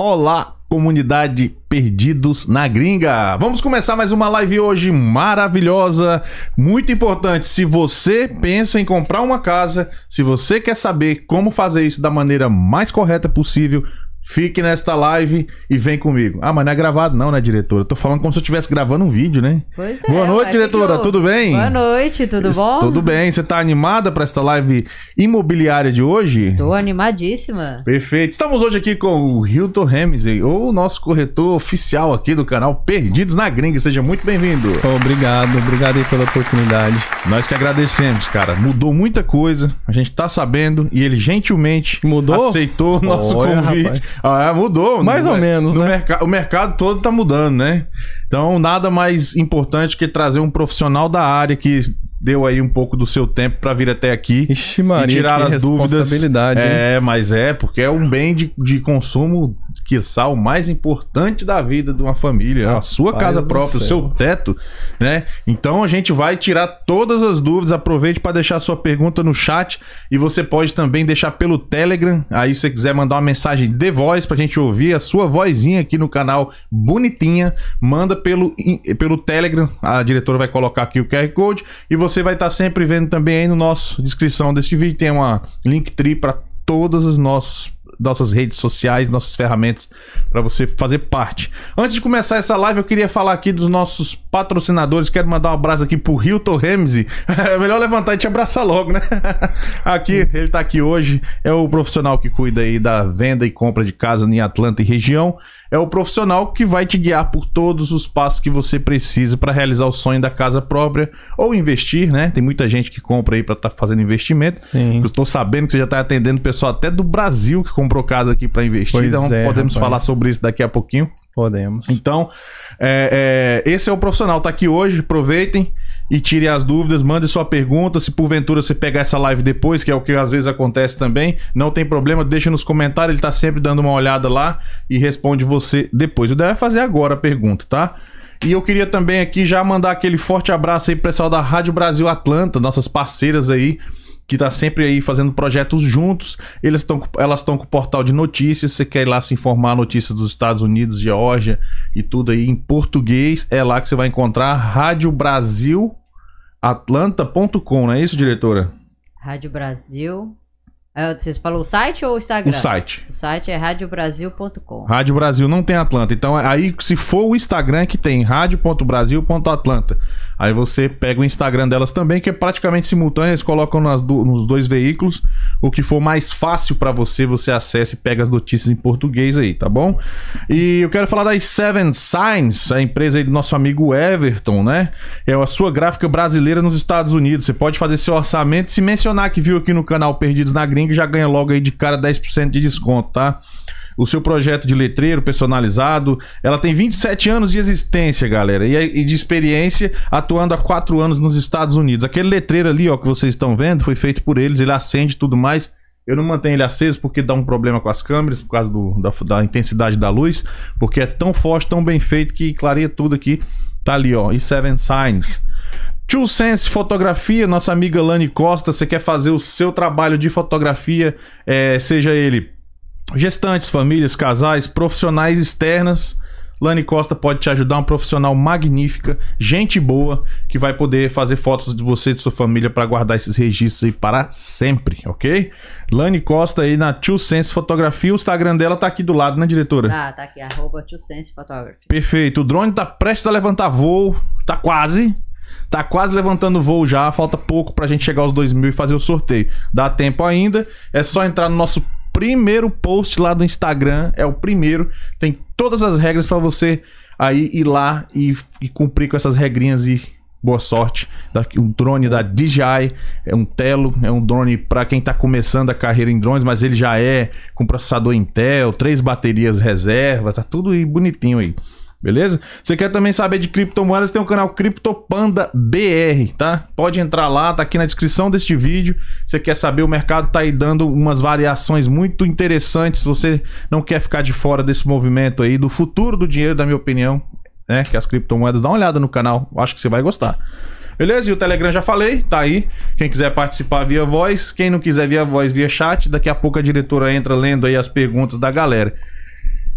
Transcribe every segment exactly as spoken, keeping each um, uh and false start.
Olá, comunidade Perdidos na Gringa. Vamos começar mais uma live hoje maravilhosa, muito importante. Se você pensa em comprar uma casa, se você quer saber como fazer isso da maneira mais correta possível, fique nesta live e vem comigo. Ah, mas não é gravado não, né, diretora? Eu tô falando como se eu estivesse gravando um vídeo, né? Pois é. Boa noite, diretora. Tudo bem? Boa noite, tudo bom? Tudo bem. Você tá animada para esta live imobiliária de hoje? Estou animadíssima. Perfeito. Estamos hoje aqui com o Hilton Ramsey, o nosso corretor oficial aqui do canal Perdidos na Gringa. Seja muito bem-vindo. Obrigado, obrigado aí pela oportunidade. Nós que agradecemos, cara. Mudou muita coisa, a gente tá sabendo e ele gentilmente Mudou? aceitou o nosso Olha, convite. rapaz. Ah, mudou. Mais no, ou menos, no né? merc- o mercado todo tá mudando, né? Então, nada mais importante que trazer um profissional da área que deu aí um pouco do seu tempo para vir até aqui. Ixi, Maria, e tirar que as dúvidas. responsabilidade, hein? É, mas é, porque é um bem de, de consumo, quiçá, o mais importante da vida de uma família. A sua Rapaz casa do própria, o céu. seu teto, né? Então a gente vai tirar todas as dúvidas. Aproveite para deixar sua pergunta no chat e você pode também deixar pelo Telegram. Aí se você quiser mandar uma mensagem de voz pra gente ouvir a sua vozinha aqui no canal bonitinha, manda pelo, pelo Telegram. A diretora vai colocar aqui o Q R Code e você vai estar sempre vendo também aí no nosso descrição desse vídeo. Tem uma Linktree para todas as nossos nossas redes sociais, nossas ferramentas para você fazer parte. Antes de começar essa live, eu queria falar aqui dos nossos patrocinadores. Quero mandar um abraço aqui pro Hilton Ramsey. É melhor levantar e te abraçar logo, né? Aqui, ele tá aqui hoje. É o profissional que cuida aí da venda e compra de casa em Atlanta e região. É o profissional que vai te guiar por todos os passos que você precisa para realizar o sonho da casa própria ou investir, né? Tem muita gente que compra aí para estar tá fazendo investimento. Sim. Eu estou sabendo que você já está atendendo pessoal até do Brasil que comprou casa aqui para investir. Pois Então é, podemos rapaz. falar sobre isso daqui a pouquinho. Podemos. Então, é, é, esse é o profissional, tá aqui hoje. Aproveitem e tirem as dúvidas, mande sua pergunta. Se porventura você pegar essa live depois, que é o que às vezes acontece também, não tem problema, deixa nos comentários, ele tá sempre dando uma olhada lá e responde você depois. O deve fazer agora a pergunta, tá? E eu queria também aqui já mandar aquele forte abraço aí pro pessoal da Rádio Brasil Atlanta, nossas parceiras aí, que tá sempre aí fazendo projetos juntos. Eles tão, elas estão com o portal de notícias. Você quer ir lá se informar notícias dos Estados Unidos, Geórgia e tudo aí em português, é lá que você vai encontrar rádio brasil atlanta ponto com, não é isso, diretora? Rádio Brasil. É, você falou o site ou o Instagram? O site. O site é rádio brasil ponto com. Rádio Brasil não tem Atlanta. Então aí, se for o Instagram que tem rádio ponto brasil ponto atlanta. Aí você pega o Instagram delas também, que é praticamente simultâneo. Eles colocam nas do, nos dois veículos. O que for mais fácil pra você, você acessa e pega as notícias em português aí, tá bom? E eu quero falar das Seven Signs, a empresa aí do nosso amigo Everton, né? É a sua gráfica brasileira nos Estados Unidos. Você pode fazer seu orçamento. Se mencionar que viu aqui no canal Perdidos na Gringa, já ganha logo aí de cara dez por cento de desconto, tá? O seu projeto de letreiro personalizado, ela tem vinte e sete anos de existência, galera, e de experiência, atuando há quatro anos nos Estados Unidos. Aquele letreiro ali, ó, que vocês estão vendo, foi feito por eles, ele acende e tudo mais. Eu não mantenho ele aceso porque dá um problema com as câmeras, por causa do, da, da intensidade da luz, porque é tão forte, tão bem feito que clareia tudo aqui. Tá ali, ó, e Seven Signs. Two Sense Fotografia, nossa amiga Lani Costa. Você quer fazer o seu trabalho de fotografia, é, seja ele gestantes, famílias, casais, profissionais externas, Lani Costa pode te ajudar. Uma profissional magnífica, gente boa, que vai poder fazer fotos de você e de sua família para guardar esses registros aí para sempre, ok? Lani Costa aí na Two Sense Fotografia. O Instagram dela tá aqui do lado, né, diretora? Tá, tá aqui, arroba Two Sense Photography. Perfeito. O drone tá prestes a levantar voo, tá quase... Tá quase levantando voo já, falta pouco pra gente chegar aos dois mil e fazer o sorteio. Dá tempo ainda, é só entrar no nosso primeiro post lá do Instagram, é o primeiro. Tem todas as regras pra você aí ir lá e, e cumprir com essas regrinhas e boa sorte. Um drone da D J I, é um Telo, é um drone pra quem tá começando a carreira em drones, mas ele já é com processador Intel, três baterias reserva, tá tudo aí bonitinho aí. Beleza? Você quer também saber de criptomoedas? Tem o canal CryptoPanda B R, tá? Pode entrar lá, tá aqui na descrição deste vídeo. Você quer saber, o mercado tá aí dando umas variações muito interessantes. Você não quer ficar de fora desse movimento aí, do futuro do dinheiro, da minha opinião, né? Que as criptomoedas, dá uma olhada no canal, acho que você vai gostar. Beleza? E o Telegram já falei, tá aí. Quem quiser participar via voz, quem não quiser via voz, via chat. Daqui a pouco a diretora entra lendo aí as perguntas da galera.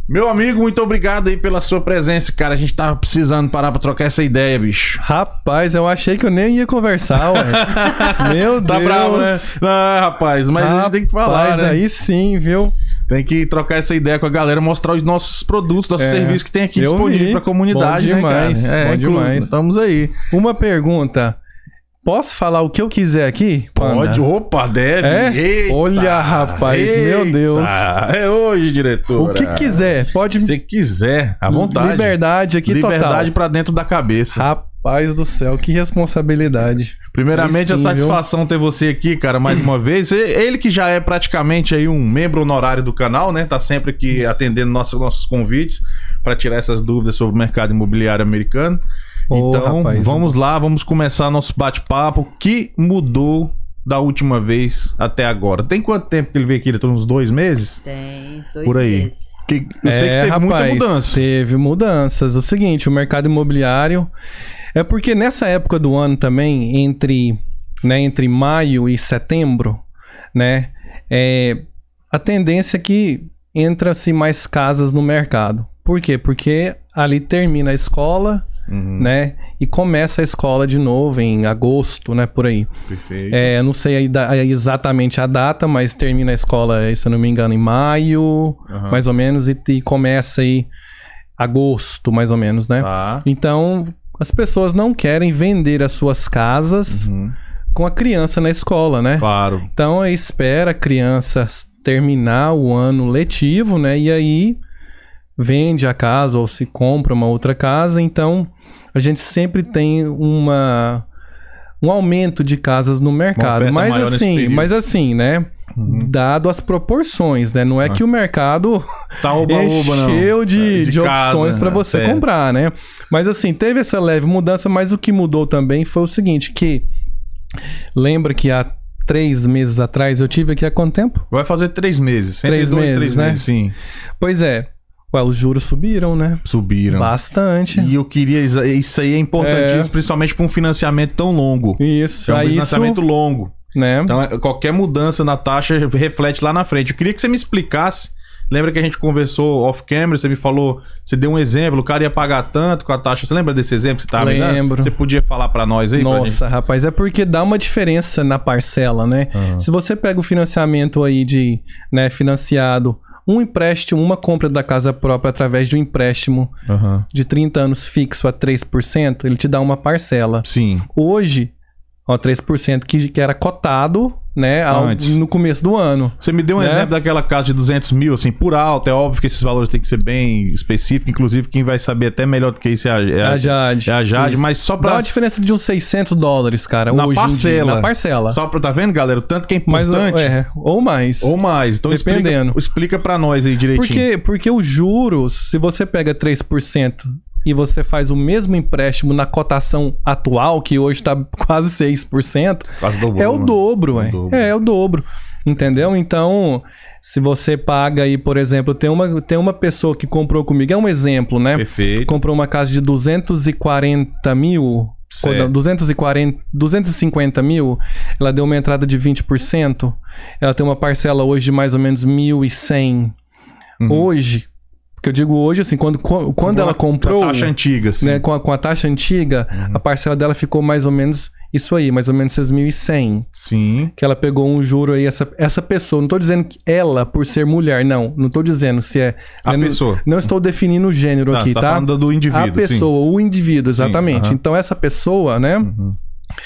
Meu amigo, muito obrigado aí pela sua presença, cara. A gente tava precisando parar pra trocar essa ideia, bicho. Rapaz, eu achei que eu nem ia conversar, ué. Meu Tá Deus. bravo, né? Não, rapaz, mas rapaz, a gente tem que falar, né? aí sim, viu? Tem que trocar essa ideia com a galera, mostrar os nossos produtos, nossos É, serviços que tem aqui eu disponível vi. pra comunidade, Bom demais, né, cara? É, bom inclusive, demais. estamos aí. Uma pergunta. Posso falar o que eu quiser aqui? Pode. Panda? Opa, deve. É? Eita, Olha, rapaz, meu Deus. É hoje, diretor. O que quiser, pode. Se quiser, à vontade. Liberdade aqui Liberdade total. pra dentro da cabeça. Rapaz do céu, que responsabilidade. Primeiramente, Aí sim, a satisfação ter você aqui, cara, mais uma vez. E- Ele que já é praticamente aí um membro honorário do canal, né? Tá sempre aqui atendendo nossos, nossos convites para tirar essas dúvidas sobre o mercado imobiliário americano. Ô, Então, rapaz, vamos lá, vamos começar nosso bate-papo. O que mudou da última vez até agora? Tem quanto tempo que ele veio aqui? Ele tá uns dois meses? Tem uns dois Por aí. meses. Que, eu sei que É, teve rapaz, muita mudança. Teve mudanças. O seguinte, o mercado imobiliário é porque nessa época do ano também, entre, né, entre maio e setembro, né, é, a tendência é que entra-se mais casas no mercado. Por quê? Porque ali termina a escola, Uhum, né, e começa a escola de novo em agosto, né, por aí. perfeito. É, eu não sei aí da- aí exatamente a data, mas termina a escola, se eu não me engano, em maio, Aham. mais ou menos, e, e começa aí agosto, mais ou menos, né? Tá. Então, as pessoas não querem vender as suas casas Uhum, com a criança na escola, né? claro. Então, aí espera a criança terminar o ano letivo, né? E aí vende a casa ou se compra uma outra casa. Então, a gente sempre tem uma um aumento de casas no mercado. oferta Mas maior nesse assim, período. mas assim, né? Uhum. Dado as proporções, né? Não é Ah. que o mercado Tá oba-oba, não. encheu de, É, de, casa, opções para né? você Certo. comprar, né? Mas assim, teve essa leve mudança, mas o que mudou também foi o seguinte, que lembra que há três meses atrás eu tive aqui há quanto tempo? Vai fazer três meses. Entre Três dois, meses, três né? meses, sim. Pois é. Ué, os juros subiram, né? Subiram. Bastante. E eu queria... Isso aí é importantíssimo, É. principalmente para um financiamento tão longo. Isso, É um aí isso, financiamento longo. né? Então, é- qualquer mudança na taxa reflete lá na frente. Eu queria que você me explicasse. Lembra que a gente conversou off-camera? Você me falou, você deu um exemplo, o cara ia pagar tanto com a taxa. Você lembra desse exemplo que você tava me dando? Lembro. Você podia falar para nós aí? pra gente? Nossa, rapaz, é porque dá uma diferença na parcela, né? Aham. Se você pega o financiamento aí de, né, financiado, um empréstimo, uma compra da casa própria através de um empréstimo Aham. de trinta anos fixo a três por cento, ele te dá uma parcela. Sim. Hoje, ó, três por cento que, que era cotado, né, ao- Antes. no começo do ano. Você me deu um Né? exemplo daquela casa de duzentos mil, assim, por alto. É óbvio que esses valores têm que ser bem específicos. Inclusive, quem vai saber até melhor do que isso é a, é A Jade. É a Jade, Isso. mas só Dá pra... uma diferença de uns seiscentos dólares, cara, Na hoje em dia. parcela. Na parcela. Só pra... Tá vendo, galera? O tanto que é Mas, importante. é, ou mais. Ou mais. Então Dependendo. explica, explica pra nós aí direitinho. Porque, porque os juros, se você pega três por cento e você faz o mesmo empréstimo na cotação atual, que hoje tá quase seis por cento, Quase dobrou, é o né? dobro, ué. O dobro. É, é o dobro. Entendeu? Então, se você paga aí, por exemplo, tem uma, tem uma pessoa que comprou comigo, é um exemplo, né? Perfeito. Comprou uma casa de duzentos e quarenta mil, Certo. ou não, duzentos e quarenta, duzentos e cinquenta mil, ela deu uma entrada de vinte por cento, ela tem uma parcela hoje de mais ou menos mil e cem. Uhum. Hoje, porque eu digo hoje, assim, quando, quando ela comprou, A taxa antiga, assim. né, com, a, com a taxa antiga, Uhum. a parcela dela ficou mais ou menos isso aí, mais ou menos seus mil e cem. Sim. Que ela pegou um juro aí, essa, essa pessoa, não tô dizendo que ela, por ser mulher, não, não tô dizendo se é... A eu não- pessoa. Não estou definindo o gênero Tá, aqui, você tá tá? falando do indivíduo, A pessoa, o indivíduo, exatamente. aham. Então, essa pessoa, né, Uhum.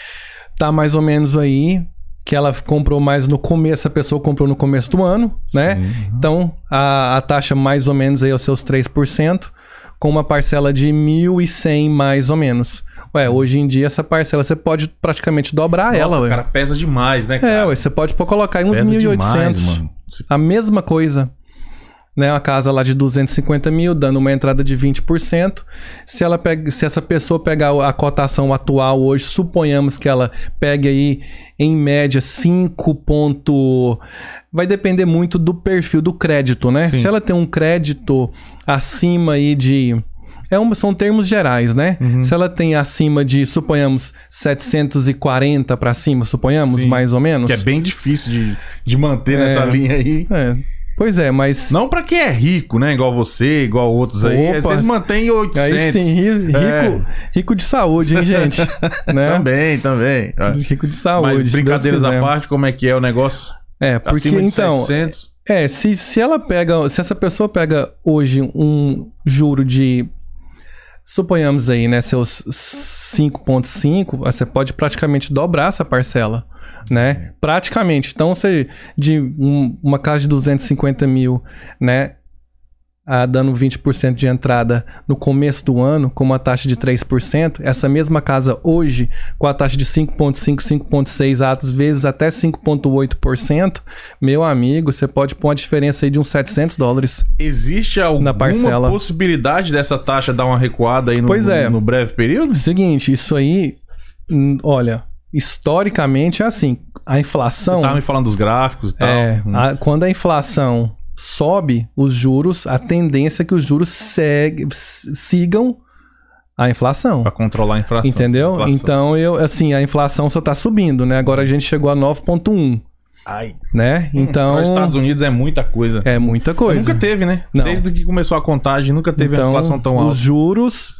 tá mais ou menos aí, que ela comprou mais no começo, a pessoa comprou no começo do ano, né? Sim. Uhum. Então, a, a taxa mais ou menos aí aos seus três por cento, com uma parcela de mil e cem mais ou menos. Ué, hoje em dia essa parcela você pode praticamente dobrar Nossa, ela, ué. cara, pesa demais, né, É, cara? ué, você pode pô- colocar aí uns Pesa mil e oitocentos. demais, mano. A mesma coisa. Né, uma casa lá de duzentos e cinquenta mil, dando uma entrada de vinte por cento. Se, ela pega, se essa pessoa pegar a cotação atual hoje, suponhamos que ela pegue aí, em média, cinco ponto... Vai depender muito do perfil do crédito, né? Sim. Se ela tem um crédito acima aí de... É uma, são termos gerais, né? Uhum. Se ela tem acima de, suponhamos, setecentos e quarenta para cima, suponhamos, Sim. mais ou menos. Que é bem difícil de, de manter É. nessa linha aí. É. Pois é, mas... Não pra quem é rico, né? Igual você, igual outros aí. Opa, Vocês mantêm oitocentos. Aí sim, ri- rico, É. rico de saúde, hein, gente? Né? Também, também. Rico de saúde. Mas se brincadeiras Deus à quiser. parte, como é que é o negócio? É, porque Acima de então... setecentos? É, se, se ela pega... Se essa pessoa pega hoje um juro de... Suponhamos aí, né? Seus cinco vírgula cinco, você pode praticamente dobrar essa parcela, né? Praticamente. Então, você... De um- uma casa de duzentos e cinquenta mil, né? Ah, dando vinte por cento de entrada no começo do ano, com uma taxa de três por cento, essa mesma casa hoje, com a taxa de cinco vírgula cinco, cinco vírgula seis, às vezes até cinco vírgula oito por cento, meu amigo, você pode pôr uma diferença aí de uns setecentos dólares. Existe alguma parcela. possibilidade dessa taxa dar uma recuada aí no, Pois é. no breve período? Seguinte, isso aí, hum, olha, historicamente é assim, a inflação... Você tava me falando dos gráficos e tal. É, Hum. a- quando a inflação sobe, os juros, a tendência é que os juros segue, s- sigam a inflação. Pra controlar a inflação. Entendeu? Inflação. Então, eu, assim, a inflação só tá subindo, né? Agora a gente chegou a nove vírgula um, Ai. né? Então, Para os Estados Unidos é muita coisa. é muita coisa. Nunca teve, né? Não. Desde que começou a contagem, nunca teve então, a inflação tão alta. os juros,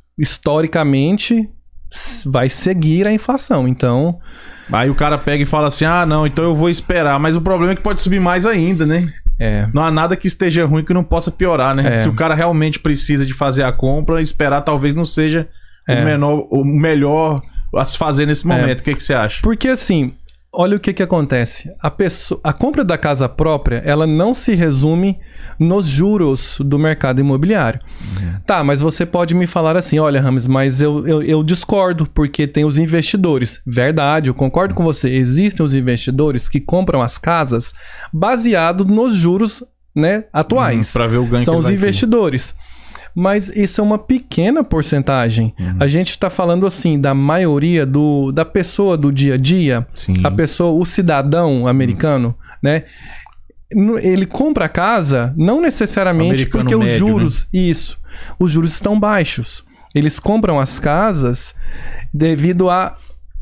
historicamente, s- vai seguir a inflação. Então, Aí o cara pega e fala assim: ah, não, então eu vou esperar. Mas o problema é que pode subir mais ainda, né? é... Não há nada que esteja ruim que não possa piorar, né? É. Se o cara realmente precisa de fazer a compra, esperar talvez não seja É. o, menor, o melhor a se fazer nesse momento. O que, que você acha? Porque assim, olha o que que acontece. A pessoa, a compra da casa própria, ela não se resume nos juros do mercado imobiliário. Tá, mas você pode me falar assim, olha, Rames, mas eu, eu, eu discordo, porque tem os investidores. Verdade, eu concordo com você. Existem os investidores que compram as casas baseado nos juros, né, atuais. Hum, pra ver o ganho São que os ele vai ter. investidores. Mas isso é uma pequena porcentagem. Uhum. A gente está falando assim da maioria do, da pessoa do dia a dia, Sim. a pessoa, o cidadão americano, né? No- Ele compra a casa não necessariamente Americano porque os médio, juros, isso, os juros estão baixos. Eles compram as casas devido a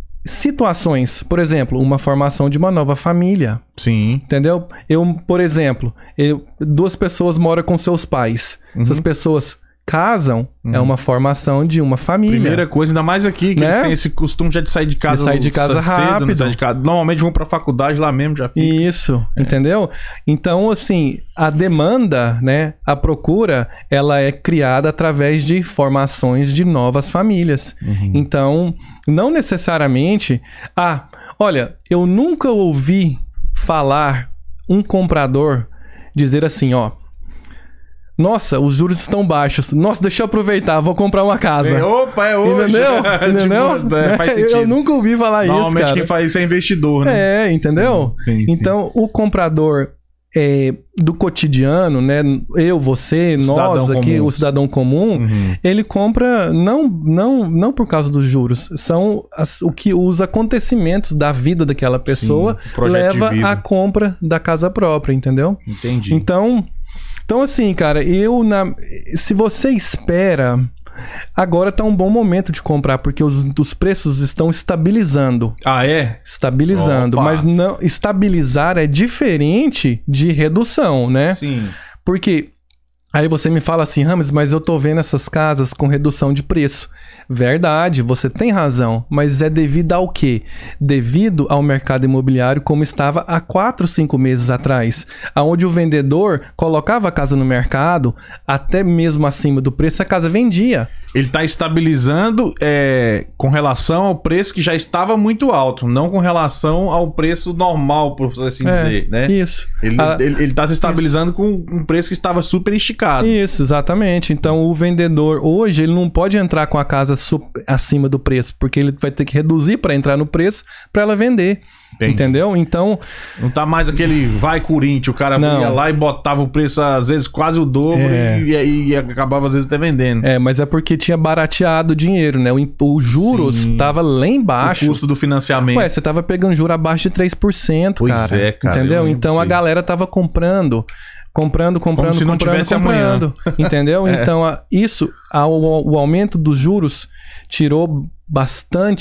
situações, por exemplo, uma formação de uma nova família. Sim. Entendeu? Eu, por exemplo, eu- duas pessoas moram com seus pais. Uhum. Essas pessoas casam, é uma formação de uma família. Primeira coisa, ainda mais aqui, que Né? eles têm esse costume já de sair de casa, De sair de casa cedo, né? rápido. Sair de casa- Normalmente vão pra faculdade lá mesmo, já fica. Isso, É. entendeu? Então, assim, a demanda, né, a procura, ela é criada através de formações de novas famílias. Uhum. Então, não necessariamente... Ah, olha, eu nunca ouvi falar um comprador dizer assim, ó... Nossa, os juros estão baixos. Nossa, deixa eu aproveitar, vou comprar uma casa. É, opa, é hoje. Entendeu? Entendeu? Tipo, é, faz Eu- sentido. Eu nunca ouvi falar isso, Normalmente cara. quem faz isso é investidor, né? É, entendeu? Sim, sim, Então, o comprador é, do cotidiano, né? Eu, você, nós cidadão aqui, comum. o cidadão comum, Uhum. ele compra não, não, não por causa dos juros. São as- o que os acontecimentos da vida daquela pessoa Sim, o projeto de leva vida. à compra da casa própria, entendeu? Entendi. Então, então assim, cara, eu na, se você espera, agora tá um bom momento de comprar porque os, os preços estão estabilizando, Ah, é? estabilizando, Opa. mas não estabilizar é diferente de redução, né? Sim. Porque aí você me fala assim, Rames, mas eu tô vendo essas casas com redução de preço. Verdade, você tem razão, mas é devido ao quê? Devido ao mercado imobiliário como estava há quatro, cinco meses atrás, aonde o vendedor colocava a casa no mercado, até mesmo acima do preço, a casa vendia. Ele tá estabilizando é, com relação ao preço que já estava muito alto, não com relação ao preço normal, por assim É, dizer, né? Isso. Ele, Ah, ele, ele tá se estabilizando com um preço que estava super esticado. Isso, exatamente. Então, o vendedor hoje, ele não pode entrar com a casa su- acima do preço, porque ele vai ter que reduzir para entrar no preço para ela vender. Entendi. Entendeu? Então, Não tá mais aquele vai Corinthians, o cara Não. ia lá e botava o preço às vezes quase o dobro É. e, e, e acabava às vezes até vendendo. é, mas é porque tinha barateado o dinheiro, né? O, im- o juros Sim. tava lá O embaixo. custo do financiamento. Ué, você tava pegando juro abaixo de três por cento, Pois cara. é, cara, eu Entendeu? lembro Então disso a aí. galera tava comprando, comprando, comprando, se não comprando, tivesse comprando. Entendeu? É. Então, a- isso, a- o, o aumento dos juros tirou bastante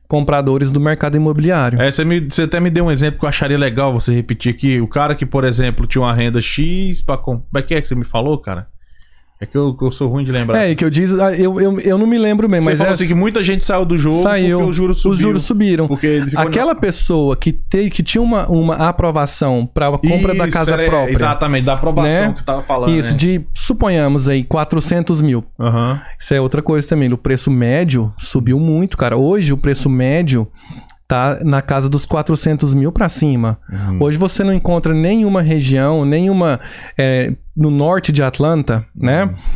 compradores do mercado imobiliário. É, você, me, você até me deu um exemplo que eu acharia legal você repetir aqui. O cara que, por exemplo, tinha uma renda X pra comprar. Como é que é que você me falou, cara? É que eu, que eu sou ruim de lembrar. É, e que eu disse, eu, eu, eu não me lembro bem, Você mas falou é, assim que muita gente saiu do jogo saiu, porque os juros subiram. Os juros subiram. Porque ele ficou Aquela na... pessoa que, te, que tinha uma, uma aprovação para a compra Isso, da casa era, própria. Exatamente, da aprovação né? que você tava falando. Isso, né? de, suponhamos aí, quatrocentos mil. Uhum. Isso é outra coisa também. O preço médio subiu muito, cara. Hoje o preço médio tá na casa dos quatrocentos mil para cima. Uhum. Hoje você não encontra nenhuma região, nenhuma... É, no norte de Atlanta, né? Uhum.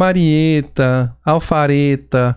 Marietta, Alpharetta,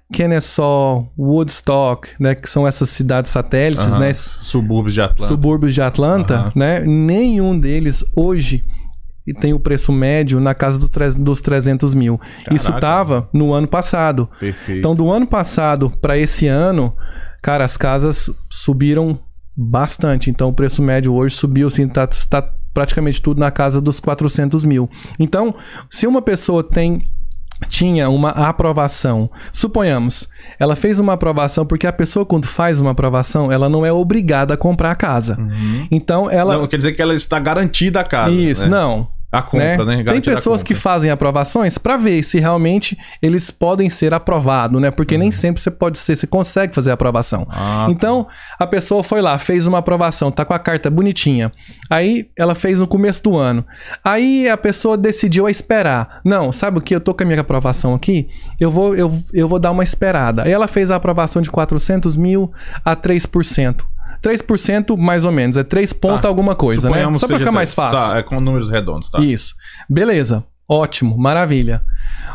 Kennesaw, Woodstock, né? Que são essas cidades satélites, Uhum. né? Subúrbios de Atlanta. Subúrbios de Atlanta, Uhum. né? Nenhum deles hoje tem o preço médio na casa do tre- dos trezentos mil. Caraca. Isso tava no ano passado. Perfeito. Então, do ano passado para esse ano, cara, as casas subiram bastante. Então, o preço médio hoje subiu, assim, tá, tá praticamente tudo na casa dos quatrocentos mil. Então, se uma pessoa tem tinha uma aprovação, suponhamos, ela fez uma aprovação, porque a pessoa quando faz uma aprovação, ela não é obrigada a comprar a casa. Uhum. Então, ela... Não, quer dizer que ela está garantida a casa. Isso, né? não. A compra, né? Tem Garantida a pessoas compra. que fazem aprovações para ver se realmente eles podem ser aprovados, né? Porque nem sempre você pode ser, você consegue fazer a aprovação. Ah, Então, a pessoa foi lá, fez uma aprovação, tá com a carta bonitinha. Aí, ela fez no começo do ano. Aí, a pessoa decidiu a esperar. Não, sabe o que? Eu tô com a minha aprovação aqui, eu vou, eu, eu vou dar uma esperada. Aí, ela fez a aprovação de quatrocentos mil a três por cento. três por cento mais ou menos, é três ponto Tá. alguma coisa, né? Suponhamos Só pra seja ficar mais três. fácil. Tá, é com números redondos, tá? Isso. Beleza. Ótimo. Maravilha.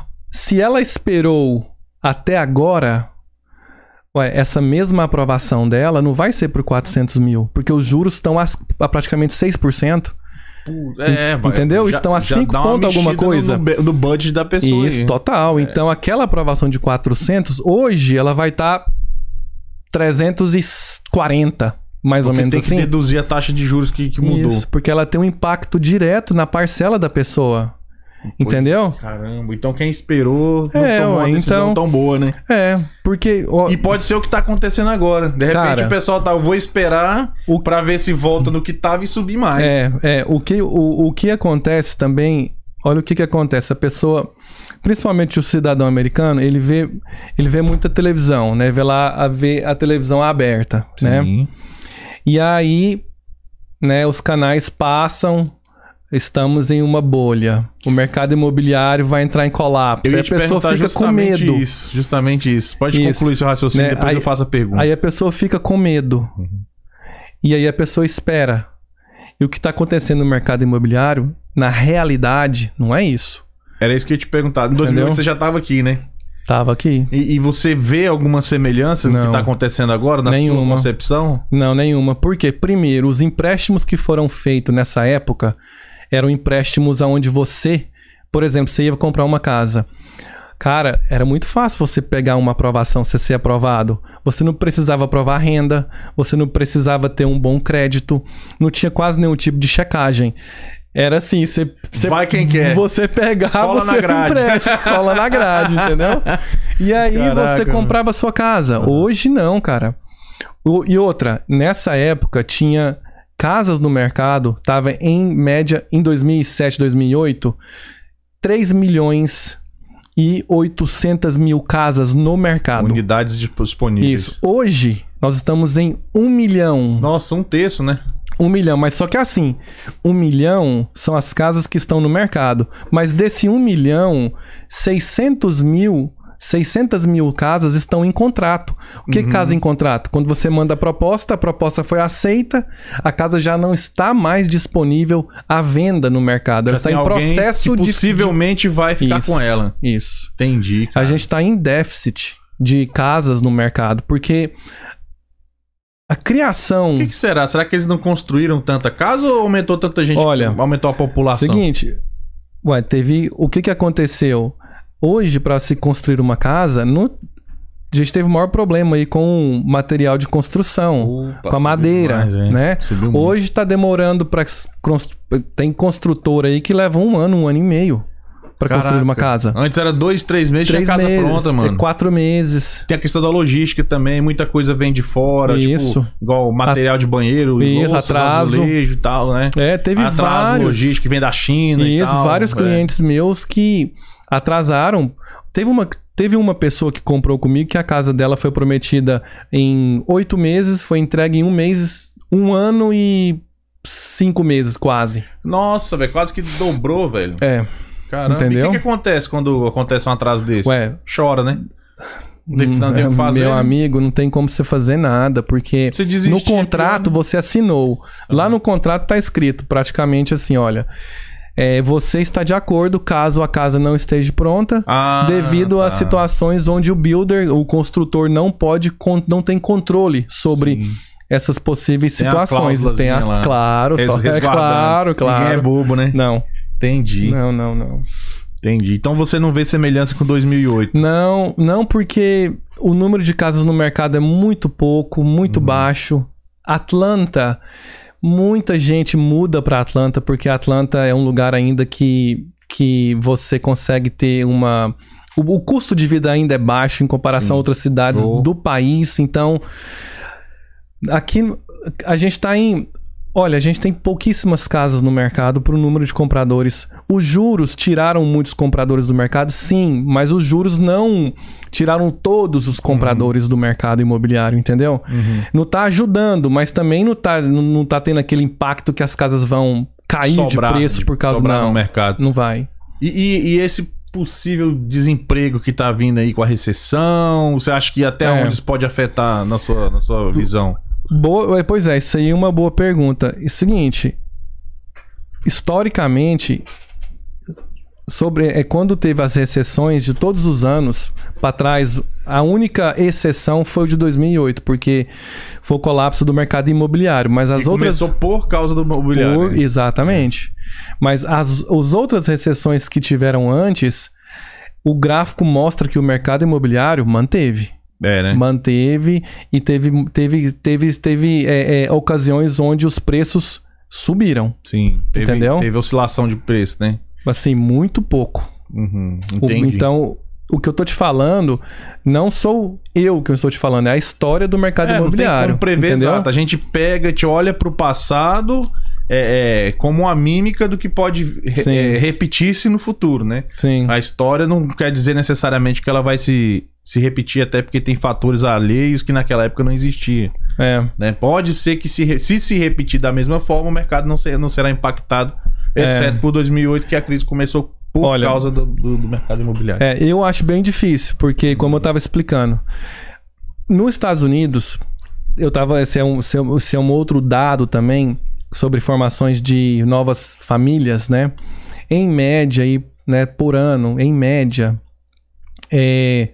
Se ela esperou até agora, ué, essa mesma aprovação dela não vai ser por quatrocentos mil, porque os juros estão a, a praticamente seis por cento. É, vai- Entendeu? já- Estão a já cinco dá uma ponto alguma mexida coisa. No, no, no budget da pessoa. Isso, aí. total. Então, aquela aprovação de quatrocentos, hoje ela vai estar tá trezentos e quarenta, mais Porque ou menos tem assim. que deduzir a taxa de juros que, que mudou. Isso, porque ela tem um impacto direto na parcela da pessoa. Entendeu? Caramba, então quem esperou não É, tomou ué, uma decisão então- tão boa, né? É, porque... ó, E pode ser o que tá acontecendo agora. De repente Cara, o pessoal tá, eu vou esperar o- pra ver se volta no que tava e subir mais. É, é, o que, o, o que acontece também, olha o que que acontece, a pessoa, principalmente o cidadão americano, ele vê, ele vê muita televisão, né, vê lá, a, vê a televisão aberta, né, Sim. e aí, né, os canais passam, estamos em uma bolha, o mercado imobiliário vai entrar em colapso, Eu aí ia a te pessoa perguntar fica com justamente medo, isso, justamente isso. Pode Isso. concluir seu raciocínio, Né, depois aí- eu faço a pergunta. aí a pessoa fica com medo, Uhum. e aí a pessoa espera. E o que está acontecendo no mercado imobiliário, na realidade, não é isso. Era isso que eu ia te perguntar. Em dois mil e oito Entendeu? você já tava aqui, né? Tava aqui. E, e você vê alguma semelhança no que Não. tá acontecendo agora, na Nenhuma. sua concepção? Não, nenhuma. Por quê? Primeiro, os empréstimos que foram feitos nessa época eram empréstimos onde você, por exemplo, você ia comprar uma casa. Cara, era muito fácil você pegar uma aprovação, você ser aprovado. Você não precisava aprovar renda, você não precisava ter um bom crédito, não tinha quase nenhum tipo de checagem. Era assim, você... você Vai quem quer. Você pegava Cola o na seu grade. empréstimo, cola na grade, entendeu? E aí Caraca, você comprava a sua casa. Hoje não, cara. O- E outra, nessa época tinha casas no mercado, tava em média, em dois mil e sete, dois mil e oito, três milhões e oitocentas mil casas no mercado. Unidades disponíveis. Isso. Hoje, nós estamos em um milhão. Nossa, um terço, né? Um milhão, mas só que assim, um milhão são as casas que estão no mercado. Mas desse um milhão, seiscentos mil, seiscentas mil casas estão em contrato. O que é casa em contrato? Quando você manda a proposta, a proposta foi aceita, a casa já não está mais disponível à venda no mercado. Ela Já está tem em alguém processo que de... possivelmente vai ficar Isso, com ela. Isso. Entendi, A cara. gente está em déficit de casas no mercado, porque a criação... O que, que será? Será que eles não construíram tanta casa ou aumentou tanta gente? Olha, aumentou a população? Seguinte, ué, teve... O que que aconteceu? Hoje, para se construir uma casa, no... a gente teve o maior problema aí com o material de construção, Opa, com a subiu madeira, demais, hein? né? Subiu muito. Hoje tá demorando para... Tem construtor aí que leva um ano, um ano e meio pra construir uma casa. Antes era dois, três meses, Três tinha casa meses, pronta, mano. Quatro meses. Tem a questão da logística também, muita coisa vem de fora, Isso. tipo, igual material de banheiro, Isso, louças, atraso. azulejo e tal, né? É, teve Atraso vários. logístico que vem da China e Isso, tal. vários é. clientes meus que atrasaram. Teve uma, teve uma pessoa que comprou comigo que a casa dela foi prometida em oito meses, foi entregue em um mês, um ano e cinco meses quase. Nossa, velho, quase que dobrou, velho. É. Caramba, Entendeu? e o que, que acontece quando acontece um atraso desse? Ué. Chora, né? Não tem, não tem o que fazer. Meu né? amigo, não tem como você fazer nada, porque Você desistir, no contrato né? você assinou. Lá no contrato tá escrito praticamente assim, olha, é, você está de acordo caso a casa não esteja pronta, Ah, devido a tá. situações onde o builder, o construtor não pode, con- não tem controle sobre Sim. essas possíveis Tem a situações. Tem as, cláusulazinha lá. claro, Res- to- é resguardando. claro, claro. Ninguém é bobo, né? Não, Entendi, não, não, não. entendi. Então você não vê semelhança com dois mil e oito? Não, não porque o número de casas no mercado é muito pouco, muito baixo. Atlanta, muita gente muda para Atlanta porque Atlanta é um lugar ainda que, que você consegue ter uma... O, o custo de vida ainda é baixo em comparação Sim. a outras cidades Oh. do país. Então, aqui a gente tá em... Olha, a gente tem pouquíssimas casas no mercado para o número de compradores. Os juros tiraram muitos compradores do mercado, sim, mas os juros não tiraram todos os compradores do mercado imobiliário, entendeu? Uhum. Não tá ajudando, mas também não tá, não, não tá tendo aquele impacto que as casas vão cair Sobrar, de preço por causa sobrar não, no mercado. não vai. E, e- e esse possível desemprego que tá vindo aí com a recessão, você acha que até É. onde isso pode afetar na sua, na sua visão? Boa, pois é, isso aí é uma boa pergunta. É o seguinte, historicamente, sobre é quando teve as recessões de todos os anos para trás, a única exceção foi o de dois mil e oito, porque foi o colapso do mercado imobiliário, mas as E outras começou por causa do mobiliário. por- né? exatamente. Mas as, as outras recessões que tiveram antes, o gráfico mostra que o mercado imobiliário manteve. É, né? Manteve e teve, teve, teve, teve é, é, ocasiões onde os preços subiram. Sim. Teve, Entendeu? Teve oscilação de preço, né? Assim, muito pouco. Uhum, O- entendi. então, o que eu tô te falando, não sou eu que eu estou te falando, é a história do mercado É, não tem imobiliário. como prever, entendeu? exato. A gente pega, te olha pro passado é, é, como uma mímica do que pode re- Sim. é, repetir-se no futuro, né? Sim. A história não quer dizer necessariamente que ela vai se, se repetir, até porque tem fatores alheios que naquela época não existiam. É. Né? Pode ser que se, re- se se repetir da mesma forma, o mercado não, ser, não será impactado, exceto por dois mil e oito, que a crise começou por Olha, causa do, do- do mercado imobiliário. É, eu acho bem difícil, porque como eu tava explicando, nos Estados Unidos, eu tava, esse é um, esse é um- esse é um outro dado também sobre formações de novas famílias, né? Em média, aí, né, por ano, em média, é,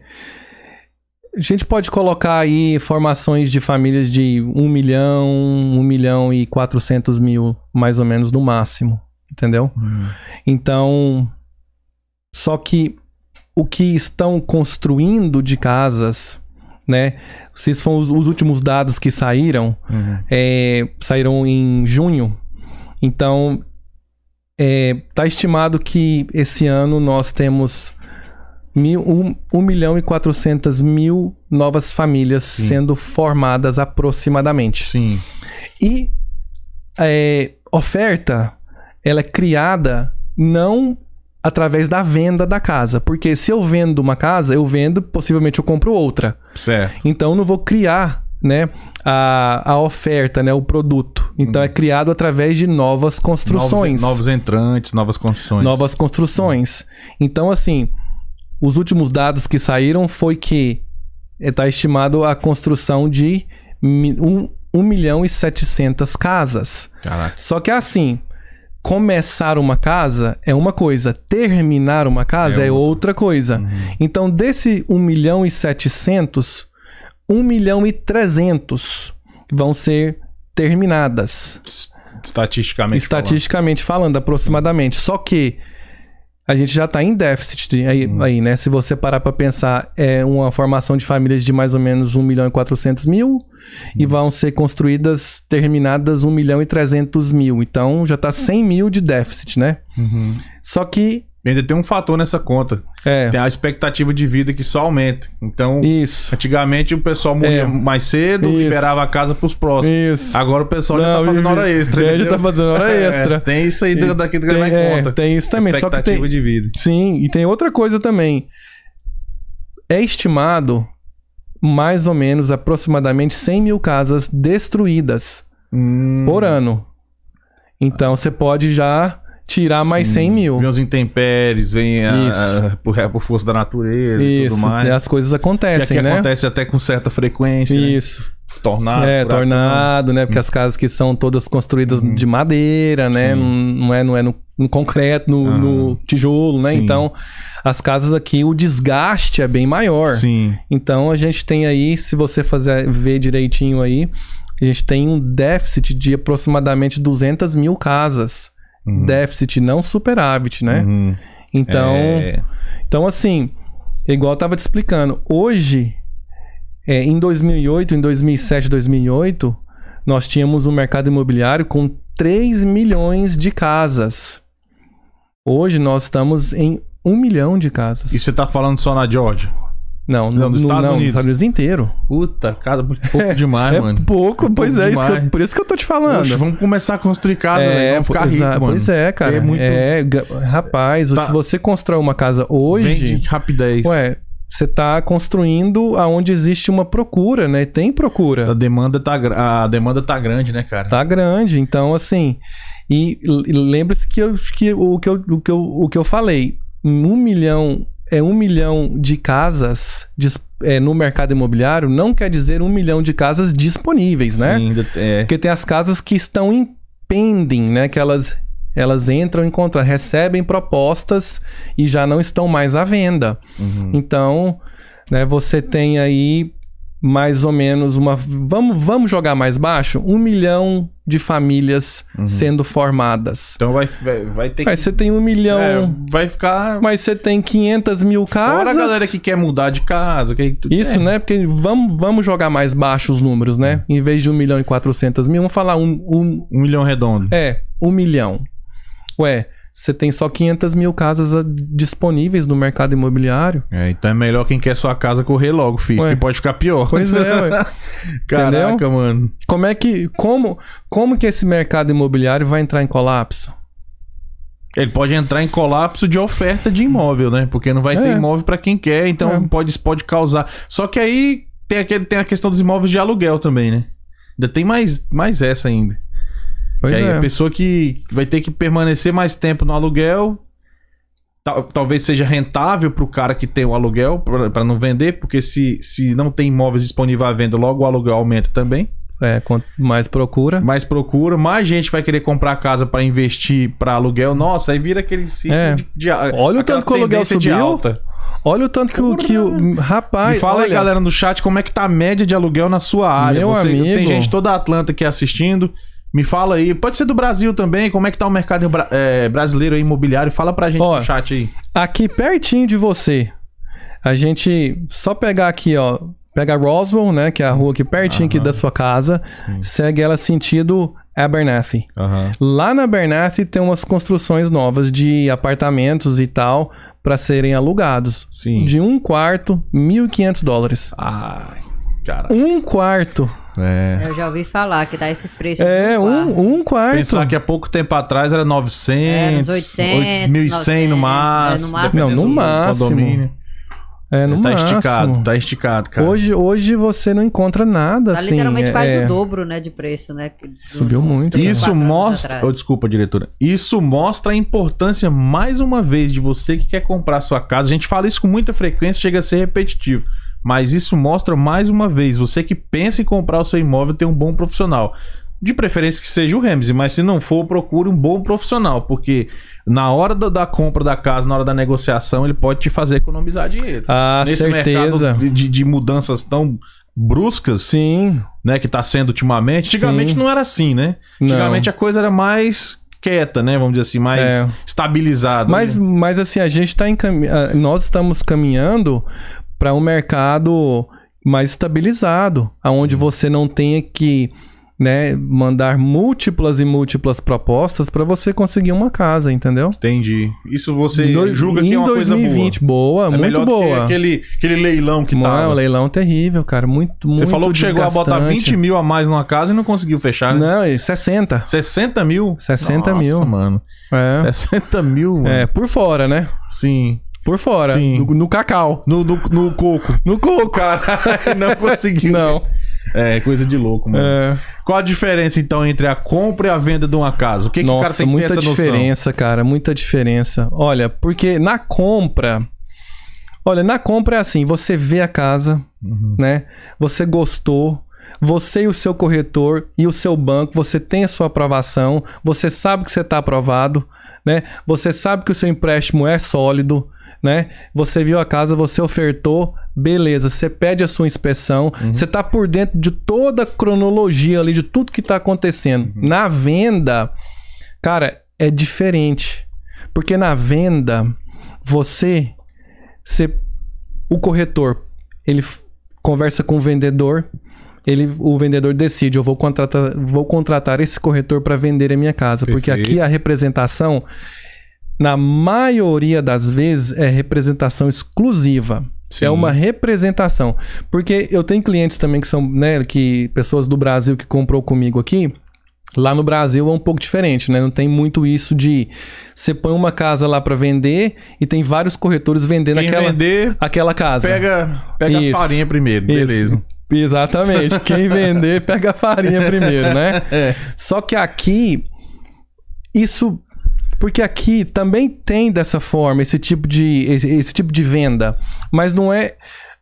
a gente pode colocar aí formações de famílias de um milhão, um milhão e quatrocentos mil, mais ou menos, no máximo, entendeu? Hum. Então, só que o que estão construindo de casas, né? Esses foram os, os últimos dados que saíram, Uhum. é, saíram em junho. Então, é, tá estimado que esse ano nós temos mil, um, um milhão e quatrocentas mil novas famílias Sim. sendo formadas aproximadamente. Sim. E é, oferta, ela é criada não através da venda da casa. Porque se eu vendo uma casa, eu vendo, possivelmente eu compro outra. Certo. Então eu não vou criar, né, a, a oferta, né, o produto. Então é criado através de novas construções. Novos, novos entrantes, novas construções. Novas construções. Então, assim, os últimos dados que saíram foi que está estimado a construção de mi- um, um milhão e setecentas casas. Caraca. Só que assim, começar uma casa é uma coisa, terminar uma casa É é, outra. outra coisa. Uhum. Então, desse um milhão e setecentos, um milhão e trezentos vão ser terminadas. Estatisticamente Estatisticamente falando, aproximadamente. Só que a gente já está em déficit aí, Hum. aí, né? Se você parar para pensar, é uma formação de famílias de mais ou menos um milhão e quatrocentos mil e vão ser construídas, terminadas um milhão e trezentos mil. Então já está cem mil de déficit, né? Uhum. Só que Ainda tem um fator nessa conta. É. Tem a expectativa de vida que só aumenta. Então, Isso. antigamente o pessoal morria É. mais cedo, Isso. liberava a casa pros próximos. Isso. Agora o pessoal já Não, tá fazendo hora extra. Já, já entendeu? tá fazendo hora extra. É, tem isso aí do- daqui do que tem, levar em é, conta. tem isso também. Só que Expectativa tem, de vida. sim, e tem outra coisa também. É estimado mais ou menos aproximadamente cem mil casas destruídas Hum, por ano. Então você pode já tirar mais sim. cem mil. Vem os intempéries, vem a, Isso. a- por, por força da natureza e Isso, tudo mais. e as coisas Que acontecem, aqui né? acontece até com certa frequência. né? Isso. Tornado. É, furacão. tornado, né? Porque as casas que são todas construídas de madeira, né? Sim. Não, não é, não é no, no concreto, no, Ah. no tijolo, né? Sim. Então, as casas aqui, o desgaste é bem maior. Sim. Então, a gente tem aí, se você fazer, ver direitinho aí, a gente tem um déficit de aproximadamente duzentas mil casas. Uhum. Déficit, não superávit, né? Uhum. Então, É, então, assim, igual eu tava te explicando, hoje, é, em dois mil e oito, em dois mil e sete, dois mil e oito, nós tínhamos um mercado imobiliário com três milhões de casas. Hoje nós estamos em um milhão de casas. E você tá falando só na Georgia? Não, Não, no, nos no- Estados não, Unidos. Nos Estados Unidos inteiro. Puta, casa pouco demais, é mano. pouco, pois pouco é, isso que eu- demais. por isso que eu tô te falando. Poxa, vamos começar a construir casa, velho. é, Vamos ficar pois, rico, é, mano. pois é, cara. É muito- É, ga- rapaz, Tá. se você constrói uma casa hoje, Vende rapidez. ué, você tá construindo aonde existe uma procura, né? Tem procura. A demanda tá, gra- a demanda tá grande, né, cara? Tá grande, então assim. E, e lembre-se que, eu, que, o, que eu, o, que eu, o que eu falei: um milhão é um milhão de casas dis- é, no mercado imobiliário, não quer dizer um milhão de casas disponíveis, né? Sim, ainda- é. Porque tem as casas que estão em pending, né? Que elas, elas entram em contra, recebem propostas e já não estão mais à venda. Uhum. Então, né, você tem aí mais ou menos uma... Vamos, vamos jogar mais baixo? Um milhão de famílias Uhum. sendo formadas. Então vai, vai, vai ter que... Aí você tem um milhão... É, vai ficar... Mas você tem quinhentas mil casas... Fora a galera que quer mudar de casa. Que... Isso, é. né? Porque vamos, vamos jogar mais baixo os números, né? Em vez de um milhão e quatrocentas mil, vamos falar um... um Um milhão redondo. é, um milhão. Ué, você tem só quinhentas mil casas a- disponíveis no mercado imobiliário. É, então é melhor quem quer sua casa correr logo, filho. Ué. Que pode ficar pior. Pois é, ué. Caraca, Entendeu? mano. Como é que... Como, como que esse mercado imobiliário vai entrar em colapso? Ele pode entrar em colapso de oferta de imóvel, né? Porque não vai ter É. imóvel pra quem quer, então É. pode, pode causar. Só que aí tem, aquele, tem a questão dos imóveis de aluguel também, né? Ainda tem mais, mais essa ainda. Pois E aí é. a pessoa que vai ter que permanecer mais tempo no aluguel, tal- talvez seja rentável pro cara que tem o aluguel pra pra não vender, porque se, se não tem imóveis disponíveis à venda, logo o aluguel aumenta também. É, quanto mais procura. Mais procura, mais gente vai querer comprar casa pra investir pra aluguel. Nossa, aí vira aquele ciclo É. de, de Olha o aquela tanto que o aluguel tendência de subiu. alta. Olha o tanto que o... Que o rapaz, Me fala olha, aí, galera, no chat, como é que tá a média de aluguel na sua área. Meu amigo. Tem gente toda a Atlanta aqui assistindo. Me fala aí, pode ser do Brasil também, como é que tá o mercado bra- é, brasileiro aí, imobiliário. Fala pra gente Ó, no chat aí. Aqui pertinho de você, a gente só pegar aqui, ó, pega Roswell, né, que é a rua aqui pertinho aqui Aham. da sua casa, segue ela sentido Abernathy. Aham. Lá na Abernathy tem umas construções novas de apartamentos e tal para serem alugados. Sim. De um quarto, mil e quinhentos dólares. Ai, cara. Um quarto. É. Eu já ouvi falar que tá esses preços. É, de quarto. um, um quarto. Pensar que há pouco tempo atrás era É, novecentos, nos oitocentos, mil e cem no novecentos, máximo. é, no máximo. Não, no dependendo do máximo. condomínio. É, no tá máximo. esticado, tá esticado, cara. Hoje, hoje você não encontra nada Tá assim. literalmente é, quase é. o dobro, né, de preço, né? que- Subiu uns muito, três, né? Isso quatro anos mostra. atrás. Oh, desculpa, diretora. Isso mostra a importância, mais uma vez, de você que quer comprar sua casa. A gente fala isso com muita frequência, chega a ser repetitivo. Mas isso mostra, mais uma vez, você que pensa em comprar o seu imóvel, ter um bom profissional. De preferência que seja o Ramsey, mas se não for, procure um bom profissional. Porque na hora da, da compra da casa, na hora da negociação, ele pode te fazer economizar dinheiro. Ah, Nesse certeza. mercado de, de- de mudanças tão bruscas, Sim. né, que tá sendo ultimamente. Antigamente Sim. não era assim, né? Não. Antigamente a coisa era mais quieta, né? Vamos dizer assim, mais É. estabilizada. Mas, né? mas assim, a gente tá encami... ah, nós estamos caminhando para um mercado mais estabilizado, aonde você não tenha que, né, mandar múltiplas e múltiplas propostas para você conseguir uma casa, entendeu? Entendi. Isso você Do, julga que é uma coisa boa. Em dois mil e vinte, boa, é muito melhor boa. Do que aquele, aquele leilão que não, tava. Não, o leilão terrível, cara, muito, muito Você falou que chegou a botar vinte mil a mais numa casa e não conseguiu fechar, né? Não, é sessenta. sessenta mil? sessenta mil. Nossa, mano. É. sessenta mil, mano. É, por fora, né? Sim. Por fora. Sim. No, no cacau. No, no, no coco. No coco. Cara, não conseguiu. Não. É, coisa de louco, mano. É. Qual a diferença, então, entre a compra e a venda de uma casa? O que, Nossa, que o cara tem que ter essa noção? muita diferença, cara. Muita diferença. Olha, porque na compra... Olha, na compra é assim, você vê a casa, uhum. né? Você gostou... Você e o seu corretor e o seu banco, você tem a sua aprovação, você sabe que você está aprovado, né? Você sabe que o seu empréstimo é sólido, né? Você viu a casa, você ofertou, beleza, você pede a sua inspeção, uhum. você está por dentro de toda a cronologia ali, de tudo que está acontecendo. Uhum. Na venda, cara, é diferente, porque na venda, você, você o corretor, ele conversa com o vendedor, Ele, o vendedor decide, eu vou contratar, vou contratar esse corretor para vender a minha casa. Perfeito. Porque aqui a representação, na maioria das vezes, é representação exclusiva. Sim. É uma representação. Porque eu tenho clientes também que são, né, que, pessoas do Brasil que comprou comigo aqui. Lá no Brasil é um pouco diferente, né? Não tem muito isso de... Você põe uma casa lá para vender e tem vários corretores vendendo Quem aquela, vender, aquela casa. Pega, pega a farinha primeiro, isso. Beleza. Exatamente. Quem vender, pega a farinha primeiro, né? É. Só que aqui, isso... Porque aqui também tem dessa forma, esse tipo de, esse, esse tipo de venda. Mas não é...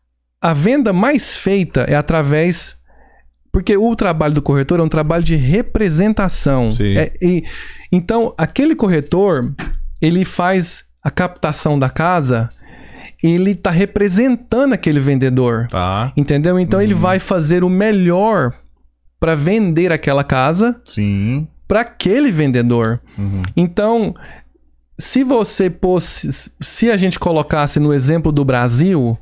A venda mais feita é através... Porque o trabalho do corretor é um trabalho de representação. Sim. É, e, então, aquele corretor, ele faz a captação da casa... Ele tá representando aquele vendedor. Tá. Entendeu? Então uhum. ele vai fazer o melhor para vender aquela casa. Sim. Para aquele vendedor. Uhum. Então, se você fosse, se a gente colocasse no exemplo do Brasil,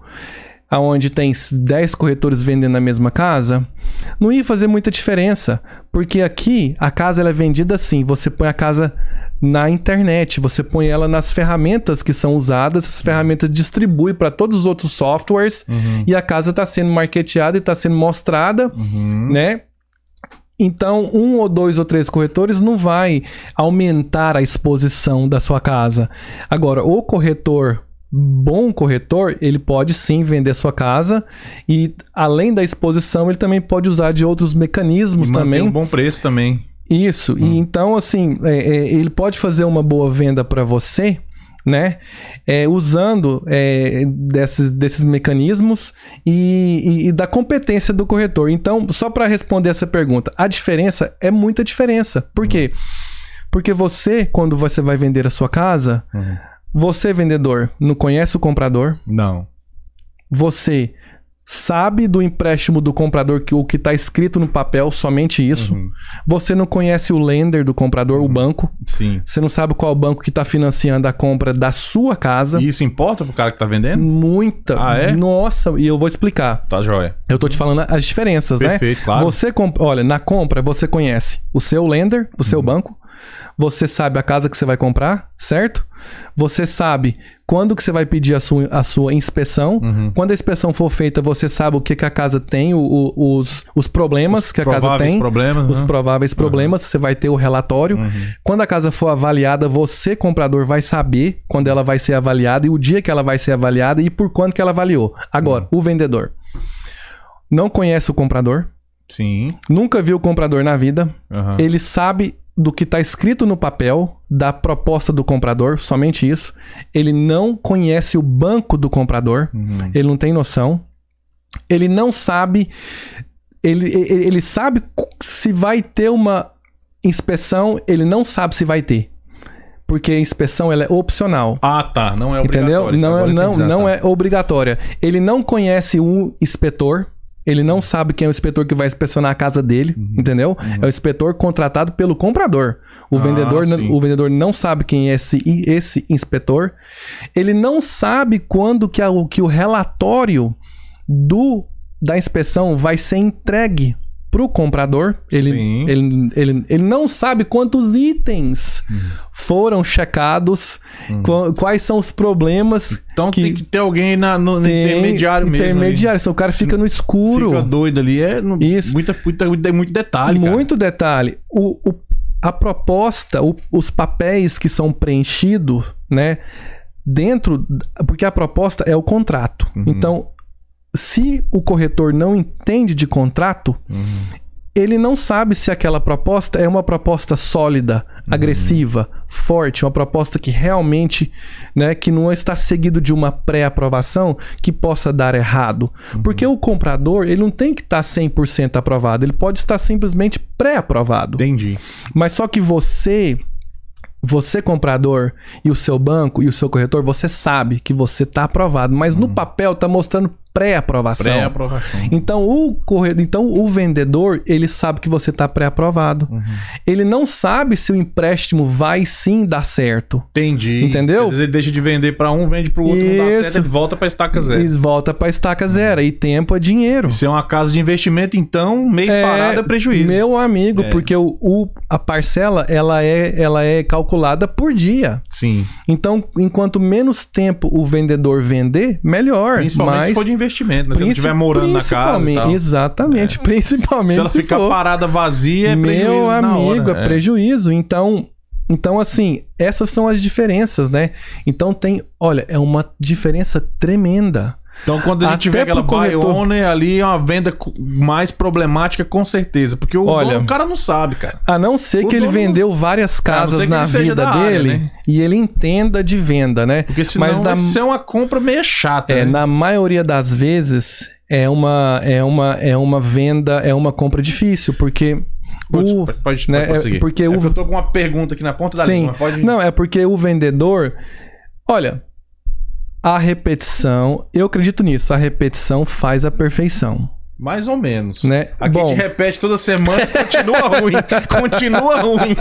aonde tem dez corretores vendendo a mesma casa, não ia fazer muita diferença, porque aqui a casa ela é vendida assim, você põe a casa na internet, você põe ela nas ferramentas que são usadas, essas ferramentas distribuem para todos os outros softwares uhum. e a casa está sendo marketeada e está sendo mostrada, uhum. né? Então, um ou dois ou três corretores não vai aumentar a exposição da sua casa. Agora, o corretor, bom corretor, ele pode sim vender sua casa e além da exposição, ele também pode usar de outros mecanismos e também. um bom preço também. Isso, hum. e então assim, é, é, ele pode fazer uma boa venda para você, né? É, usando é, desses, desses mecanismos e, e, e da competência do corretor. Então, só para responder essa pergunta, a diferença é muita diferença. Por quê? Porque você, quando você vai vender a sua casa, uhum. você, vendedor, não conhece o comprador. Não. Você sabe do empréstimo do comprador, que o que está escrito no papel, somente isso. Uhum. Você não conhece o lender do comprador, uhum. o banco. Sim. Você não sabe qual banco que está financiando a compra da sua casa. E isso importa pro cara que está vendendo? Muita. Ah, é? Nossa, e eu vou explicar. Tá joia. Eu tô te falando as diferenças, Perfeito, né? Perfeito, claro. Você comp... Olha, na compra você conhece o seu lender, o seu uhum. banco. Você sabe a casa que você vai comprar, certo? Você sabe quando que você vai pedir a sua, a sua inspeção. Uhum. Quando a inspeção for feita, você sabe o que, que a casa tem, o, o, os, os problemas os que a casa tem. Problemas, os né? prováveis problemas, uhum. você vai ter o relatório. Uhum. Quando a casa for avaliada, você, comprador, vai saber quando ela vai ser avaliada e o dia que ela vai ser avaliada e por quanto que ela avaliou. Agora, uhum. o vendedor não conhece o comprador. Sim. Nunca viu o comprador na vida. Uhum. Ele sabe do que está escrito no papel, da proposta do comprador, somente isso. Ele não conhece o banco do comprador, uhum. ele não tem noção. Ele não sabe, ele, ele, ele sabe se vai ter uma inspeção, ele não sabe se vai ter. Porque a inspeção ela é opcional. Ah, tá. Não é obrigatória. Entendeu? Não, então, é, não, dizer, não tá. é obrigatória. Ele não conhece o inspetor. Ele não sabe quem é o inspetor que vai inspecionar a casa dele, uhum. entendeu? Uhum. É o inspetor contratado pelo comprador. O, ah, vendedor, o vendedor não sabe quem é esse, esse inspetor. Ele não sabe quando que, a, que o relatório do, da inspeção vai ser entregue pro comprador. Ele, Sim. ele, ele, ele não sabe quantos itens Uhum. foram checados, Uhum. qu- quais são os problemas. Então que tem que ter alguém na, no, no tem intermediário mesmo. intermediário. Senão o cara fica no escuro. Fica doido ali. É no, Isso. Muita, muita, muita, muito detalhe, cara. Muito detalhe. O, o, a proposta, o- os papéis que são preenchidos, né? Dentro. Porque a proposta é o contrato. Uhum. Então, se o corretor não entende de contrato, Uhum. ele não sabe se aquela proposta é uma proposta sólida, Uhum. agressiva, forte, uma proposta que realmente, né, que não está seguido de uma pré-aprovação que possa dar errado. Uhum. Porque o comprador, ele não tem que estar cem por cento aprovado, ele pode estar simplesmente pré-aprovado. Entendi. Mas só que você, você comprador e o seu banco e o seu corretor, você sabe que você está aprovado, mas no papel está mostrando pré-aprovação. Pré-aprovação. Então o corretor, então o vendedor, ele sabe que você está pré-aprovado. Uhum. Ele não sabe se o empréstimo vai sim dar certo. Entendi. Entendeu? Às vezes ele deixa de vender pra um, vende pro outro, não dá Isso. certo, ele volta pra estaca zero. E volta para estaca zero. E tempo é dinheiro. Se é uma casa de investimento, então, mês parado é prejuízo. Meu amigo, É. porque o, o- a parcela ela é, ela é calculada por dia. Sim. Então, enquanto menos tempo o vendedor vender, melhor. Principalmente mas se for de investimento, né? Se não princi- estiver morando na casa e principalmente- tal. Exatamente. Principalmente Se ela ficar for. parada vazia, é prejuízo Meu na amigo, hora. é prejuízo. Então, então, assim, essas são as diferenças, né? Então tem, olha, é uma diferença tremenda. Então, quando a gente Até tiver aquela pro buy corretor- owner ali, é uma venda co- mais problemática, com certeza. Porque o, Olha, dono, o cara não sabe, cara. A não ser O que ele dono- vendeu várias A não casas ser que na ele seja vida da área, dele né? e ele entenda de venda, né? Porque senão Mas vai na, ser uma compra meio chata, é, né? na maioria das vezes é uma, é, uma, é uma venda, é uma compra difícil, porque Pode, o, pode, pode, né, pode é prosseguir. porque É o- que eu tô com uma pergunta aqui na ponta da sim, língua. Pode... não, é porque o vendedor, olha, a repetição, eu acredito nisso, a repetição faz a perfeição. Mais ou menos. Né? Aqui Bom. a gente repete toda semana e continua ruim. Continua ruim.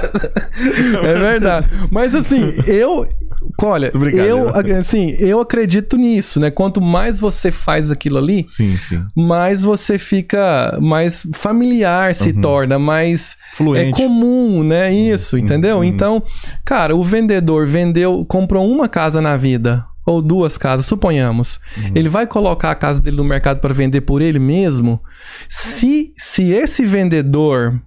É verdade. Mas assim, eu. Olha, Tô brincando. eu, assim, eu acredito nisso, né? Quanto mais você faz aquilo ali, Sim, sim. mais você fica mais familiar, se Uhum. torna mais Fluente. é comum, né? Isso, entendeu? uhum. Então, cara, o vendedor vendeu, comprou uma casa na vida ou duas casas, suponhamos. Uhum. Ele vai colocar a casa dele no mercado para vender por ele mesmo. Se se esse vendedor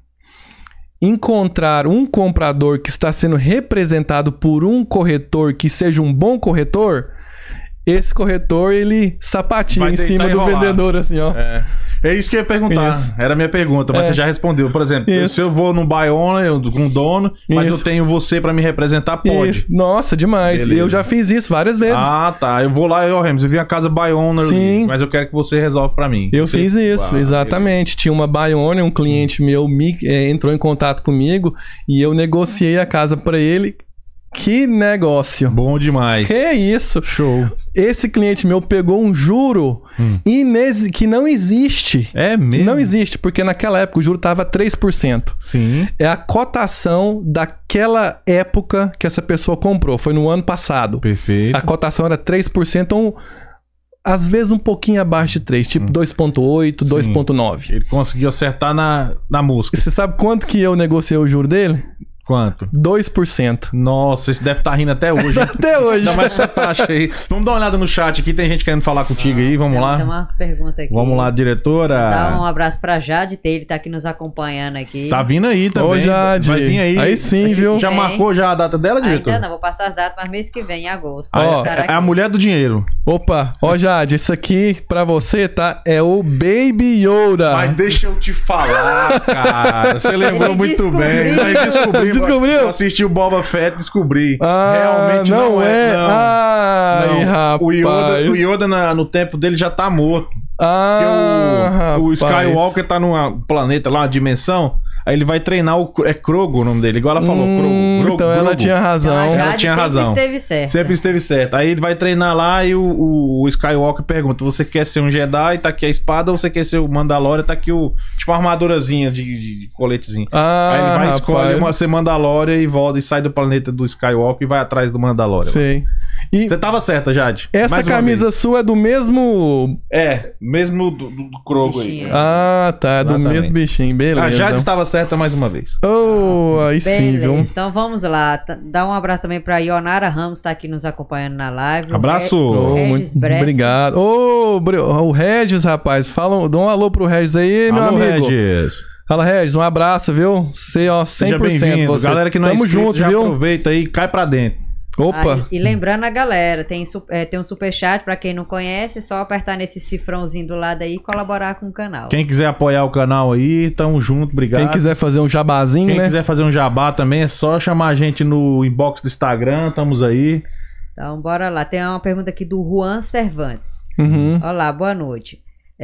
encontrar um comprador que está sendo representado por um corretor que seja um bom corretor, esse corretor, ele sapatinha Vai em tentar cima do enrolar. vendedor, assim, ó. É. É isso que eu ia perguntar. Isso. Era a minha pergunta, mas É. você já respondeu. Por exemplo, Isso. se eu vou num buy owner, eu- com um dono, mas Isso. eu tenho você pra me representar, pode. Isso. Nossa, demais. Beleza. Eu já fiz isso várias vezes. Ah, tá. Eu vou lá e, ó, Remus, eu vi a casa buy owner, Sim. mas eu quero que você resolve pra mim. Eu Você- fiz isso, Ah, exatamente. Tinha uma buy owner, um cliente meu me, é, entrou em contato comigo e eu negociei a casa pra ele. Que negócio. Bom demais. Que isso. Show. Esse cliente meu pegou um juro Hum. inexi- que não existe. É mesmo? Não existe, porque naquela época o juro estava três por cento. Sim. É a cotação daquela época que essa pessoa comprou. Foi no ano passado. Perfeito. A cotação era três por cento, então às vezes um pouquinho abaixo de três, tipo dois ponto oito, Sim. dois ponto nove. Ele conseguiu acertar na, na mosca. E você sabe quanto que eu negociei o juro dele? Quanto? dois por cento. Nossa, esse deve estar rindo até hoje. Até hoje. Ainda mais com essa taxa aí. Vamos dar uma olhada no chat aqui. Tem gente querendo falar contigo aí. Vamos Tem- lá. Tem umas perguntas aqui. Vamos lá, diretora. Dá um abraço pra Jade T, ele tá aqui nos acompanhando aqui. Tá vindo aí também. Ô, Jade. Vai vir aí. Aí sim, viu? Já Vem. marcou já a data dela, diretor? Ainda não, vou passar as datas, mas mês que vem, em agosto. Ah, vai Ó, estar é, é a aqui. mulher do dinheiro. Opa, ó Jade, isso aqui pra você, tá? É o Baby Yoda. Mas deixa eu te falar, cara. Você lembrou Ele muito descobriu. bem. Nós descobrimos. Descobriu? Eu assisti o Boba Fett, descobri. Ah, Realmente não, não é. é? Não. Ai, Não. rapaz. O Yoda, o Yoda na- no tempo dele já tá morto. Ah, Porque o, o rapaz. Skywalker tá num planeta lá, uma dimensão. Aí ele vai treinar o... É Krogo o nome dele, igual ela falou. Hum, Krogo, Krogo, então ela Krogo. tinha razão. Então, a Ela Jade tinha sempre razão. esteve certa. Sempre esteve certo. Aí ele vai treinar lá e o, o, o Skywalker pergunta: você quer ser um Jedi, tá aqui a espada, ou você quer ser o Mandalorian, tá aqui o... Tipo uma armadurazinha de, de, de coletezinho. Ah, Aí ele vai, rapaz. escolhe uma, ser Mandalorian e volta e sai do planeta do Skywalker e vai atrás do Mandalorian. Sei. E Você tava certa, Jade. essa Mais uma camisa vez. sua é do mesmo... É, mesmo do, do, do Krogo aí. Bichinho. Ah, tá. Do Exatamente. mesmo bichinho. Beleza. A Jade estava certa mais uma vez. Oh, aí sim, Beleza, viu? então vamos lá. T- Dá um abraço também pra Ionara Ramos, tá aqui nos acompanhando na live. O Abraço. Re- Oh, Regis muito Brett. obrigado. Ô, Bre- o Regis, rapaz. Fala, dá um alô pro Regis aí, meu Alô, amigo. Regis. Fala, Regis, um abraço, viu? Você, ó, cem Seja por cento. bem-vindo. Você. Galera que não é Tamo inscrito, junto, já viu? aproveita aí e cai pra dentro. Opa. Ah, e, e lembrando a galera, tem, su- é, tem um superchat pra quem não conhece, só apertar nesse cifrãozinho do lado aí e colaborar com o canal. Quem quiser apoiar o canal aí, tamo junto, obrigado. Quem quiser fazer um jabazinho, Quem né? quiser fazer um jabá também, é só chamar a gente no inbox do Instagram, estamos aí. Então, bora lá. Tem uma pergunta aqui do Juan Cervantes. Uhum. Olá, boa noite.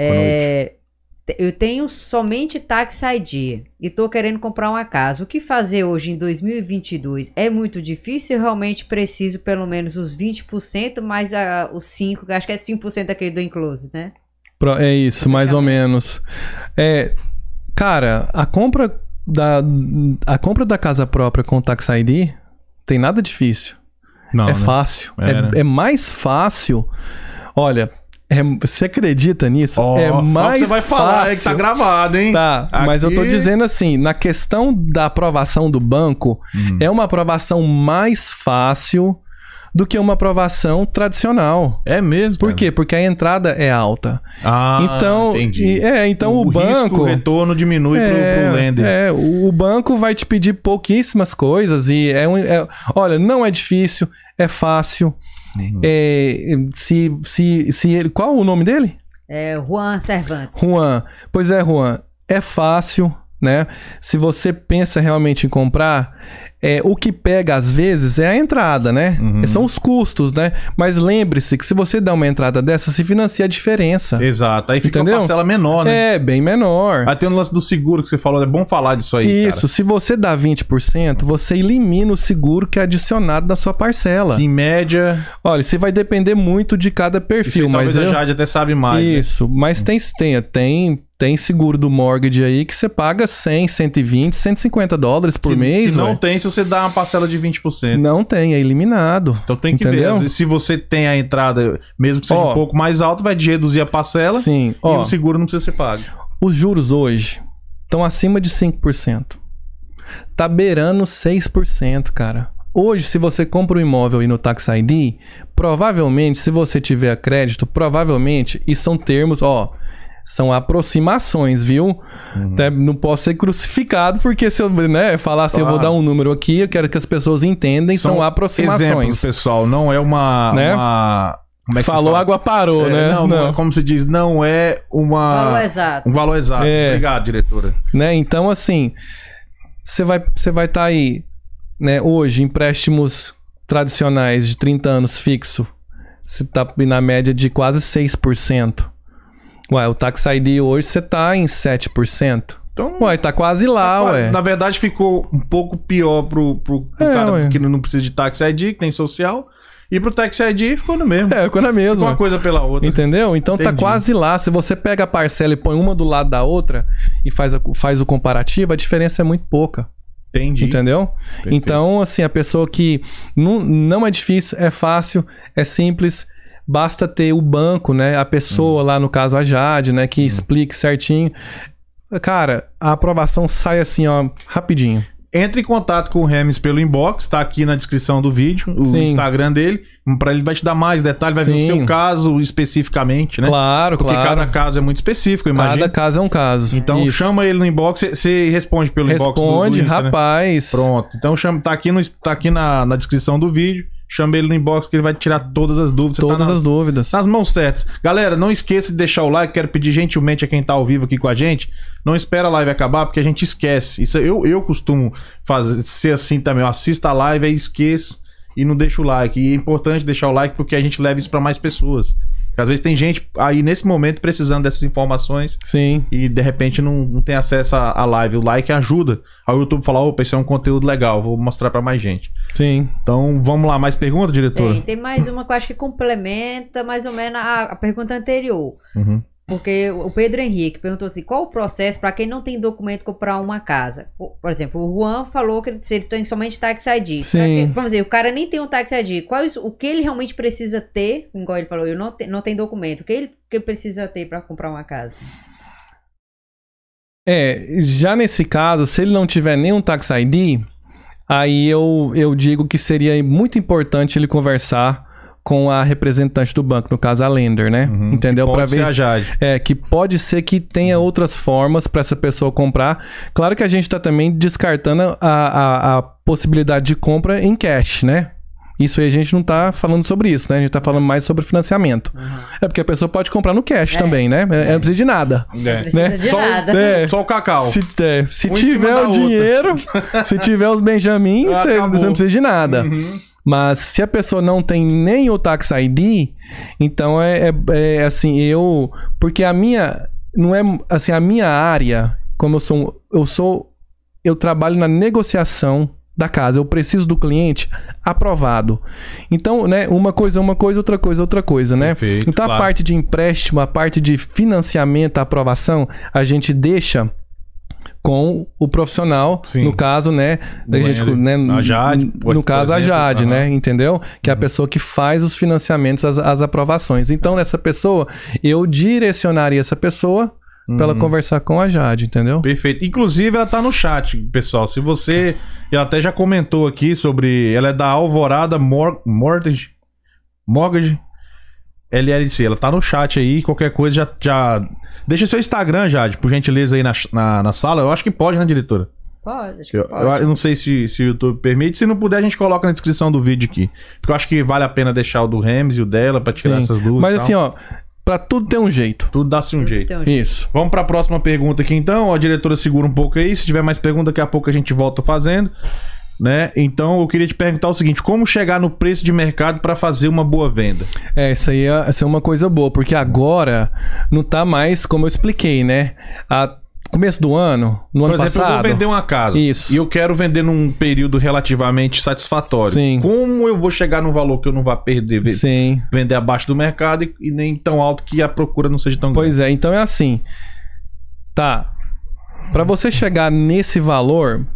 É, te- Eu tenho somente Tax I D e tô querendo comprar uma casa. O que fazer hoje em dois mil e vinte e dois? É muito difícil? Eu realmente preciso pelo menos os vinte por cento mais ah, os cinco por cento, acho que é cinco por cento aquele do Enclose, né? Pro- É isso, mais ou menos. É, cara, a compra da a compra da casa própria com o Tax I D tem nada difícil. Não, é né? fácil. É, né? É, é mais fácil. Olha, é- você acredita nisso? Ó, é ó o que mais você vai falar, é que tá fácil. gravado, hein? Tá, mas eu tô Aqui- dizendo assim, na questão da aprovação do banco, Hum. é uma aprovação mais fácil do que uma aprovação tradicional. É mesmo, Por cara? quê? Porque a entrada é alta. Ah, então, entendi. e- é, então o, risco, banco o retorno diminui pro, é, pro lender. é, o o banco vai te pedir pouquíssimas coisas e é, um, é- olha, não é difícil, é fácil. Uhum. É, se, se, se ele, qual o nome dele? É Juan Cervantes. Juan. Pois é, Juan, é fácil, né? Se você pensa realmente em comprar, é, o que pega às vezes é a entrada, né? Uhum. São os custos, né? Mas lembre-se que se você dá uma entrada dessa, se financia a diferença. Exato. Aí fica Entendeu? uma parcela menor, né? É, bem menor. Aí tem o lance do seguro que você falou, é bom falar disso aí, Isso, se você dá vinte por cento, você elimina o seguro que é adicionado na sua parcela. cara. Em média, Olha, você vai depender muito de cada isso perfil, aí, mas talvez eu... a Jade até sabe mais, né? Isso, mas tem, tem, tem, tem seguro do mortgage aí que você paga cem, cento e vinte, cento e cinquenta dólares por Que- mês, que não ué. tem se você dá uma parcela de vinte por cento. Não tem, é eliminado. Então tem que Entendeu? ver. Às vezes, se você tem a entrada, mesmo que seja Ó, um pouco mais alta, vai de reduzir a parcela Sim, e ó, o seguro não precisa ser pago. os juros hoje estão acima de cinco por cento. Tá beirando seis por cento, cara. Hoje, se você compra um imóvel aí no Tax I D, provavelmente, se você tiver crédito, provavelmente, e são termos, ó, são aproximações, viu? Uhum. Até não posso ser crucificado, porque se eu né, falar assim, eu vou Claro. dar um número aqui, eu quero que as pessoas entendem, são, aproximações. Exemplos, pessoal. Não é uma... Né? uma- Como é que se Falou, fala? água parou, É, né? Não, não, é como se diz, não é uma... Valor exato. Um valor exato. É. Obrigado, diretora. Né? Então, assim, você vai você vai estar aí, né? Hoje, empréstimos tradicionais de trinta anos fixo, você tá na média de quase seis por cento. Ué, o Tax I D hoje você tá em sete por cento. Então, Ué, tá quase lá, ué. na verdade, ficou um pouco pior pro, pro, pro É, cara ué. que não precisa de Tax I D, que tem social. E pro Tax I D ficou no mesmo. É, ficou na Ficou mesma. uma coisa pela outra. Entendeu? Então tá Entendi. quase lá. Se você pega a parcela e põe uma do lado da outra e faz, a- faz o comparativo, a diferença é muito pouca. Entendi. Entendeu? Perfeito. Então, assim, a pessoa que não, não é difícil, é fácil, é simples, basta ter o banco, né? A pessoa Hum. lá, no caso a Jade, né? Que explique certinho. Cara, a aprovação sai assim, ó, rapidinho. Entre em contato com o Remes pelo inbox, tá aqui na descrição do vídeo, o Sim. Instagram dele. Pra ele vai te dar mais detalhes, vai ver o Sim. seu caso especificamente, né? Claro, Porque claro. cada caso é muito específico, eu Cada imagino. caso é um caso. Então Isso. chama ele no inbox, você- você responde pelo inbox do, do Responde, Insta, né? rapaz. Pronto. Então chama, tá aqui, no, tá aqui na, na descrição do vídeo. Chama ele no inbox que ele vai tirar todas as dúvidas. Você tá Todas nas- as dúvidas. Nas mãos certas. Galera, não esqueça de deixar o like. Quero pedir gentilmente a quem tá ao vivo aqui com a gente. Não espera a live acabar, porque a gente esquece. Isso eu, eu costumo fazer, ser assim também. Eu assisto a live e esqueço. e não deixa o like. E é importante deixar o like porque a gente leva isso pra mais pessoas. Porque às vezes tem gente aí nesse momento precisando dessas informações. Sim. E de repente não, não tem acesso à, à live. O like ajuda ao YouTube falar, opa, isso é um conteúdo legal, vou mostrar pra mais gente. Sim. Então vamos lá, mais pergunta, diretora? Tem, tem mais uma que eu acho que complementa mais ou menos a, a pergunta anterior. Uhum. Porque o Pedro Henrique perguntou assim, qual o processo para quem não tem documento comprar uma casa? Por, por exemplo, o Juan falou que ele, ele tem somente Tax I D. Sim. Que, vamos dizer, o cara nem tem um Tax I D. Qual, o que ele realmente precisa ter, igual ele falou, eu não, te, não tenho documento. O que ele, que ele precisa ter para comprar uma casa? É, já nesse caso, se ele não tiver nenhum Tax I D, aí eu, eu digo que seria muito importante ele conversar com a representante do banco, no caso a lender, né? Uhum. Entendeu? Pode Pra ser ver, a Jade. É, que pode ser que tenha outras formas para essa pessoa comprar. Claro que a gente tá também descartando a, a, a possibilidade de compra em cash, né? Isso aí a gente não tá falando sobre isso, né? A gente tá falando mais sobre financiamento. Uhum. É porque a pessoa pode comprar no cash é. também, né? É. Não precisa de nada. É. Não precisa né? de só, nada. É, só o cacau. Se, é, se um tiver o dinheiro, se tiver os benjamins, ah, você, você não precisa de nada. Uhum. Mas se a pessoa não tem nem o Tax I D, então é, é, é assim, eu... Porque a minha... Não é... Assim, a minha área, como eu sou... Eu sou... Eu trabalho na negociação da casa. Eu preciso do cliente aprovado. Então, né? Uma coisa é uma coisa, outra coisa é outra coisa, né? Perfeito, então, claro. A parte de empréstimo, a parte de financiamento, a aprovação, a gente deixa... com o profissional, Sim. no caso, né, a gente, né a Jade, no, no caso exemplo, a Jade, uhum. né, entendeu? Que é a pessoa que faz os financiamentos, as, as aprovações. Então, nessa pessoa, eu direcionaria essa pessoa uhum. para ela conversar com a Jade, entendeu? Perfeito. Inclusive, ela tá no chat, pessoal. Se você... Ela até já comentou aqui sobre... Ela é da Alvorada Mor Mortgage... Mortgage... L L C. Ela tá no chat aí. Qualquer coisa já... já... Deixa seu Instagram, Jade, por gentileza aí na, na, na sala. Eu acho que pode, né, diretora? Pode, acho que eu, pode. Eu, eu não sei se, se o YouTube permite. Se não puder, a gente coloca na descrição do vídeo aqui. Porque eu acho que vale a pena deixar o do Rems e o dela pra tirar Sim. essas dúvidas. Mas assim, ó, pra tudo ter um jeito. Tudo dá-se um Tudo jeito. tem um jeito. Isso. Vamos pra próxima pergunta aqui, então. A diretora segura um pouco aí. Se tiver mais pergunta, daqui a pouco a gente volta fazendo. Né? Então eu queria te perguntar o seguinte: como chegar no preço de mercado para fazer uma boa venda? É, isso aí é, isso é uma coisa boa, porque agora não tá mais como eu expliquei, né? A começo do ano, no Por ano exemplo, passado... eu vou vender uma casa. Isso. E eu quero vender num período relativamente satisfatório. Sim. Como eu vou chegar num valor que eu não vá perder? Sim. Vender abaixo do mercado e, e nem tão alto que a procura não seja tão grande. Pois é, então é assim. Tá. Para você chegar nesse valor...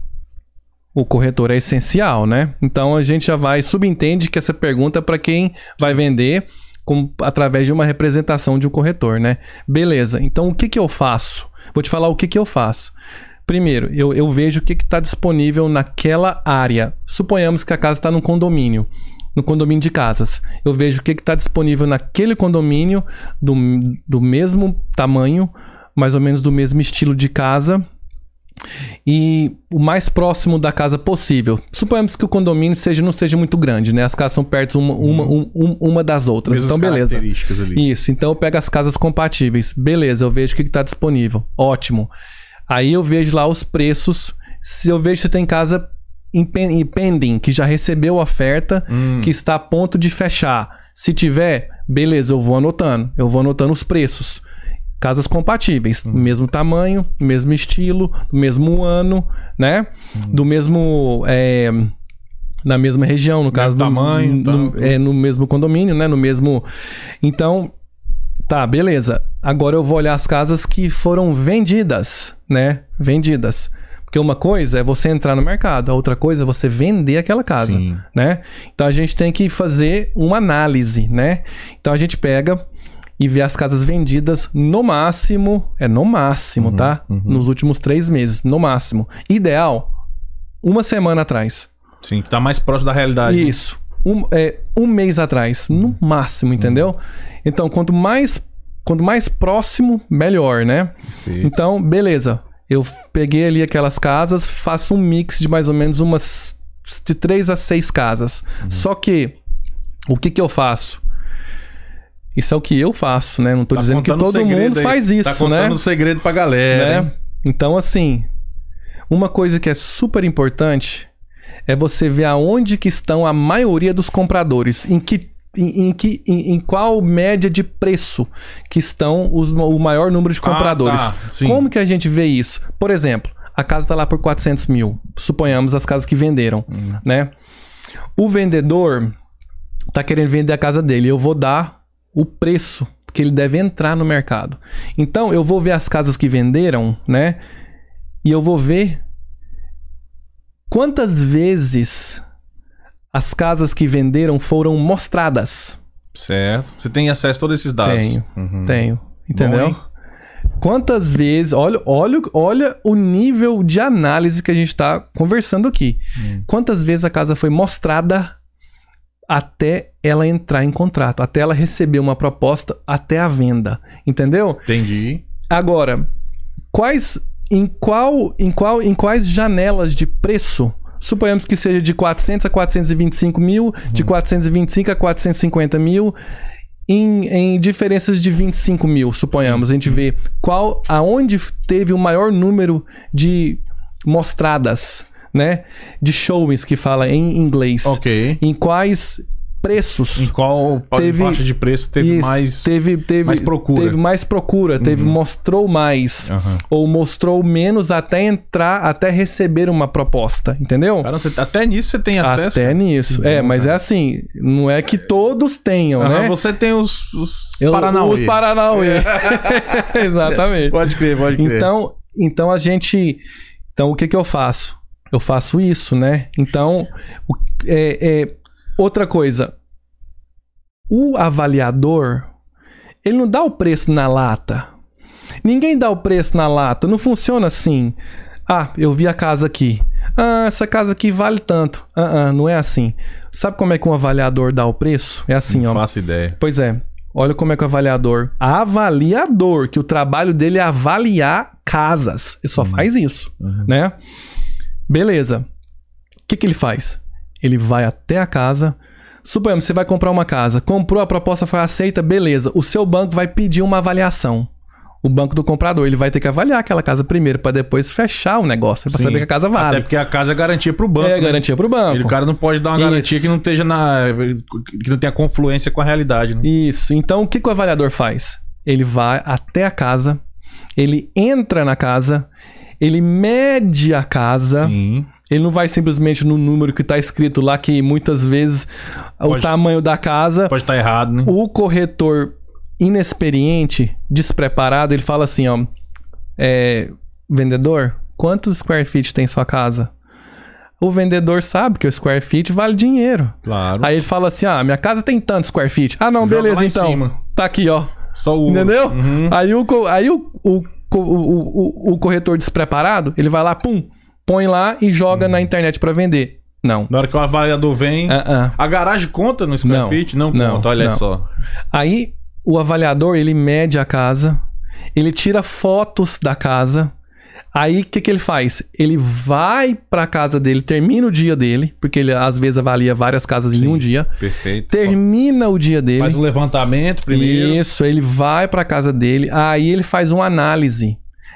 O corretor é essencial, né? Então a gente já vai, subentende que essa pergunta é para quem vai vender com, através de uma representação de um corretor, né? Beleza, então o que, que eu faço? Vou te falar o que, que eu faço. Primeiro, eu, eu vejo o que está disponível naquela área. Suponhamos que a casa está num condomínio, no condomínio de casas. Eu vejo o que está disponível naquele condomínio, do, do mesmo tamanho, mais ou menos do mesmo estilo de casa, e o mais próximo da casa possível. Suponhamos que o condomínio seja, não seja muito grande, né? As casas são perto uma, uma, um, um, uma das outras. Mesmas então, beleza. características ali. Isso. Então, eu pego as casas compatíveis. Beleza, eu vejo o que está disponível. Ótimo. Aí eu vejo lá os preços. Se eu vejo se tem casa em pending, que já recebeu oferta, hum. que está a ponto de fechar. Se tiver, beleza, eu vou anotando. Eu vou anotando os preços. Casas compatíveis, uhum. mesmo tamanho, mesmo estilo, mesmo ano, né? Uhum. Do mesmo... É, na mesma região, no caso... Do tamanho. No, no, tá. é, no mesmo condomínio, né? No mesmo... Então, tá, beleza. Agora eu vou olhar as casas que foram vendidas, né? Vendidas. Porque uma coisa é você entrar no mercado, a outra coisa é você vender aquela casa, Sim. né? Então a gente tem que fazer uma análise, né? Então a gente pega... e ver as casas vendidas no máximo, é no máximo, uhum, tá? Uhum. Nos últimos três meses, no máximo. Ideal, uma semana atrás. Sim, que tá mais próximo da realidade. Isso. Um, é, um mês atrás, no máximo, entendeu? Uhum. Então, quanto mais, quanto mais próximo, melhor, né? Sim. Então, beleza. Eu peguei ali aquelas casas, faço um mix de mais ou menos umas... de três a seis casas. Uhum. Só que, o que que eu faço? Isso é o que eu faço, né? Não tô tá dizendo que todo mundo aí. faz isso, né? Tá contando o né? segredo pra galera, né? Então, assim, uma coisa que é super importante é você ver aonde que estão a maioria dos compradores, em que Em, em, que, em, em qual média de preço que estão os, o maior número de compradores. Ah, tá. Como que a gente vê isso? Por exemplo, a casa está lá por quatrocentos mil. Suponhamos as casas que venderam, hum. né? O vendedor está querendo vender a casa dele. Eu vou dar o preço que ele deve entrar no mercado. Então, eu vou ver as casas que venderam, né? E eu vou ver quantas vezes as casas que venderam foram mostradas. Certo. Você tem acesso a todos esses dados? Tenho, uhum. tenho. Entendeu? Bom, quantas vezes... Olha, olha, olha o nível de análise que a gente está conversando aqui. Hum. Quantas vezes a casa foi mostrada até ela entrar em contrato, até ela receber uma proposta, até a venda. Entendeu? Entendi. Agora, quais... Em, qual, em, qual, em quais janelas de preço... Suponhamos que seja de quatrocentos a quatrocentos e vinte e cinco mil, uhum. de quatrocentos e vinte e cinco a quatrocentos e cinquenta mil, em, em diferenças de vinte e cinco mil, suponhamos. Sim. A gente vê qual, aonde teve o maior número de mostradas, né? De showings, que fala em inglês. Ok. Em quais preços. Em qual teve, faixa de preço teve isso, mais, teve, teve, mais procura. Teve mais procura, uhum. teve, mostrou mais. Uhum. Ou mostrou menos até entrar, até receber uma proposta, entendeu? Cara, você, até nisso você tem acesso? Até nisso. É, bom, mas cara. É assim, não é que todos tenham, uhum, né? Você tem os, os Eu, Paranauê. Os Paranauê. Exatamente. Pode crer, pode crer. Então, então a gente... Então, o que que eu faço? Eu faço isso, né? Então, o, é... é outra coisa, o avaliador, ele não dá o preço na lata. Ninguém dá o preço na lata, não funciona assim. Ah, eu vi a casa aqui. Ah, essa casa aqui vale tanto. Ah, ah, não é assim. Sabe como é que um avaliador dá o preço? É assim, não ó. Não faço ideia. Pois é. Olha como é que o avaliador... Avaliador, que o trabalho dele é avaliar casas. Ele só uhum. faz isso, uhum. né? Beleza. O que que ele faz? Ele vai até a casa. Suponhamos, você vai comprar uma casa. Comprou, a proposta foi aceita, beleza. O seu banco vai pedir uma avaliação. O banco do comprador, ele vai ter que avaliar aquela casa primeiro para depois fechar o negócio, para saber que a casa vale. Até porque a casa é garantia pro banco. É, né? garantia pro banco. E o cara não pode dar uma Isso. garantia que não esteja na... que não tenha confluência com a realidade, né? Isso. Então, o que, que o avaliador faz? Ele vai até a casa, ele entra na casa, ele mede a casa. Sim. Ele não vai simplesmente no número que está escrito lá, que muitas vezes pode, o tamanho da casa... Pode estar tá errado, né? O corretor inexperiente, despreparado, ele fala assim, ó... É, vendedor, quantos square feet tem sua casa? O vendedor sabe que o square feet vale dinheiro. Claro. Aí ele fala assim, ah, minha casa tem tantos square feet. Ah, não, Joga beleza, então. Cima. Tá aqui, ó. Só o... Entendeu? Uhum. Aí, o, aí o, o, o, o, o corretor despreparado, ele vai lá, pum... põe lá e joga hum. na internet pra vender. Não. Na hora que o avaliador vem... Uh -uh. A garagem conta no square não. feet? Não, não conta, olha não. só. Aí, o avaliador, ele mede a casa, ele tira fotos da casa, aí o que que ele faz? Ele vai pra casa dele, termina o dia dele, porque ele às vezes avalia várias casas Sim, em um dia. Perfeito. Termina o dia dele. Faz um levantamento primeiro. Isso, ele vai pra casa dele, aí ele faz uma análise.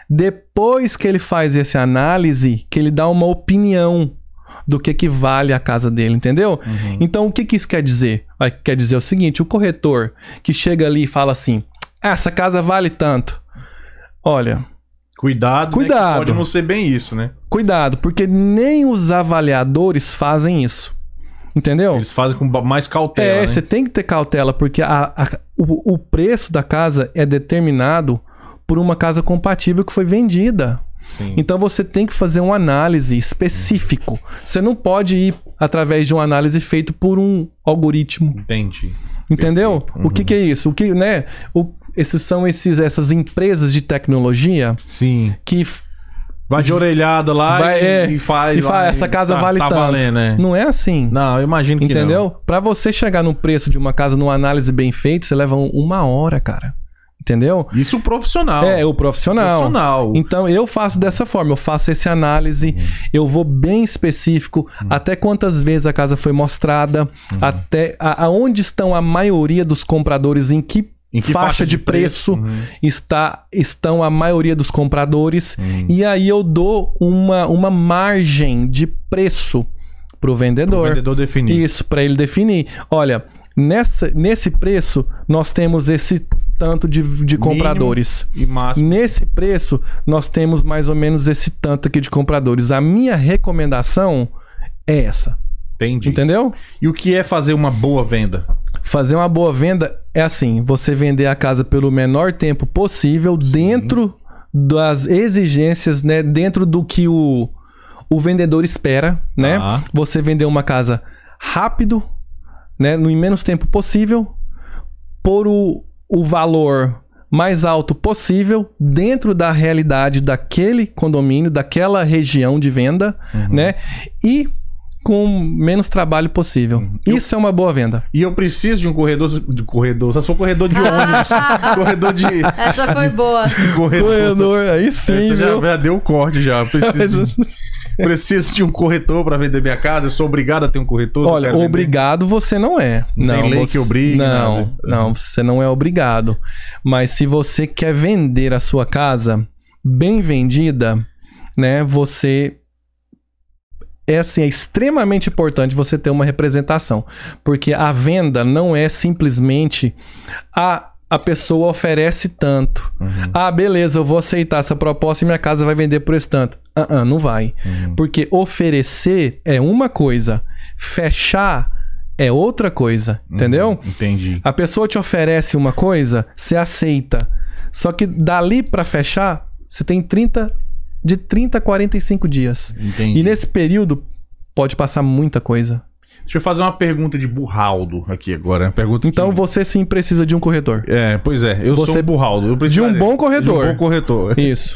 Depois que ele faz essa análise, que ele dá uma opinião do que que vale a casa dele, entendeu? Uhum. Então, o que que isso quer dizer? Quer dizer o seguinte, o corretor que chega ali e fala assim, essa casa vale tanto. Olha... Cuidado, cuidado. Né, pode não ser bem isso, né? Cuidado, porque nem os avaliadores fazem isso. Entendeu? Eles fazem com mais cautela, É, né? você tem que ter cautela, porque a, a, o, o preço da casa é determinado por uma casa compatível que foi vendida. Sim. Então você tem que fazer uma análise específico. Você não pode ir através de uma análise feita por um algoritmo. Entendi. Entendeu? Uhum. O que que é isso? O que, né? O, esses são esses, essas empresas de tecnologia. Sim. Que vai de orelhada lá vai, e, é, e faz. E faz, essa casa tá, vale tá tanto. Valendo, né? Não é assim. Não, eu imagino que Entendeu? não. Pra você chegar no preço de uma casa numa análise bem feita, você leva uma hora, cara. Entendeu? Isso o profissional. É, o profissional. profissional. Então, eu faço dessa forma. Eu faço essa análise. Uhum. Eu vou bem específico. Uhum. Até quantas vezes a casa foi mostrada. Uhum. Até a, aonde estão a maioria dos compradores. Em que, em que faixa, faixa de, de preço, preço uhum. está, estão a maioria dos compradores. Uhum. E aí eu dou uma, uma margem de preço pro vendedor. Pro vendedor definir. Isso, para ele definir. Olha, nessa, nesse preço, nós temos esse tanto de, de compradores. E máximo. Nesse preço, nós temos mais ou menos esse tanto aqui de compradores. A minha recomendação é essa. Entendi. Entendeu? E o que é fazer uma boa venda? Fazer uma boa venda é assim, você vender a casa pelo menor tempo possível, Sim. dentro das exigências, né? Dentro do que o, o vendedor espera, né? Ah. Você vender uma casa rápido, né? No menos tempo possível, por o, o valor mais alto possível, dentro da realidade daquele condomínio, daquela região de venda, uhum. né? E com menos trabalho possível. Uhum. Isso eu, é uma boa venda. E eu preciso de um corredor... De corredor... Só sou corredor de ônibus. corredor de... Essa foi boa. Corredor. corredor. Aí sim, Essa já, viu? já deu corte já. Preciso de, preciso de um corretor para vender minha casa. Eu sou obrigado a ter um corretor. Olha, obrigado você não é. Não, não tem lei você... que obriga. Não, nada. não. Você não é obrigado. Mas se você quer vender a sua casa bem vendida, né? Você... É assim, é extremamente importante você ter uma representação. Porque a venda não é simplesmente a, a pessoa oferece tanto. Uhum. Ah, beleza, eu vou aceitar essa proposta e minha casa vai vender por esse tanto. Uh -uh, não vai. Uhum. Porque oferecer é uma coisa, fechar é outra coisa. Uhum. Entendeu? Entendi. A pessoa te oferece uma coisa, você aceita. Só que dali pra fechar, você tem trinta... De trinta a quarenta e cinco dias. Entendi. E nesse período, pode passar muita coisa. Deixa eu fazer uma pergunta de burraldo aqui agora. Pergunta então que... você sim precisa de um corretor. É, pois é. Eu você... sou um burraldo. Eu de um bom corretor. De um bom corretor. Isso.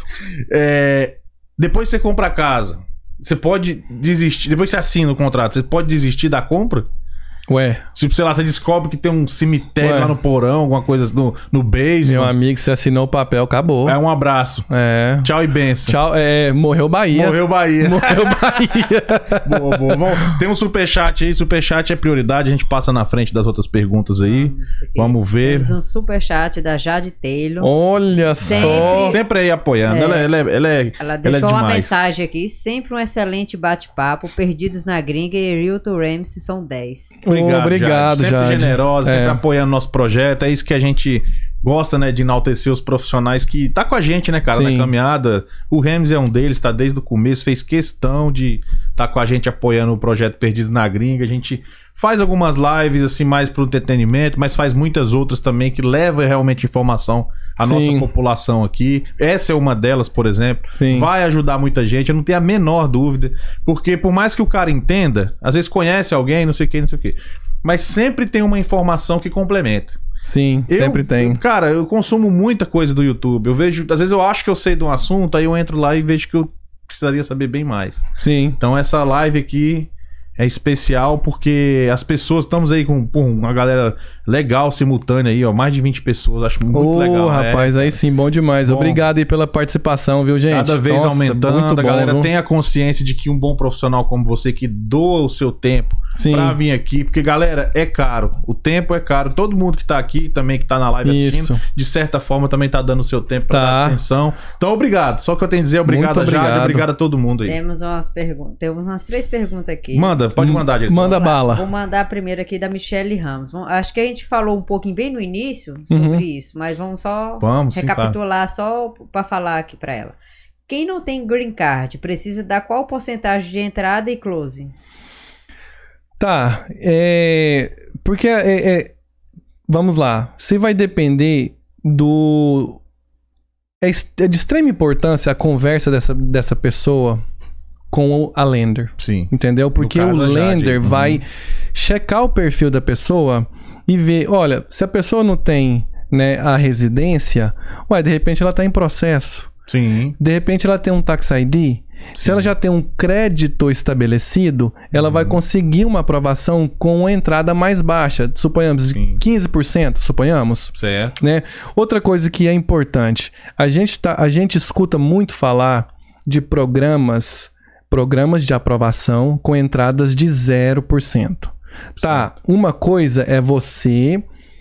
É... Depois que você compra a casa, você pode desistir... Depois que você assina o contrato, você pode desistir da compra? Ué. Tipo, sei lá, você descobre que tem um cemitério Ué. lá no porão, alguma coisa no, no basement. Meu amigo, você assinou o papel, acabou. É um abraço. É. Tchau e benção. Tchau, é, morreu Bahia. Morreu Bahia. Morreu Bahia. boa, boa. Vamos, tem um superchat aí, superchat é prioridade, a gente passa na frente das outras perguntas aí. Vamos, Vamos ver. Temos um superchat da Jade Taylor. Olha sempre, só. Sempre aí apoiando. É, ela, ela, é, ela, é, ela deixou ela é uma mensagem aqui, sempre um excelente bate-papo, Perdidos na Gringa e Realtor Ramsey são dez. Obrigado, Obrigado. Sempre Jade. generosa, sempre é. apoiando nosso projeto. É isso que a gente gosta, né? De enaltecer os profissionais que tá com a gente, né, cara, Sim. na caminhada. O Rems é um deles, tá desde o começo, fez questão de tá com a gente apoiando o projeto Perdidos na Gringa. A gente faz algumas lives, assim, mais pro entretenimento, mas faz muitas outras também que levam realmente informação à Sim. nossa população aqui. Essa é uma delas, por exemplo. Sim. Vai ajudar muita gente, eu não tenho a menor dúvida. Porque por mais que o cara entenda, às vezes conhece alguém, não sei o que, não sei o que. Mas sempre tem uma informação que complementa. Sim, eu, sempre tem. Eu, cara, eu consumo muita coisa do YouTube. Eu vejo, às vezes eu acho que eu sei de um assunto, aí eu entro lá e vejo que eu precisaria saber bem mais. Sim. Então essa live aqui é especial porque as pessoas, estamos aí com pô, uma galera legal, simultânea aí, ó, mais de vinte pessoas, acho muito oh, legal. rapaz, é. aí sim, bom demais. Bom, obrigado aí pela participação, viu, gente? Cada vez Nossa, aumentando, muito a galera bom, tem a consciência de que um bom profissional como você que doa o seu tempo sim. pra vir aqui, porque galera, é caro, o tempo é caro, todo mundo que tá aqui também que tá na live Isso. assistindo, de certa forma também tá dando o seu tempo pra tá. dar atenção. Então obrigado, só que eu tenho que dizer obrigado a Jade, obrigado a todo mundo aí. Temos umas perguntas, temos umas três perguntas aqui. Manda, pode mandar, diretor. Manda bala. Vou mandar a primeira aqui da Michelle Ramos. Acho que a gente falou um pouquinho bem no início sobre uhum. isso, mas vamos só vamos, recapitular sim, claro. só para falar aqui para ela. Quem não tem green card precisa dar qual porcentagem de entrada e closing? Tá, é... porque é, é... vamos lá, se vai depender do... É de extrema importância a conversa dessa, dessa pessoa com a lender. Sim. Entendeu? Porque o lender Jade. vai uhum. checar o perfil da pessoa e ver, olha, se a pessoa não tem, né, a residência, ué, de repente ela tá em processo. Sim. De repente ela tem um Tax I D. Sim. Se ela já tem um crédito estabelecido, ela uhum. vai conseguir uma aprovação com a entrada mais baixa. Suponhamos, Sim. quinze por cento, suponhamos. Certo. Né? Outra coisa que é importante, a gente, tá, a gente escuta muito falar de programas, programas de aprovação com entradas de zero por cento. Tá, uma coisa é você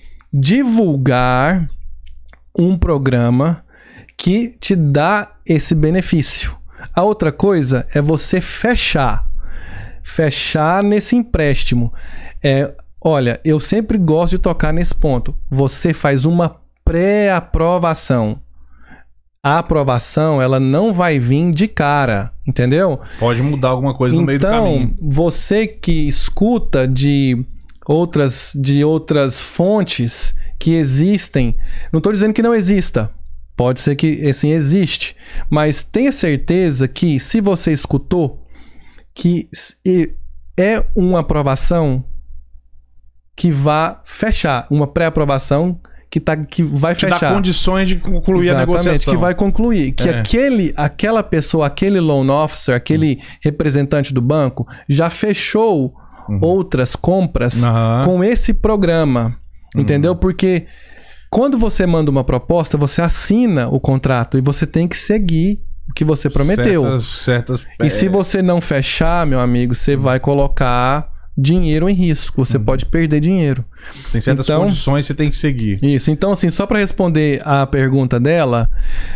divulgar um programa que te dá esse benefício. A outra coisa é você fechar. fechar nesse empréstimo. É, olha, eu sempre gosto de tocar nesse ponto. Você faz uma pré-aprovação. A aprovação, ela não vai vir de cara, entendeu? Pode mudar alguma coisa no então, meio do caminho. Então, você que escuta de outras, de outras fontes que existem, não estou dizendo que não exista, pode ser que assim existe, mas tenha certeza que se você escutou que é uma aprovação que vai fechar, uma pré-aprovação que, tá, que vai que fechar. Dá condições de concluir Exatamente, a negociação. que vai concluir. Que é. aquele, aquela pessoa, aquele loan officer, aquele hum. representante do banco já fechou uhum. outras compras uhum. com esse programa. Uhum. Entendeu? Porque quando você manda uma proposta, você assina o contrato e você tem que seguir o que você prometeu. Certas, certas... E se você não fechar, meu amigo, você uhum. vai colocar dinheiro em risco. Você uhum. pode perder dinheiro. Tem certas então, condições que você tem que seguir. Isso. Então, assim, só para responder a pergunta dela,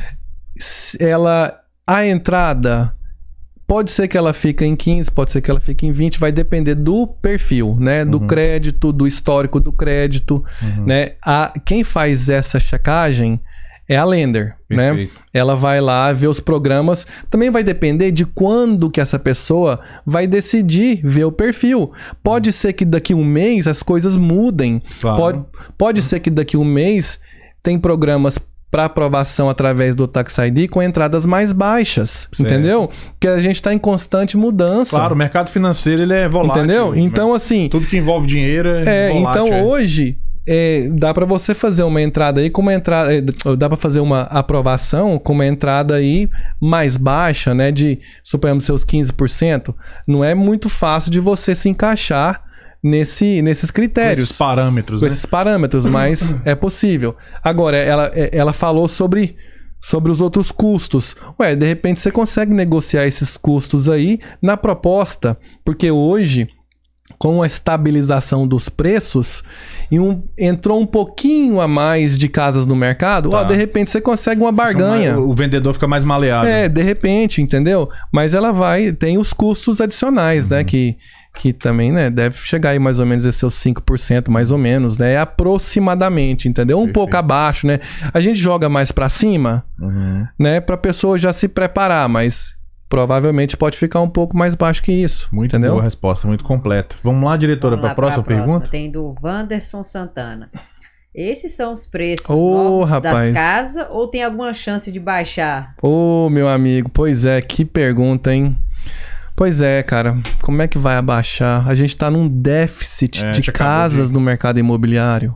ela, a entrada pode ser que ela fique em quinze, pode ser que ela fique em vinte, vai depender do perfil, né? Do uhum. crédito, do histórico do crédito, uhum. né? A, quem faz essa checagem é a lender, Perfeito. né? Ela vai lá ver os programas. Também vai depender de quando que essa pessoa vai decidir ver o perfil. Pode ser que daqui a um mês as coisas mudem. Claro. Pode, pode ser que daqui a um mês tem programas para aprovação através do Tax I D com entradas mais baixas, certo. entendeu? Que a gente está em constante mudança. Claro, o mercado financeiro ele é volátil. Entendeu? Então, assim... Tudo que envolve dinheiro é, é volátil. Então, é. hoje... É, dá para você fazer uma entrada aí com uma entrada, é, dá para fazer uma aprovação com uma entrada aí mais baixa, né, de suponhamos seus quinze por cento. Não é muito fácil de você se encaixar nesse, nesses critérios, com esses parâmetros, com né? esses parâmetros, mas é possível. Agora, ela, ela falou sobre sobre os outros custos. Ué, de repente você consegue negociar esses custos aí na proposta, porque hoje com a estabilização dos preços, e um, entrou um pouquinho a mais de casas no mercado, tá. ó, de repente você consegue uma barganha. Mais, o vendedor fica mais maleado. É, de repente, entendeu? Mas ela vai, tem os custos adicionais, uhum. né? Que, que também, né, deve chegar aí mais ou menos a seus cinco por cento, mais ou menos, né? Aproximadamente, entendeu? Um Perfeito. pouco abaixo, né? A gente joga mais pra cima, uhum. né? Pra pessoa já se preparar, mas... provavelmente pode ficar um pouco mais baixo que isso. Muito entendeu? boa resposta, muito completa. Vamos lá, diretora, para a próxima pergunta? Tem do Wanderson Santana. Esses são os preços oh, novos rapaz. das casas ou tem alguma chance de baixar? Ô, oh, meu amigo, pois é, que pergunta, hein? Pois é, cara, como é que vai abaixar? A gente tá num déficit é, de casas de... no mercado imobiliário.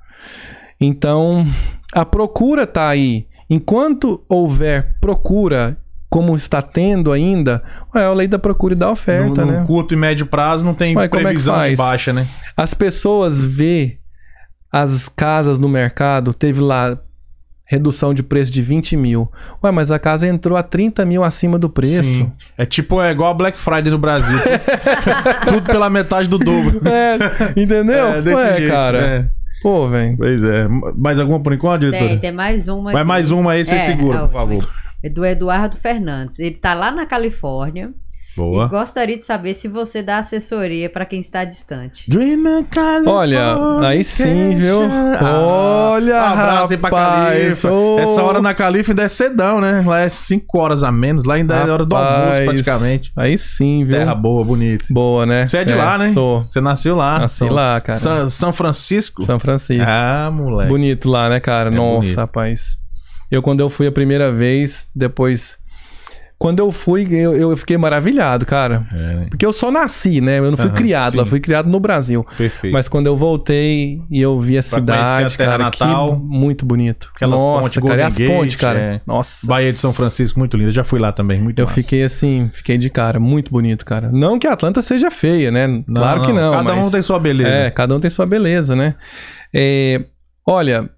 Então, a procura tá aí. Enquanto houver procura... como está tendo ainda, é a lei da procura e da oferta, no, no né? No curto e médio prazo não tem Ué, previsão é de baixa, né? As pessoas vê as casas no mercado, teve lá redução de preço de vinte mil. Ué, mas a casa entrou a trinta mil acima do preço. Sim. É tipo, é igual a Black Friday no Brasil. Tudo pela metade do dobro. É, entendeu? É, desse Ué, jeito, cara. É. Pô, velho. Pois é. Mais alguma por enquanto, diretora? Tem, tem mais uma. Vai mais uma aí, você é, segura, por favor. É do Eduardo Fernandes. Ele tá lá na Califórnia. Boa. E gostaria de saber se você dá assessoria para quem está distante. Olha, aí sim, viu? Ah, Olha, um abraço aí pra Califa. Oh. Essa hora na Califa ainda é cedão, né? Lá é cinco horas a menos. Lá ainda rapaz, é hora do almoço, praticamente. Aí sim, viu? Terra boa, bonita. Boa, né? Você é de é, lá, né? Sou. Você nasceu lá. Nasci São, lá, cara. São, São Francisco? São Francisco. Ah, moleque. Bonito lá, né, cara? É Nossa, bonito. Rapaz. Eu, quando eu fui a primeira vez, depois... Quando eu fui, eu, eu fiquei maravilhado, cara. É, né? Porque eu só nasci, né? Eu não fui uhum, criado sim. lá, fui criado no Brasil. Perfeito. Mas quando eu voltei e eu vi a pra cidade, a cara, natal, que muito bonito. Aquelas Nossa, pontes, cara, e as Gate, pontes, cara. É. Nossa. Baía de São Francisco, muito linda. Já fui lá também, muito Eu massa. fiquei assim, fiquei de cara, muito bonito, cara. Não que a Atlanta seja feia, né? Não, claro que não. Cada mas, um tem sua beleza. É, cada um tem sua beleza, né? É, olha...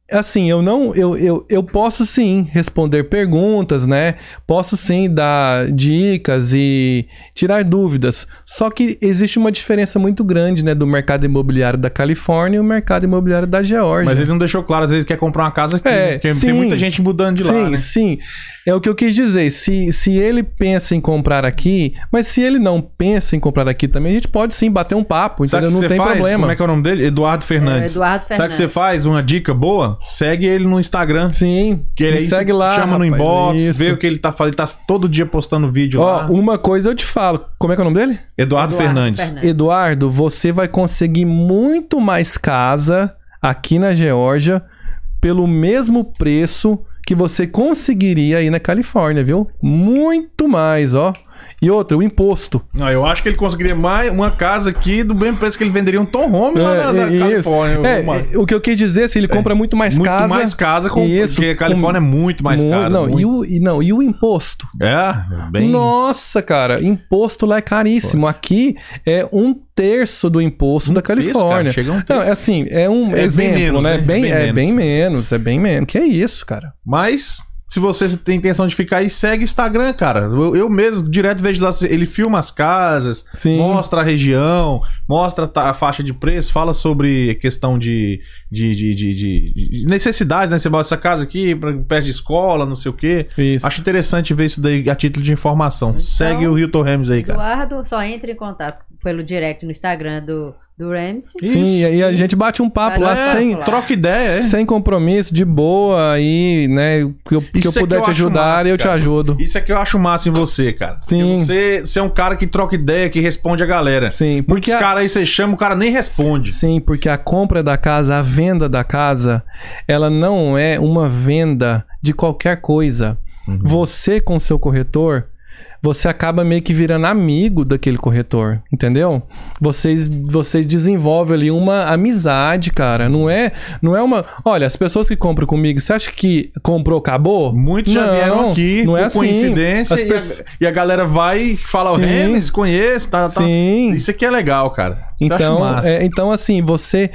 Assim, eu não. Eu, eu, eu posso sim responder perguntas, né? Posso sim dar dicas e tirar dúvidas. Só que existe uma diferença muito grande, né? Do mercado imobiliário da Califórnia e o mercado imobiliário da Geórgia. Mas ele não deixou claro, às vezes quer comprar uma casa aqui, É, né? Porque sim. tem muita gente mudando de lá, Sim, né? sim. É o que eu quis dizer. Se, se ele pensa em comprar aqui, mas se ele não pensa em comprar aqui também, a gente pode sim bater um papo, Sabe entendeu? o que Não você tem faz? problema. Como é que é o nome dele? Eduardo Fernandes. É, Eduardo Sabe o que Fernandes. você faz? Uma dica boa? Segue ele no Instagram. Sim, Que ele me aí segue você lá, chama no rapaz, inbox, isso. vê o que ele tá fazendo. Ele tá todo dia postando vídeo Ó, lá. uma coisa eu te falo. Como é que é o nome dele? Eduardo, Eduardo Fernandes. Fernandes. Eduardo, você vai conseguir muito mais casa aqui na Geórgia pelo mesmo preço que você conseguiria aí na Califórnia, viu? Muito mais, ó. E outra, o imposto. Não, eu acho que ele conseguiria mais uma casa aqui do mesmo preço que ele venderia um Tom Home lá na, na É, isso. Califórnia. É, Uma- é, o que eu quis dizer, se ele compra muito mais muito casa... mais casa, com, Isso, porque a Califórnia com- é muito mais mu- cara. Não, muito. e o, e, não, e o imposto? É, bem... Nossa, cara, imposto lá é caríssimo. Aqui é um terço do imposto da terço, Califórnia. cara, chega a um Não, terço. é assim, é um É bem exemplo, menos, né? né? Bem, Bem é menos. bem menos, é bem menos. Que é isso, cara? Mas, se você tem intenção de ficar aí, segue o Instagram, cara. Eu, eu mesmo, direto, vejo lá, ele filma as casas, Sim. mostra a região, mostra a faixa de preço, fala sobre questão de, de, de, de, de- de necessidades, né? Você bota essa casa aqui, pra- perto de escola, não sei o quê. Isso. Acho interessante ver isso daí a título de informação. Segue o Hilton Ramos aí, cara. Eduardo, só entre em contato pelo direct no Instagram do, do Ramsey. Sim, Isso. e aí a gente bate um papo lá É, sem, lá. Troca ideia, é. sem compromisso, de boa, aí, né? Que eu, que Isso eu é que puder eu te acho ajudar, massa, eu te cara. ajudo. Isso é que eu acho massa em você, cara. Sim. Porque Você, você é um cara que troca ideia, que responde a galera. Sim, porque Muitos a- caras aí você chama, o cara nem responde. Sim, porque a compra da casa, a venda da casa, ela não é uma venda de qualquer coisa. Uhum. Você com seu corretor, você acaba meio que virando amigo daquele corretor, entendeu? Vocês, vocês desenvolvem ali uma amizade, cara. Não é, não é uma... Olha, as pessoas que compram comigo, você acha que comprou, acabou? Muitos já Não, vieram aqui não por é assim. coincidência As e, pessoas- a, e a galera vai e fala, o Sim. Remes, conheço, tá, tá. Sim. Isso aqui é legal, cara. Isso eu acho Então, massa. é, então, assim, você...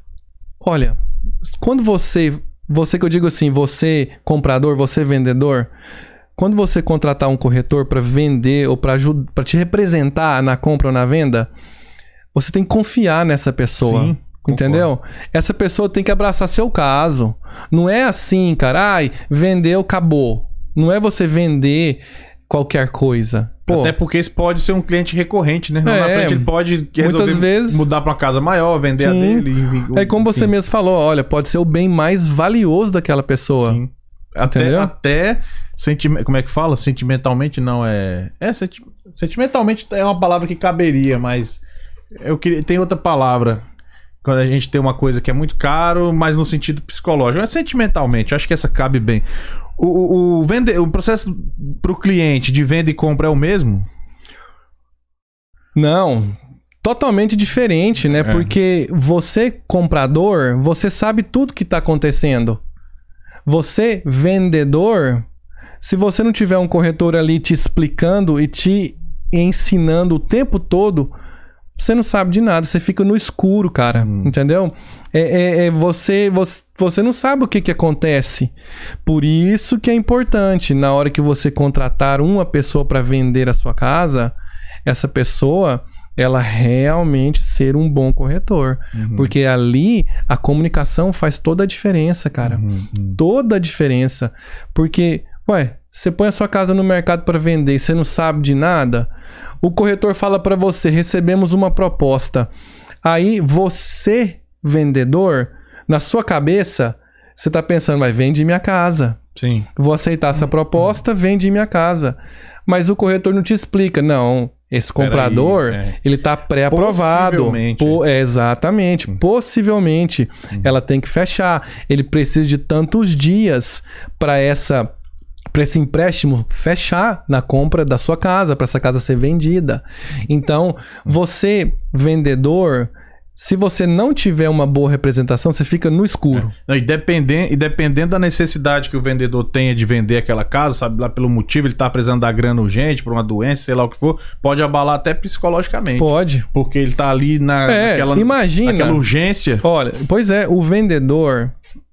Olha, quando você... Você que eu digo assim, você comprador, você vendedor... Quando você contratar um corretor para vender ou para para te representar na compra ou na venda, você tem que confiar nessa pessoa. Sim, entendeu? Essa pessoa tem que abraçar seu caso. Não é assim, cara, ai, vendeu, acabou. Não é você vender qualquer coisa. Pô, Até porque esse pode ser um cliente recorrente, né? Lá na É, frente ele pode resolver muitas vezes- mudar pra uma casa maior, vender a Sim. dele. e- é como você enfim. mesmo falou, olha, pode ser o bem mais valioso daquela pessoa. Sim. Até, Entendeu? até sentime- como é que fala? Sentimentalmente não é. É, senti- sentimentalmente é uma palavra que caberia, mas eu queria. Tem outra palavra. Quando a gente tem uma coisa que é muito caro, mas no sentido psicológico. É sentimentalmente, eu acho que essa cabe bem. O, o, o, vende, o processo pro cliente de venda e compra é o mesmo? Não, totalmente diferente, né? É. Porque você, comprador, você sabe tudo que tá acontecendo. Você, vendedor, se você não tiver um corretor ali te explicando e te ensinando o tempo todo, você não sabe de nada, você fica no escuro, cara, Hum. entendeu? É, é- é você, você, você não sabe o que, que acontece. Por isso que é importante, na hora que você contratar uma pessoa para vender a sua casa, essa pessoa, ela realmente ser um bom corretor. Uhum. Porque ali a comunicação faz toda a diferença, cara. Uhum, uhum. Toda a diferença. Porque, ué, você põe a sua casa no mercado para vender e você não sabe de nada, o corretor fala para você, recebemos uma proposta. Aí você, vendedor, na sua cabeça, você tá pensando, vai, vende minha casa. Sim. Vou aceitar essa proposta, vende minha casa. Mas o corretor não te explica, não. Esse Pera comprador, aí, é. ele tá pré-aprovado. Possivelmente. Po- é, exatamente. Possivelmente. Hum. Ela tem que fechar. Ele precisa de tantos dias para essa para esse empréstimo fechar na compra da sua casa, para essa casa ser vendida. Então, você, vendedor, se você não tiver uma boa representação, você fica no escuro. Não, E dependendo, e dependendo da necessidade que o vendedor tenha de vender aquela casa, sabe lá pelo motivo, ele tá precisando dar grana urgente por uma doença, sei lá o que for, pode abalar até psicologicamente. Pode. Porque ele tá ali na, É, naquela, imagina. naquela urgência. Olha, pois é, o vendedor,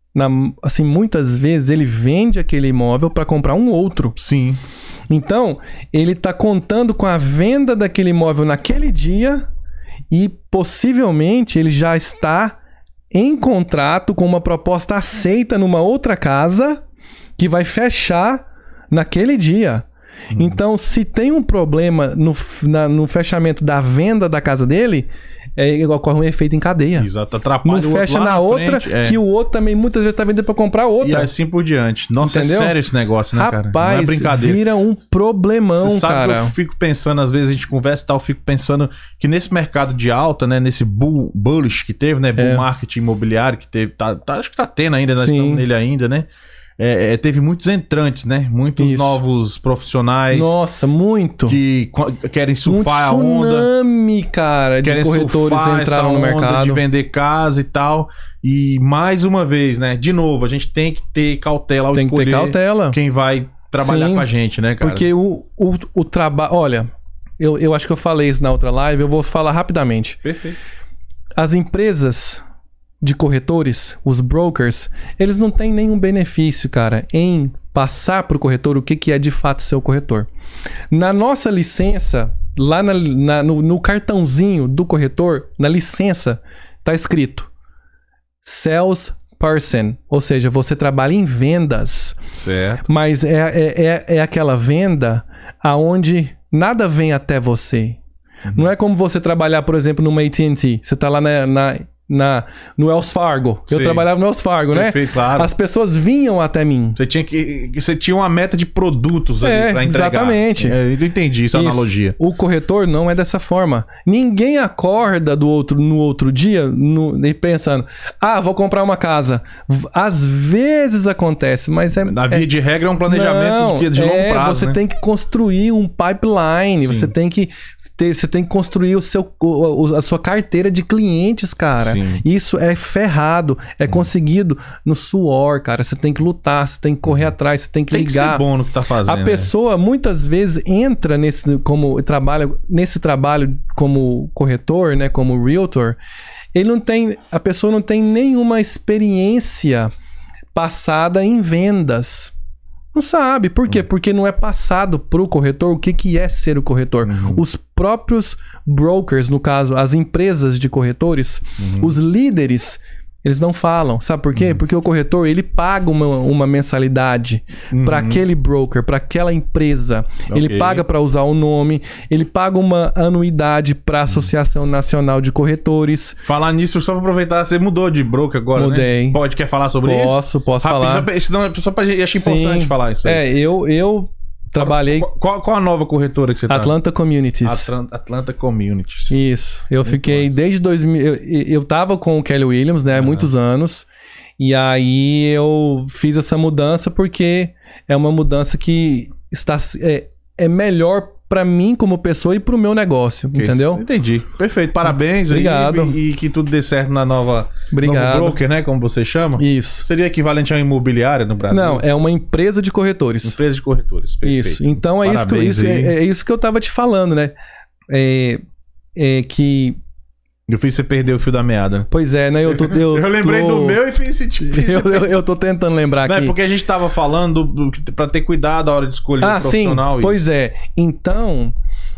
na, assim, muitas vezes ele vende aquele imóvel para comprar um outro. Sim. Então, ele está contando com a venda daquele imóvel naquele dia e possivelmente ele já está em contrato com uma proposta aceita numa outra casa que vai fechar naquele dia. Hum. Então, se tem um problema no, na, no fechamento da venda da casa dele, é, ocorre um efeito em cadeia. Exato, atrapalha. Não fecha na, na outra, frente, é. que o outro também muitas vezes tá vendendo para comprar outra. E assim por diante. Nossa, entendeu? É sério esse negócio, né, Rapaz, cara? Não é brincadeira. Vira um problemão, Você sabe cara. Que eu fico pensando, às vezes a gente conversa e tal, eu fico pensando que nesse mercado de alta, né, nesse bull, bullish que teve, né, bull é. market imobiliário que teve, tá, tá, acho que tá tendo ainda, nós Sim. estamos nele ainda, né? É, é, teve muitos entrantes, né? Muitos Isso. novos profissionais. Nossa, muito. Que querem surfar muito a onda. Tsunami, cara, de corretores entraram no mercado. De vender casa e tal. E mais uma vez, né? De novo, a gente tem que ter cautela ao tem escolher que ter cautela. Quem vai trabalhar Sim, com a gente, né, cara? Porque o, o, o trabalho... Olha, eu, eu acho que eu falei isso na outra live, eu vou falar rapidamente. Perfeito. As empresas de corretores, os brokers, eles não têm nenhum benefício, cara, em passar para o corretor o que, que é de fato ser o corretor. Na nossa licença, lá na, na, no, no cartãozinho do corretor, na licença, tá escrito Sales Person, ou seja, você trabalha em vendas. Certo. Mas é, é, é, é aquela venda aonde nada vem até você. Uhum. Não é como você trabalhar, por exemplo, numa A T and T. Você tá lá na... na Na, no Wells Fargo. Sim. Eu trabalhava no Wells Fargo, Perfeito, né? Claro. As pessoas vinham até mim. Você tinha, que, você tinha uma meta de produtos ali é, pra entregar. Exatamente. É, eu entendi essa Isso. analogia. O corretor não é dessa forma. Ninguém acorda do outro, no outro dia no, pensando, ah, vou comprar uma casa. Às vezes acontece, mas é... Na via é, de regra é um planejamento não, de, de longo é, prazo, Você né? tem que construir um pipeline. Sim. Você tem que... Você tem que construir o seu, a sua carteira de clientes, cara. Sim. Isso é ferrado. É hum. conseguido no suor, cara. Você tem que lutar, você tem que correr atrás, você tem que tem ligar. Tem que ser bom no que tá fazendo. A pessoa, né? muitas vezes, entra nesse, como, trabalha, nesse trabalho como corretor, né? Como realtor. Ele não tem... A pessoa não tem nenhuma experiência passada em vendas. Não sabe. Por quê? Porque não é passado pro corretor o que, que é ser o corretor. Uhum. Os próprios brokers, no caso, as empresas de corretores, uhum. os líderes, eles não falam. Sabe por quê? Uhum. Porque o corretor, ele paga uma, uma mensalidade uhum. para aquele broker, para aquela empresa. Okay. Ele paga para usar o nome, ele paga uma anuidade para a Associação Nacional de Corretores. Falar nisso, só para aproveitar, você mudou de broker agora, Mudei. né? Pode, quer falar sobre posso, isso? Posso, posso falar. Só, senão, só pra gente, acho importante Sim. falar isso aí. É, eu... eu... Trabalhei... Qual, qual, qual a nova corretora que você tá? Atlanta Communities. Atlanta, Atlanta Communities. Isso. Eu Muito fiquei mais. desde dois mil... Eu, eu tava com o Kelly Williams, né? Há uhum. muitos anos. E aí eu fiz essa mudança porque é uma mudança que está... É, é melhor pra mim como pessoa e pro meu negócio, que entendeu? Isso. Entendi. Perfeito. Parabéns. Obrigado. Aí, e, e que tudo dê certo na nova... Obrigado. Novo broker, né? Como você chama. Isso. Seria equivalente a uma imobiliária no Brasil? Não, é uma empresa de corretores. Empresa de corretores. Perfeito. Isso. Então é isso, que, isso, é, é isso que eu tava te falando, né? É, é que... Eu fiz você perder o fio da meada. Pois é, né? Eu, tô, eu, eu lembrei tô... do meu e fiz esse tipo. Eu, eu, eu tô tentando lembrar Não, aqui. É porque a gente tava falando do, do, pra ter cuidado na hora de escolher ah, o profissional. Sim. Pois é. Então,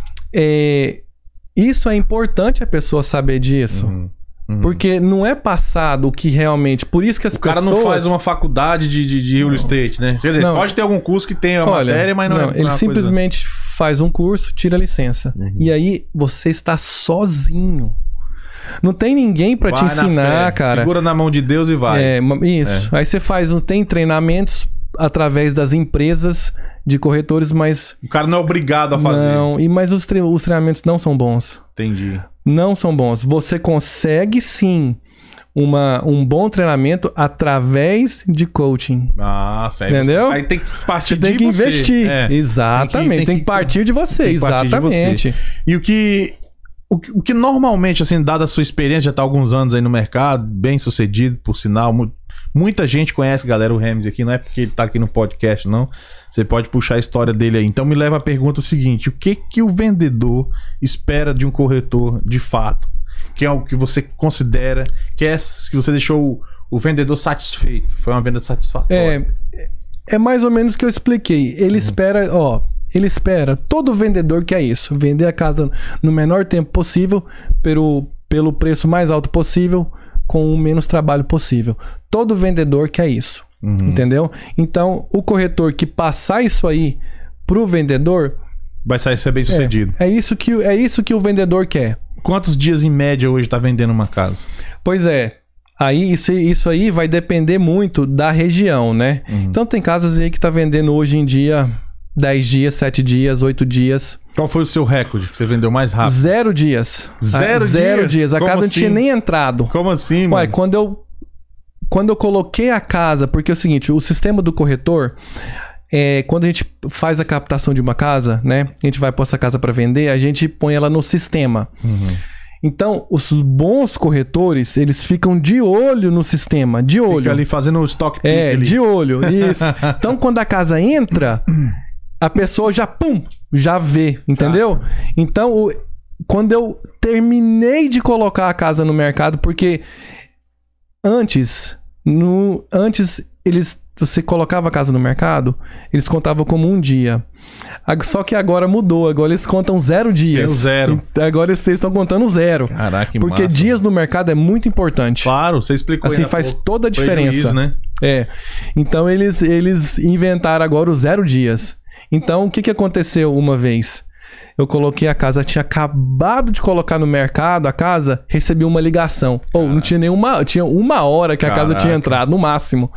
é... isso é importante a pessoa saber disso. Uhum. Uhum. Porque não é passado o que realmente... Por isso que as o cara pessoas... não faz uma faculdade de, de, de real estate, né? Quer dizer, não. pode ter algum curso que tenha a Olha, matéria, mas não, não é... Ele simplesmente coisa... faz um curso, tira a licença. Uhum. E aí você está sozinho. Não tem ninguém pra vai te ensinar, cara. Segura na mão de Deus e vai. É, isso. É. Aí você faz... Tem treinamentos através das empresas de corretores, mas... O cara não é obrigado a fazer. Não, e, mas os, tre os treinamentos não são bons. Entendi. Não são bons. Você consegue, sim, uma, um bom treinamento através de coaching. Ah, sério. Entendeu? Aí tem que partir você tem de que você. investir. É. Exatamente. Tem que, tem tem que partir de você. Tem que partir Exatamente. de você. E o que... O que, o que normalmente, assim, dada a sua experiência, já tá há alguns anos aí no mercado, bem sucedido, por sinal, mu muita gente conhece, galera, o Ramsey aqui, não é porque ele tá aqui no podcast, não. Você pode puxar a história dele aí. Então me leva a pergunta o seguinte, o que que o vendedor espera de um corretor de fato? Que é o que você considera, que, é, que você deixou o vendedor satisfeito. Foi uma venda satisfatória. É, é mais ou menos o que eu expliquei. Ele uhum. espera, ó, ele espera, todo vendedor quer isso, vender a casa no menor tempo possível, pelo, pelo preço mais alto possível, com o menos trabalho possível. Todo vendedor quer isso, uhum. entendeu? Então, o corretor que passar isso aí pro vendedor... vai sair ser bem sucedido. É, é, isso que, é isso que o vendedor quer. Quantos dias em média hoje tá vendendo uma casa? Pois é. Aí, isso, isso aí vai depender muito da região, né? Uhum. Então, tem casas aí que tá vendendo hoje em dia dez dias, sete dias, oito dias. Qual foi o seu recorde que você vendeu mais rápido? Zero dias. Zero, ah, zero dias? dias. A Como casa assim? não tinha nem entrado. Como assim, mano? Ué, quando eu, quando eu coloquei a casa... Porque é o seguinte, o sistema do corretor... É, quando a gente faz a captação de uma casa, né? A gente vai pôr essa casa para vender, a gente põe ela no sistema. Uhum. Então, os bons corretores, eles ficam de olho no sistema, de olho. Fica ali fazendo o stock pick É, ali. de olho, isso. Então, quando a casa entra, a pessoa já, pum, já vê, entendeu? Tá. Então, o, quando eu terminei de colocar a casa no mercado, porque antes, no, antes eles... Você colocava a casa no mercado, eles contavam como um dia. Só que agora mudou. Agora eles contam zero dias. Tem o zero. Agora vocês estão contando zero. Caraca, que Porque massa. Dias no mercado é muito importante. Claro, você explicou. Assim, faz toda a diferença. Prejuízo, né? É. Então, eles, eles inventaram agora os zero dias. Então, o que, que aconteceu uma vez? Eu coloquei a casa, tinha acabado de colocar no mercado a casa, recebi uma ligação. Ou, não tinha nenhuma... Tinha uma hora que a Caraca. casa tinha entrado, no máximo.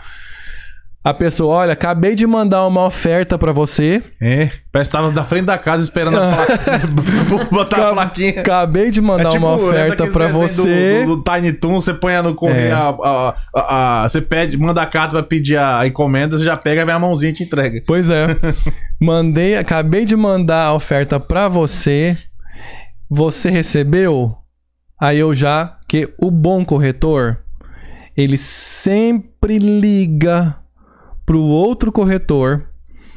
A pessoa, olha, acabei de mandar uma oferta pra você. É, parece que tava na frente da casa esperando a plaquinha. Botar a plaquinha. Acabei de mandar é tipo, uma oferta pra você. Do, do, do Tiny Toon, você põe no correio, é. a, a, a, a, você pede, manda a carta pra pedir a encomenda, você já pega, vem a mãozinha e te entrega. Pois é. Mandei, acabei de mandar a oferta pra você. Você recebeu? Aí eu já... Que o bom corretor, ele sempre liga... pro outro corretor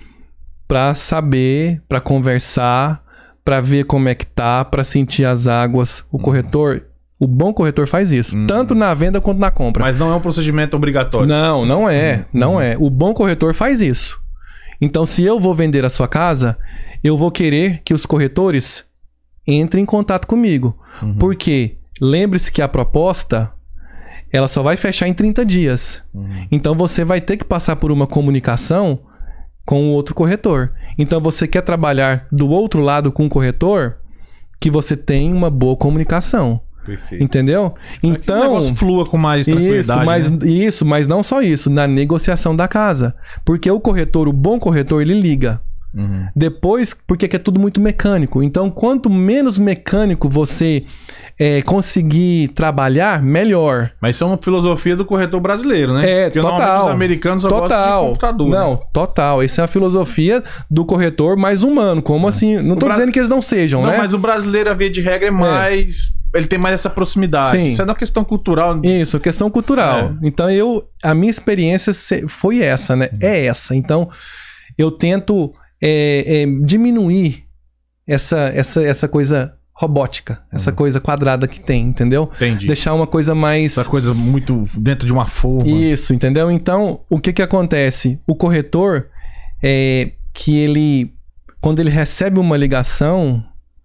para saber, para conversar, para ver como é que tá, para sentir as águas. O corretor, o bom corretor faz isso, uhum. tanto na venda quanto na compra. Mas não é um procedimento obrigatório. Não, não é, não uhum. é. O bom corretor faz isso. Então, se eu vou vender a sua casa, eu vou querer que os corretores entrem em contato comigo. Uhum. Porque lembre-se que a proposta... ela só vai fechar em trinta dias. Uhum. Então, você vai ter que passar por uma comunicação com o outro corretor. Então, você quer trabalhar do outro lado com o corretor, que você tem uma boa comunicação. Perfeito. Entendeu? Então, que o negócio flua com mais tranquilidade. Isso mas, né? isso, mas não só isso. Na negociação da casa. Porque o corretor, o bom corretor, ele liga. Uhum. Depois, porque é tudo muito mecânico. Então, quanto menos mecânico você é, conseguir trabalhar, melhor. Mas isso é uma filosofia do corretor brasileiro, né? É, porque total. Os americanos só total. gostam de computador. Não, né? total. Essa é a filosofia do corretor mais humano. Como é. assim? Não tô Bra... dizendo que eles não sejam, não, né? Mas o brasileiro, a via de regra, é mais... É. Ele tem mais essa proximidade. Sim. Isso é uma questão cultural. Isso, questão cultural. É. Então, eu... A minha experiência foi essa, né? Hum. É essa. Então, eu tento... É, é, diminuir essa, essa, essa coisa robótica, essa uhum. coisa quadrada que tem, entendeu? Entendi. Deixar uma coisa mais... Essa coisa muito dentro de uma forma. Isso, entendeu? Então, o que que acontece? O corretor, é, que ele... Quando ele recebe uma ligação,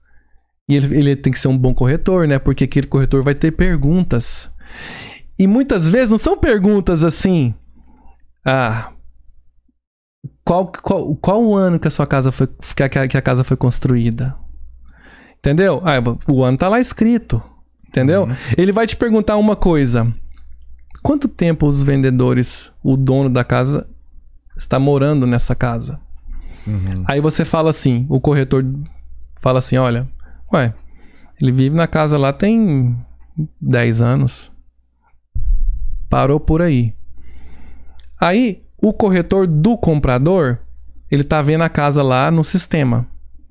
e ele, ele tem que ser um bom corretor, né? Porque aquele corretor vai ter perguntas. E muitas vezes não são perguntas assim... Ah... Qual, qual, qual o ano que a sua casa foi, que a, que a casa foi construída? Entendeu? Ah, o ano tá lá escrito. Entendeu? Uhum. Ele vai te perguntar uma coisa. Quanto tempo os vendedores, o dono da casa, está morando nessa casa? Uhum. Aí você fala assim, o corretor fala assim, olha, ué, ele vive na casa lá tem dez anos. Parou por aí. Aí... O corretor do comprador, ele tá vendo a casa lá no sistema.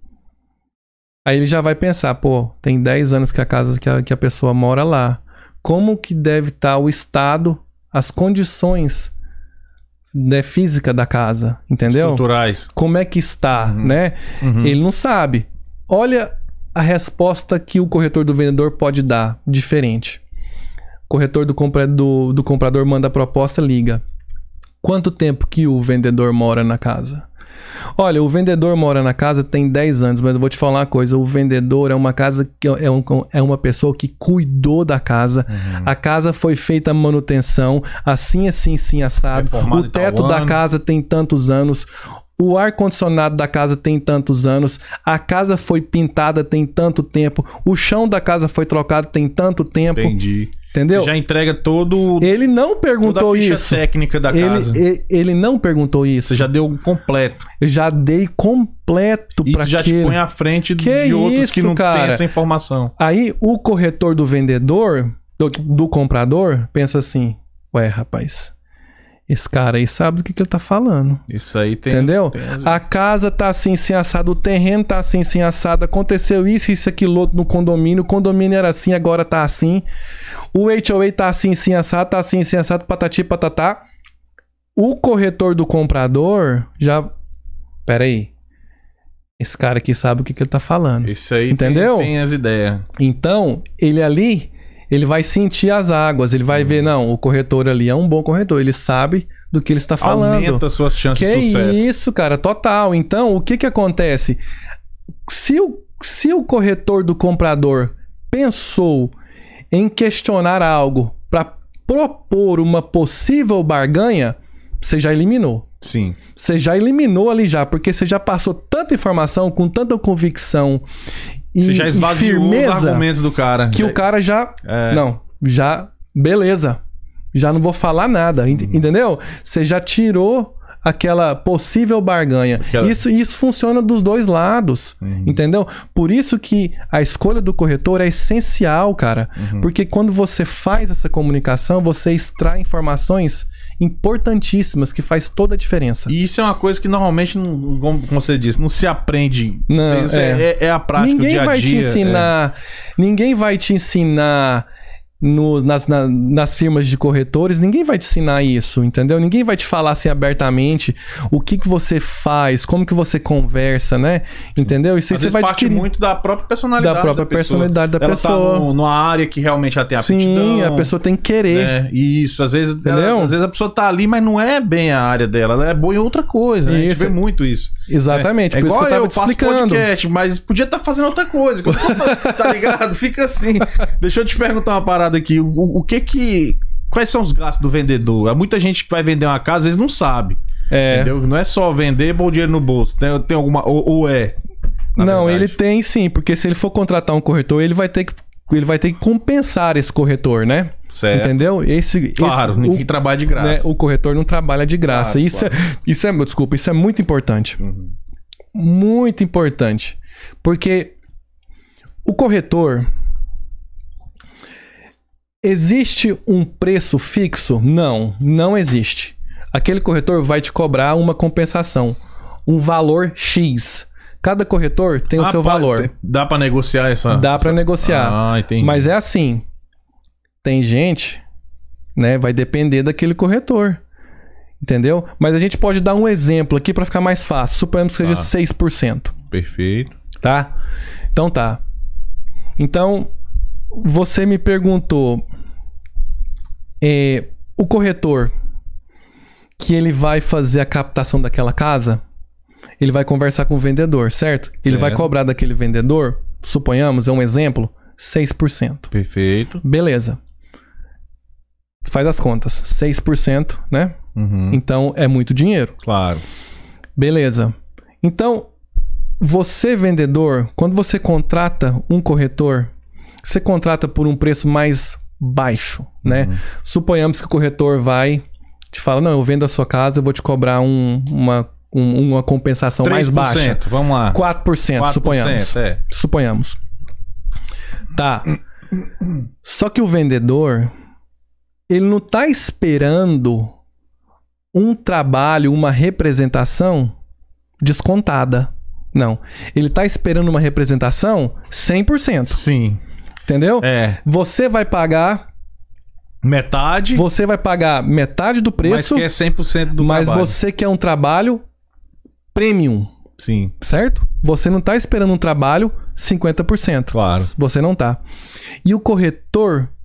Aí ele já vai pensar, pô, tem dez anos que a casa que a, que a pessoa mora lá. Como que deve estar o estado, as condições, né, física da casa, entendeu? Estruturais. Como é que está, uhum. né? Uhum. Ele não sabe. Olha a resposta que o corretor do vendedor pode dar, diferente. corretor do, compra, do, do comprador manda a proposta, liga. Quanto tempo que o vendedor mora na casa? Olha, o vendedor mora na casa tem dez anos, mas eu vou te falar uma coisa, o vendedor é uma casa que é, um, é uma pessoa que cuidou da casa, uhum. A casa foi feita a manutenção, assim, assim, assim, assado, o teto da casa tem tantos anos, o ar-condicionado da casa tem tantos anos, a casa foi pintada tem tanto tempo, o chão da casa foi trocado tem tanto tempo. Entendi. Entendeu? Você já entrega todo... Ele não perguntou toda a ficha isso. técnica da ele, casa. Ele, ele não perguntou isso. Você já deu completo. Eu já dei completo para aquele. Isso já te põe à frente que de outros isso, que não cara? tem essa informação. Aí o corretor do vendedor, do, do comprador, pensa assim, ué, rapaz, esse cara aí sabe do que, que ele tá falando. Isso aí tem... Entendeu? Tem as... A casa tá assim, assim, assado, o terreno tá assim, assim, assado, aconteceu isso, isso, aquilo outro no condomínio, o condomínio era assim, agora tá assim. O H O A tá assim, assim, assado, tá assim, assim, assado, patati, patatá. O corretor do comprador já... Pera aí. Esse cara aqui sabe o que, que ele tá falando. Isso aí entendeu? Tem, tem as ideias. Então, ele ali... Ele vai sentir as águas, ele vai ver, não, o corretor ali é um bom corretor, ele sabe do que ele está falando. Aumenta as suas chances que de sucesso. Isso, cara, total. Então, o que que acontece? Se o, se o corretor do comprador pensou em questionar algo para propor uma possível barganha, você já eliminou. Sim. Você já eliminou ali já, porque você já passou tanta informação, com tanta convicção e você já esvaziou firmeza, os argumentos do cara. Que já... o cara já... É. Não, já... Beleza. Já não vou falar nada, ent- uhum. Entendeu? Você já tirou aquela possível barganha. Aquela... Isso, isso funciona dos dois lados, uhum. Entendeu? Por isso que a escolha do corretor é essencial, cara. Uhum. Porque quando você faz essa comunicação, você extrai informações importantíssimas que faz toda a diferença. E isso é uma coisa que normalmente, não, como você disse, não se aprende. Não, isso é, é, é a prática, ninguém o dia a vai dia, te ensinar, é. Ninguém vai te ensinar nos, nas, na, nas firmas de corretores, ninguém vai te ensinar isso, entendeu? Ninguém vai te falar assim abertamente o que que você faz, como que você conversa, né? Sim. Entendeu? Isso aí você vai parte adquirir muito da própria personalidade da própria da personalidade da ela pessoa. Tá no, numa área que realmente ela tem aptidão. Sim, a pessoa tem que querer. Né? Isso, às vezes, entendeu? Ela, às vezes a pessoa tá ali, mas não é bem a área dela, ela é boa em outra coisa, né? A gente vê muito isso. Exatamente, é, é por igual isso que eu tava eu te faço explicando. podcast, mas podia estar tá fazendo outra coisa, tá ligado? Fica assim. Deixa eu te perguntar uma parada aqui, o, o que que... Quais são os gastos do vendedor? Há muita gente que vai vender uma casa, às vezes não sabe. É. Entendeu? Não é só vender e pôr o dinheiro no bolso. Tem, tem alguma... Ou, ou é? Não, verdade. Ele tem sim, porque se ele for contratar um corretor, ele vai ter que, ele vai ter que compensar esse corretor, né? Certo. Entendeu? Esse, claro, esse, ninguém o, trabalha de graça. Né, o corretor não trabalha de graça. Claro, isso, claro. É, isso é, desculpa, isso é muito importante. Uhum. Muito importante. Porque o corretor... Existe um preço fixo? Não, não existe. Aquele corretor vai te cobrar uma compensação, um valor X. Cada corretor tem ah, o seu pode, valor. Dá para negociar essa? Dá para essa... negociar. Ah, entendi. Mas é assim, tem gente, né, vai depender daquele corretor. Entendeu? Mas a gente pode dar um exemplo aqui para ficar mais fácil. Suponhamos que seja ah, seis por cento. Perfeito. Tá? Então tá. Então, você me perguntou, é, o corretor que ele vai fazer a captação daquela casa, ele vai conversar com o vendedor, certo? certo? Ele vai cobrar daquele vendedor, suponhamos, é um exemplo, seis por cento. Perfeito. Beleza. Faz as contas, seis por cento, né? Uhum. Então, é muito dinheiro. Claro. Beleza. Então, você vendedor, quando você contrata um corretor, você contrata por um preço mais baixo, né? Uhum. Suponhamos que o corretor vai te fala, não, eu vendo a sua casa, eu vou te cobrar um, uma, um, uma compensação mais baixa. Vamos lá. quatro por cento, quatro por cento suponhamos. É. Suponhamos. Tá. Só que o vendedor, ele não tá esperando um trabalho, uma representação descontada. Não. Ele tá esperando uma representação cem por cento. Sim. Entendeu? É. Você vai pagar... Metade. Você vai pagar metade do preço. Mas quer cem por cento do mas trabalho. Mas você quer um trabalho premium. Sim. Certo? Você não tá esperando um trabalho cinquenta por cento. Claro. Você não tá. E o corretor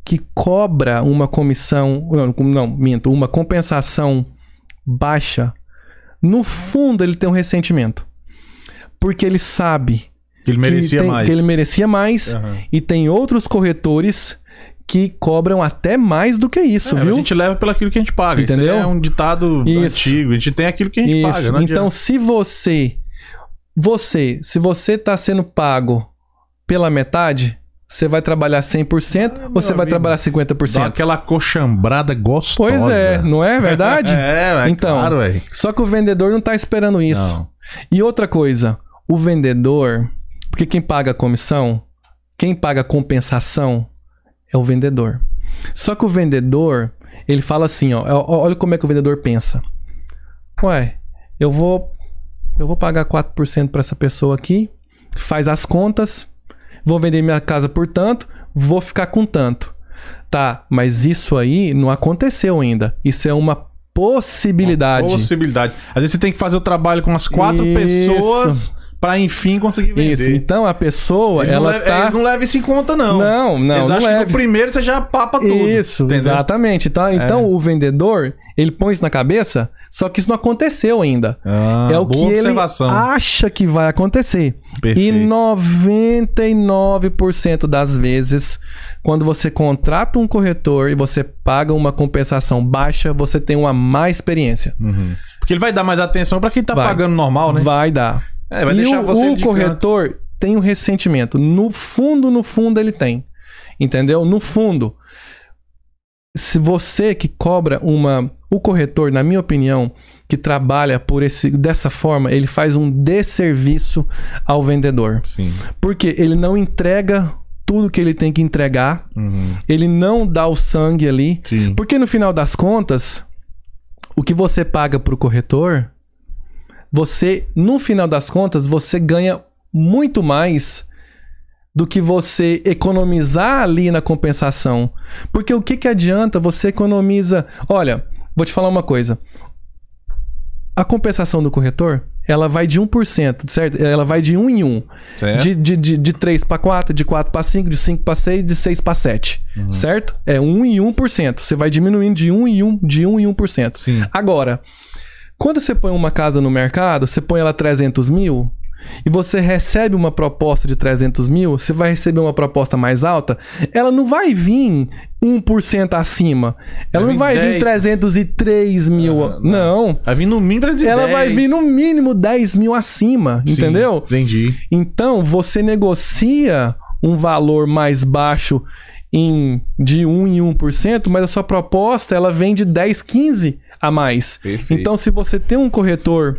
que cobra uma comissão, não, não, minto, uma compensação baixa, no fundo ele tem um ressentimento. Porque ele sabe que ele merecia que tem, mais. Que ele merecia mais uhum. E tem outros corretores que cobram até mais do que isso, é, viu? A gente leva pelo aquilo que a gente paga. Entendeu? Isso é um ditado isso. antigo. A gente tem aquilo que a gente isso. paga. Não então, adianta. se você... Você, se você tá sendo pago pela metade, você vai trabalhar cem por cento ah, ou você vai amigo. trabalhar cinquenta por cento? Dá aquela cochambrada gostosa. Pois é, não é verdade? é, é então, claro, velho. Só que o vendedor não tá esperando isso. Não. E outra coisa, o vendedor... Porque quem paga a comissão, quem paga a compensação é o vendedor. Só que o vendedor, ele fala assim, ó, olha como é que o vendedor pensa. Ué, eu vou, eu vou pagar quatro por cento para essa pessoa aqui, faz as contas, vou vender minha casa por tanto, vou ficar com tanto. Tá, mas isso aí não aconteceu ainda. Isso é uma possibilidade. Uma possibilidade. Às vezes você tem que fazer o trabalho com umas quatro isso. pessoas... Pra enfim conseguir vender. Isso, então a pessoa, eles ela não tá... Eles não levam isso em conta, não. Não, não, eles não acham leve. que no primeiro você já papa tudo. Isso, entendeu? Exatamente. Tá? Então é. o vendedor, ele põe isso na cabeça, só que isso não aconteceu ainda. Ah, é o que ele acha que vai acontecer. Perfeito. E noventa e nove por cento das vezes, quando você contrata um corretor e você paga uma compensação baixa, você tem uma má experiência. Uhum. Porque ele vai dar mais atenção para quem tá vai. pagando normal, né? Vai dar. É, vai e deixar o, você o corretor canto. tem um ressentimento. No fundo, no fundo ele tem. Entendeu? No fundo. Se você que cobra uma... O corretor, na minha opinião, que trabalha por esse, dessa forma, ele faz um desserviço ao vendedor. Sim. Porque ele não entrega tudo que ele tem que entregar. Uhum. Ele não dá o sangue ali. Sim. Porque no final das contas, o que você paga pro corretor... Você, no final das contas, você ganha muito mais do que você economizar ali na compensação. Porque o que que adianta você economiza... Olha, vou te falar uma coisa. A compensação do corretor, ela vai de um por cento, certo? Ela vai de um em um. Certo. De, de, de, de três para quatro, de quatro para cinco, de cinco para seis, de seis para sete. Uhum. Certo? É um em um por cento. Você vai diminuindo de um em um, de um em um por cento. Sim. Agora... Quando você põe uma casa no mercado, você põe ela trezentos mil e você recebe uma proposta de trezentos mil, você vai receber uma proposta mais alta, ela não vai vir um por cento acima. Ela vai não vai dez... vir trezentos e três mil. Ah, não. não. Vai vir no mínimo trezentos e dez. Ela vai vir no mínimo dez mil acima, Sim, entendeu? Entendi. Então, você negocia um valor mais baixo em, de um em um por cento, mas a sua proposta ela vem de dez, quinze a mais. Perfeito. Então, se você tem um corretor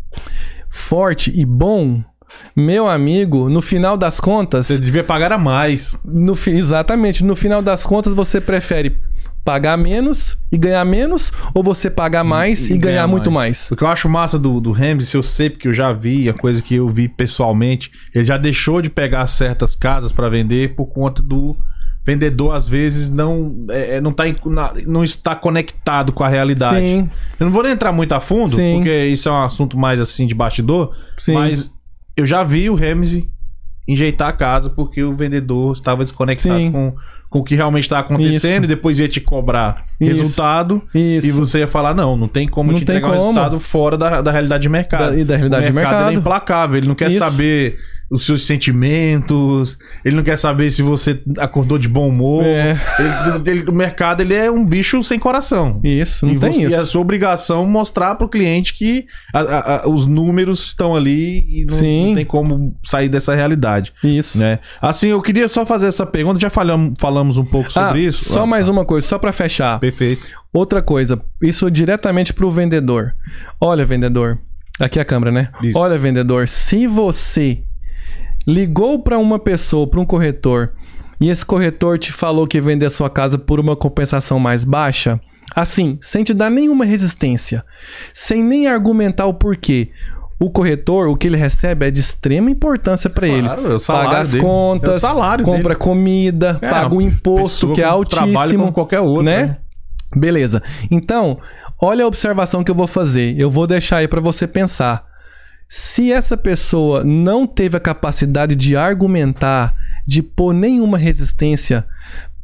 forte e bom, meu amigo, no final das contas... Você devia pagar a mais. No, exatamente. No final das contas, você prefere pagar menos e ganhar menos, ou você pagar mais e, e, e ganhar, ganhar muito mais? O que eu acho massa do, do Ramsey, eu sei porque eu já vi, a coisa que eu vi pessoalmente, ele já deixou de pegar certas casas para vender por conta do... vendedor às vezes não, é, não, tá, não está conectado com a realidade. Sim. Eu não vou nem entrar muito a fundo, Sim. porque isso é um assunto mais assim de bastidor, Sim. mas eu já vi o Ramsey enjeitar a casa porque o vendedor estava desconectado com, com o que realmente está acontecendo. Isso. E depois ia te cobrar Isso. resultado Isso. e você ia falar, não, não tem como não te tem entregar como. um resultado fora da, da realidade de mercado. Da, e da realidade o mercado, de mercado. Ele é implacável, ele não quer Isso. saber os seus sentimentos, ele não quer saber se você acordou de bom humor. É. Ele, ele, o mercado ele é um bicho sem coração. Isso, não e tem você, isso. E é a sua obrigação mostrar pro cliente que a, a, a, os números estão ali e não, não tem como sair dessa realidade. Isso. Né? Assim, eu queria só fazer essa pergunta, já falamos, falamos um pouco sobre ah, isso. Só ah, mais tá. uma coisa, só para fechar. Perfeito. Outra coisa, isso diretamente pro vendedor. Olha, vendedor, aqui é a câmera, né? Isso. Olha, vendedor, se você ligou para uma pessoa, para um corretor, e esse corretor te falou que ia vender a sua casa por uma compensação mais baixa, assim, sem te dar nenhuma resistência, sem nem argumentar o porquê, o corretor, o que ele recebe é de extrema importância para claro, ele. É o salário paga as dele. contas, é o salário compra dele. comida, é, paga o imposto, que é altíssimo. Trabalha como qualquer outro, né? né? Beleza. Então, olha a observação que eu vou fazer. Eu vou deixar aí para você pensar. Se essa pessoa não teve a capacidade de argumentar, de pôr nenhuma resistência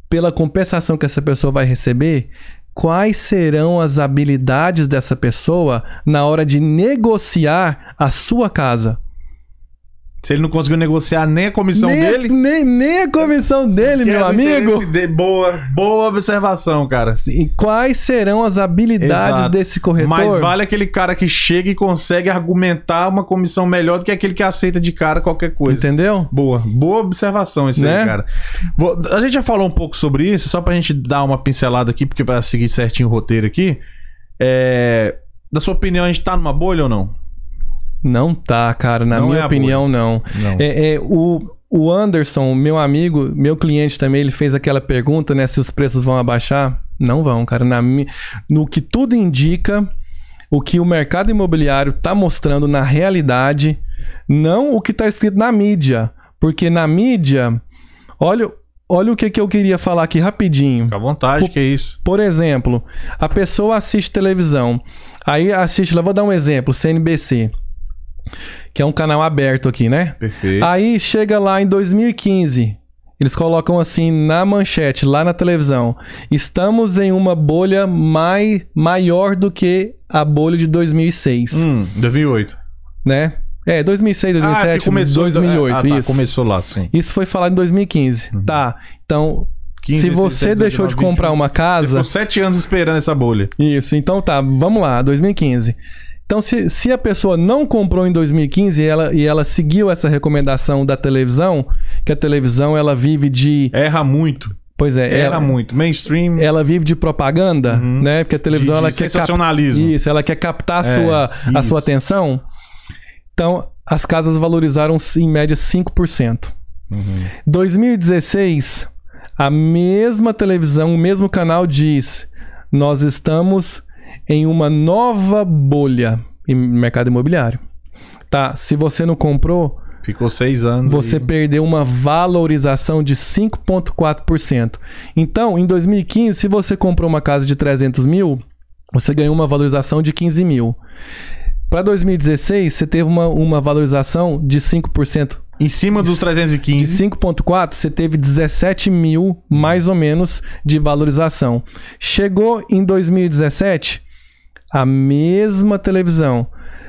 pela compensação que essa pessoa vai receber, quais serão as habilidades dessa pessoa na hora de negociar a sua casa. Se ele não conseguiu negociar nem a comissão nem, dele... Nem, nem a comissão dele, meu amigo. De... Boa, boa observação, cara. E quais serão as habilidades Exato. desse corretor? Mas vale aquele cara que chega e consegue argumentar uma comissão melhor do que aquele que aceita de cara qualquer coisa. Entendeu? Boa, boa observação isso Né? aí, cara. Vou- A gente já falou um pouco sobre isso, só pra gente dar uma pincelada aqui, porque pra seguir certinho o roteiro aqui. É... Da sua opinião, a gente tá numa bolha ou não? Não tá, cara. Na Não minha é a opinião, não. Não. É, é, o, o Anderson, meu amigo, meu cliente também, ele fez aquela pergunta, né? Se os preços vão abaixar. Não vão, cara. Na, mi- no que tudo indica, o que o mercado imobiliário tá mostrando na realidade, não o que tá escrito na mídia. Porque na mídia, olha, olha o que, que eu queria falar aqui rapidinho. Fica à vontade, Por- que é isso. Por exemplo, a pessoa assiste televisão. Aí assiste, lá vou dar um exemplo, C N B C. Que é um canal aberto aqui, né? Perfeito. Aí chega lá em dois mil e quinze, eles colocam assim na manchete, lá na televisão: estamos em uma bolha mai, maior do que a bolha de dois mil e seis, Hum, dois mil e oito. né? É, dois mil e seis, dois mil e Ah, que sete, começou... dois mil e oito, ah, tá, isso. começou lá, sim. Isso foi falado em dois mil e quinze. Tá, então, quinze, se dezesseis, você dezessete, deixou de dezenove, comprar vinte, uma Você casa... ficou sete anos esperando essa bolha. Isso, então tá, vamos lá, dois mil e quinze. Então, se, se a pessoa não comprou em dois mil e quinze e ela, e ela seguiu essa recomendação da televisão, que a televisão ela vive de... Erra muito. Pois é, Erra ela, muito. Mainstream. ela vive de propaganda, Uhum. né? Porque a televisão de, ela de quer... cap- sensacionalismo. Isso, ela quer captar a, É, sua, a isso. sua atenção. Então, as casas valorizaram em média cinco por cento. Uhum. dois mil e dezesseis, a mesma televisão, o mesmo canal diz: nós estamos em uma nova bolha em mercado imobiliário. Tá, se você não comprou, Ficou seis anos. você e... perdeu uma valorização de cinco vírgula quatro por cento. Então, em dois mil e quinze, se você comprou uma casa de trezentos mil, você ganhou uma valorização de quinze mil. Para dois mil e dezesseis, você teve uma, uma valorização de cinco por cento. Em cima dos trezentos e De quinze. cinco vírgula quatro, você teve dezessete mil, mais ou menos, de valorização. Chegou em dois mil e dezessete, a mesma televisão.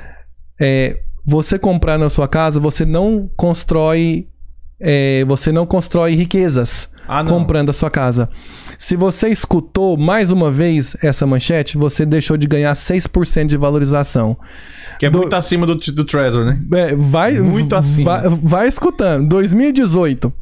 É, você comprar na sua casa, você não constrói, é, você não constrói riquezas Ah, não. comprando a sua casa. Se você escutou mais uma vez essa manchete, você deixou de ganhar seis por cento de valorização. Que é do- muito acima do, do Trezor, né? É, vai, Muito acima. Vai, vai escutando. dois mil e dezoito.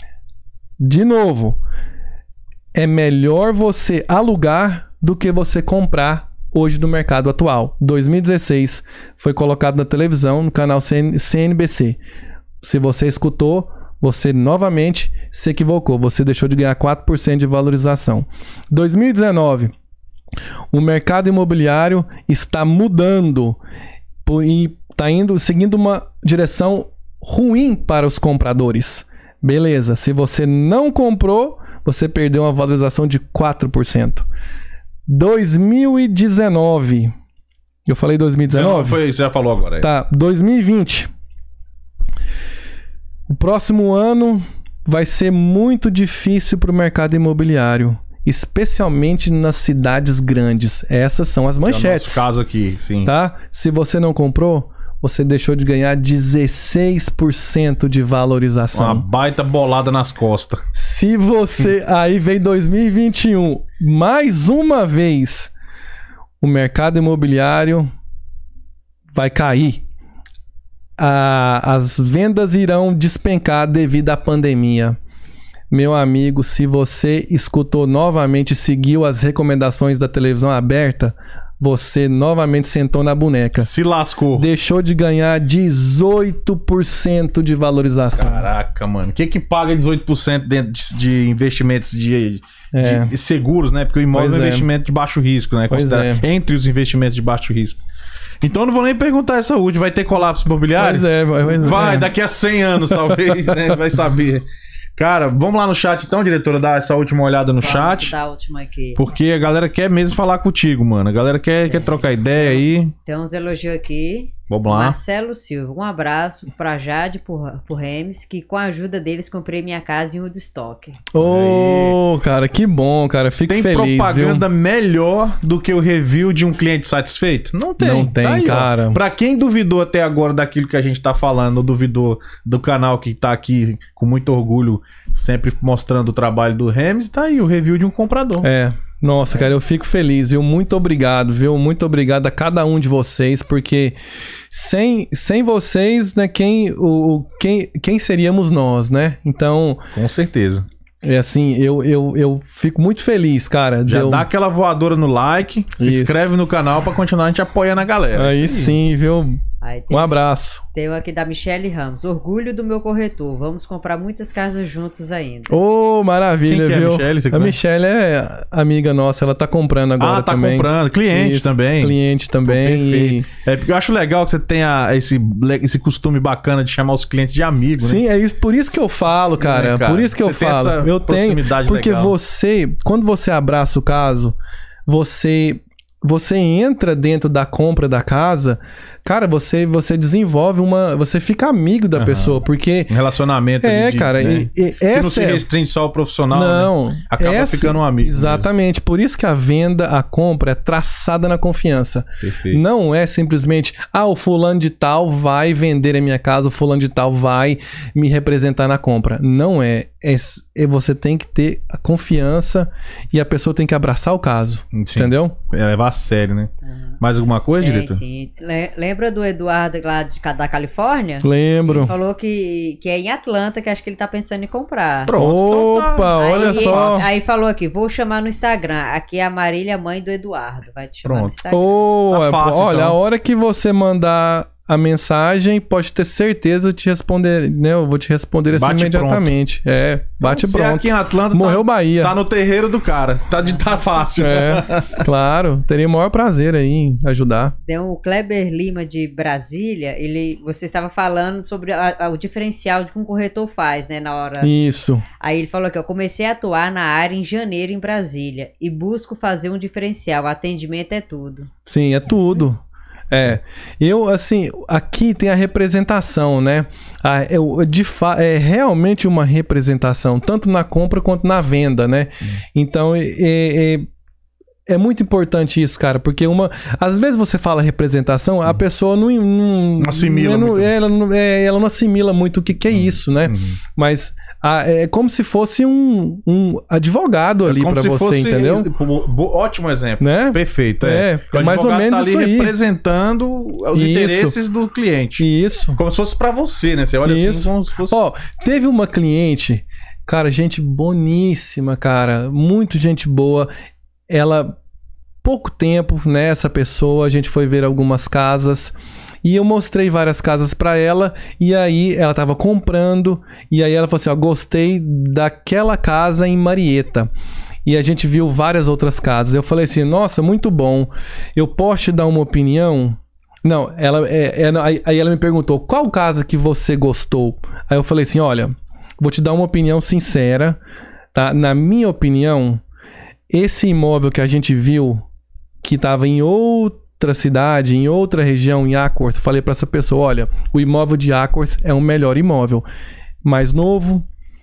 De novo. É melhor você alugar do que você comprar hoje no mercado atual. dois mil e dezesseis foi colocado na televisão, no canal C N B C. Se você escutou, você novamente se equivocou. Você deixou de ganhar quatro por cento de valorização. dois mil e dezenove. O mercado imobiliário está mudando po- e está indo seguindo uma direção ruim para os compradores. Beleza, se você não comprou, você perdeu uma valorização de quatro por cento. dois mil e dezenove. Eu falei dois mil e dezenove? Foi, você já falou agora. é. Tá, dois mil e vinte. O próximo ano vai ser muito difícil para o mercado imobiliário, especialmente nas cidades grandes. Essas são as É o manchetes, nosso caso aqui, sim. tá? Se você não comprou, você deixou de ganhar dezesseis por cento de valorização. Uma baita bolada nas costas. Se você... Aí vem dois mil e vinte e um. Mais uma vez, o mercado imobiliário vai cair. A- as vendas irão despencar devido à pandemia. Meu amigo, se você escutou novamente e seguiu as recomendações da televisão aberta, você novamente sentou na boneca. Se lascou. Deixou de ganhar dezoito por cento de valorização. Caraca, mano. O que que paga dezoito por cento dentro de, de investimentos de, É. de seguros, né? Porque o imóvel Pois é um é. investimento de baixo risco, né? Pois Considera- é. Entre os investimentos de baixo risco. Então eu não vou nem perguntar essa última. Vai ter colapso imobiliário? Pois é, pois é. Vai, daqui a cem anos, talvez, né? Vai saber. Cara, vamos lá no chat então, diretora, dar essa última olhada no Vamos chat. dar a última aqui. Porque a galera quer mesmo falar contigo, mano. A galera quer, quer trocar ideia aí. Tem uns elogios aqui. Vamos lá. Marcelo Silva, um abraço pra Jade, por, por Remes, que com a ajuda deles comprei minha casa em Woodstock. Ô, oh, cara, que bom, cara. Fico tem feliz, Tem propaganda viu? melhor do que o review de um cliente satisfeito? Não tem. Não tem, tá aí, cara. Ó. Pra quem duvidou até agora daquilo que a gente tá falando, ou duvidou do canal que tá aqui com muito orgulho, sempre mostrando o trabalho do Remes, tá aí o review de um comprador. É. Nossa, cara, eu fico feliz, viu? Muito obrigado, viu? Muito obrigado a cada um de vocês, porque sem, sem vocês, né, quem, o, quem, quem seríamos nós, né? Então... Com certeza. É assim, eu, eu, eu fico muito feliz, cara. Já deu... dá aquela voadora no like, se Isso. inscreve no canal pra continuar a gente apoiando a galera. Aí sim, viu? Aí tem, um abraço. Tem um aqui da Michele Ramos. Orgulho do meu corretor. Vamos comprar muitas casas juntos ainda. Ô, oh, maravilha, Quem que viu? É a Michele, a Michele é amiga nossa, ela tá comprando agora ah, tá também. comprando. Cliente Isso, também. Cliente também. Pô, e... é, eu acho legal que você tenha esse, esse costume bacana de chamar os clientes de amigos, né? Sim, é isso, por isso que eu falo, cara. É, cara. Por isso que você eu falo. Eu tenho, porque legal. você, quando você abraça o caso, você... Você entra dentro da compra da casa, cara, você, você desenvolve uma... Você fica amigo da uhum. pessoa, porque... Um relacionamento. É, de, cara. Né? E, e, que essa não se restringe só ao profissional, não, né? Acaba essa, ficando um amigo. Exatamente. Mesmo. Por isso que a venda, a compra é traçada na confiança. Perfeito. Não é simplesmente, ah, o fulano de tal vai vender a minha casa, o fulano de tal vai me representar na compra. Não é. É, é você tem que ter a confiança e a pessoa tem que abraçar o caso. Sim. Entendeu? É levar a sério, né? Uhum. Mais alguma coisa, é, diretor? Sim. Lembra do Eduardo lá de, da Califórnia? Lembro. Ele falou que, que é em Atlanta que acho que ele tá pensando em comprar. Pronto. Opa, então tá. olha aí, só. Aí falou aqui, vou chamar no Instagram. Aqui é a Marília, mãe do Eduardo. Vai te chamar Pronto. no Instagram. Oh, tá fácil, olha, então. a hora que você mandar a mensagem, pode ter certeza de te responder, né? Eu vou te responder assim bate imediatamente. Pronto. É, bate então, pronto. Aqui em Atlanta morreu tá, Bahia. Tá no terreiro do cara. Tá, de, tá fácil. É, claro. Teria o maior prazer aí em ajudar. Tem o Kleber Lima de Brasília. Ele, você estava falando sobre a, a, o diferencial de que um corretor faz, né? Na hora. Isso. Aí ele falou que eu comecei a atuar na área em janeiro em Brasília e busco fazer um diferencial. Atendimento é tudo. Sim, é tudo. É, eu assim, aqui tem a representação, né? A, eu, de fa é realmente uma representação, tanto na compra quanto na venda, né? Hum. Então, é, é, é muito importante isso, cara, porque uma... Às vezes você fala representação, a pessoa não... Não, não assimila não, muito. Ela não, é, ela não assimila muito o que, que é isso, né? Uhum. Mas a, é como se fosse um, um advogado ali é pra você, fosse, entendeu? Ótimo exemplo. Né? Perfeito. É, é mais ou menos tá ali isso aí. representando os isso. interesses do cliente. Isso. Como se fosse pra você, né? Você olha isso. assim como se fosse... Ó, teve uma cliente, cara, gente boníssima, cara, muito gente boa. Ela, pouco tempo, né, essa pessoa, a gente foi ver algumas casas e eu mostrei várias casas pra ela e aí ela tava comprando e aí ela falou assim, ó, gostei daquela casa em Marieta. E a gente viu várias outras casas. Eu falei assim, nossa, muito bom. Eu posso te dar uma opinião? Não, ela, é, é, aí ela me perguntou, qual casa que você gostou? Aí eu falei assim, olha, vou te dar uma opinião sincera, tá? Na minha opinião... Esse imóvel que a gente viu, que estava em outra cidade, em outra região, em Acworth, falei para essa pessoa, olha, o imóvel de Acworth é o melhor imóvel. Mais novo,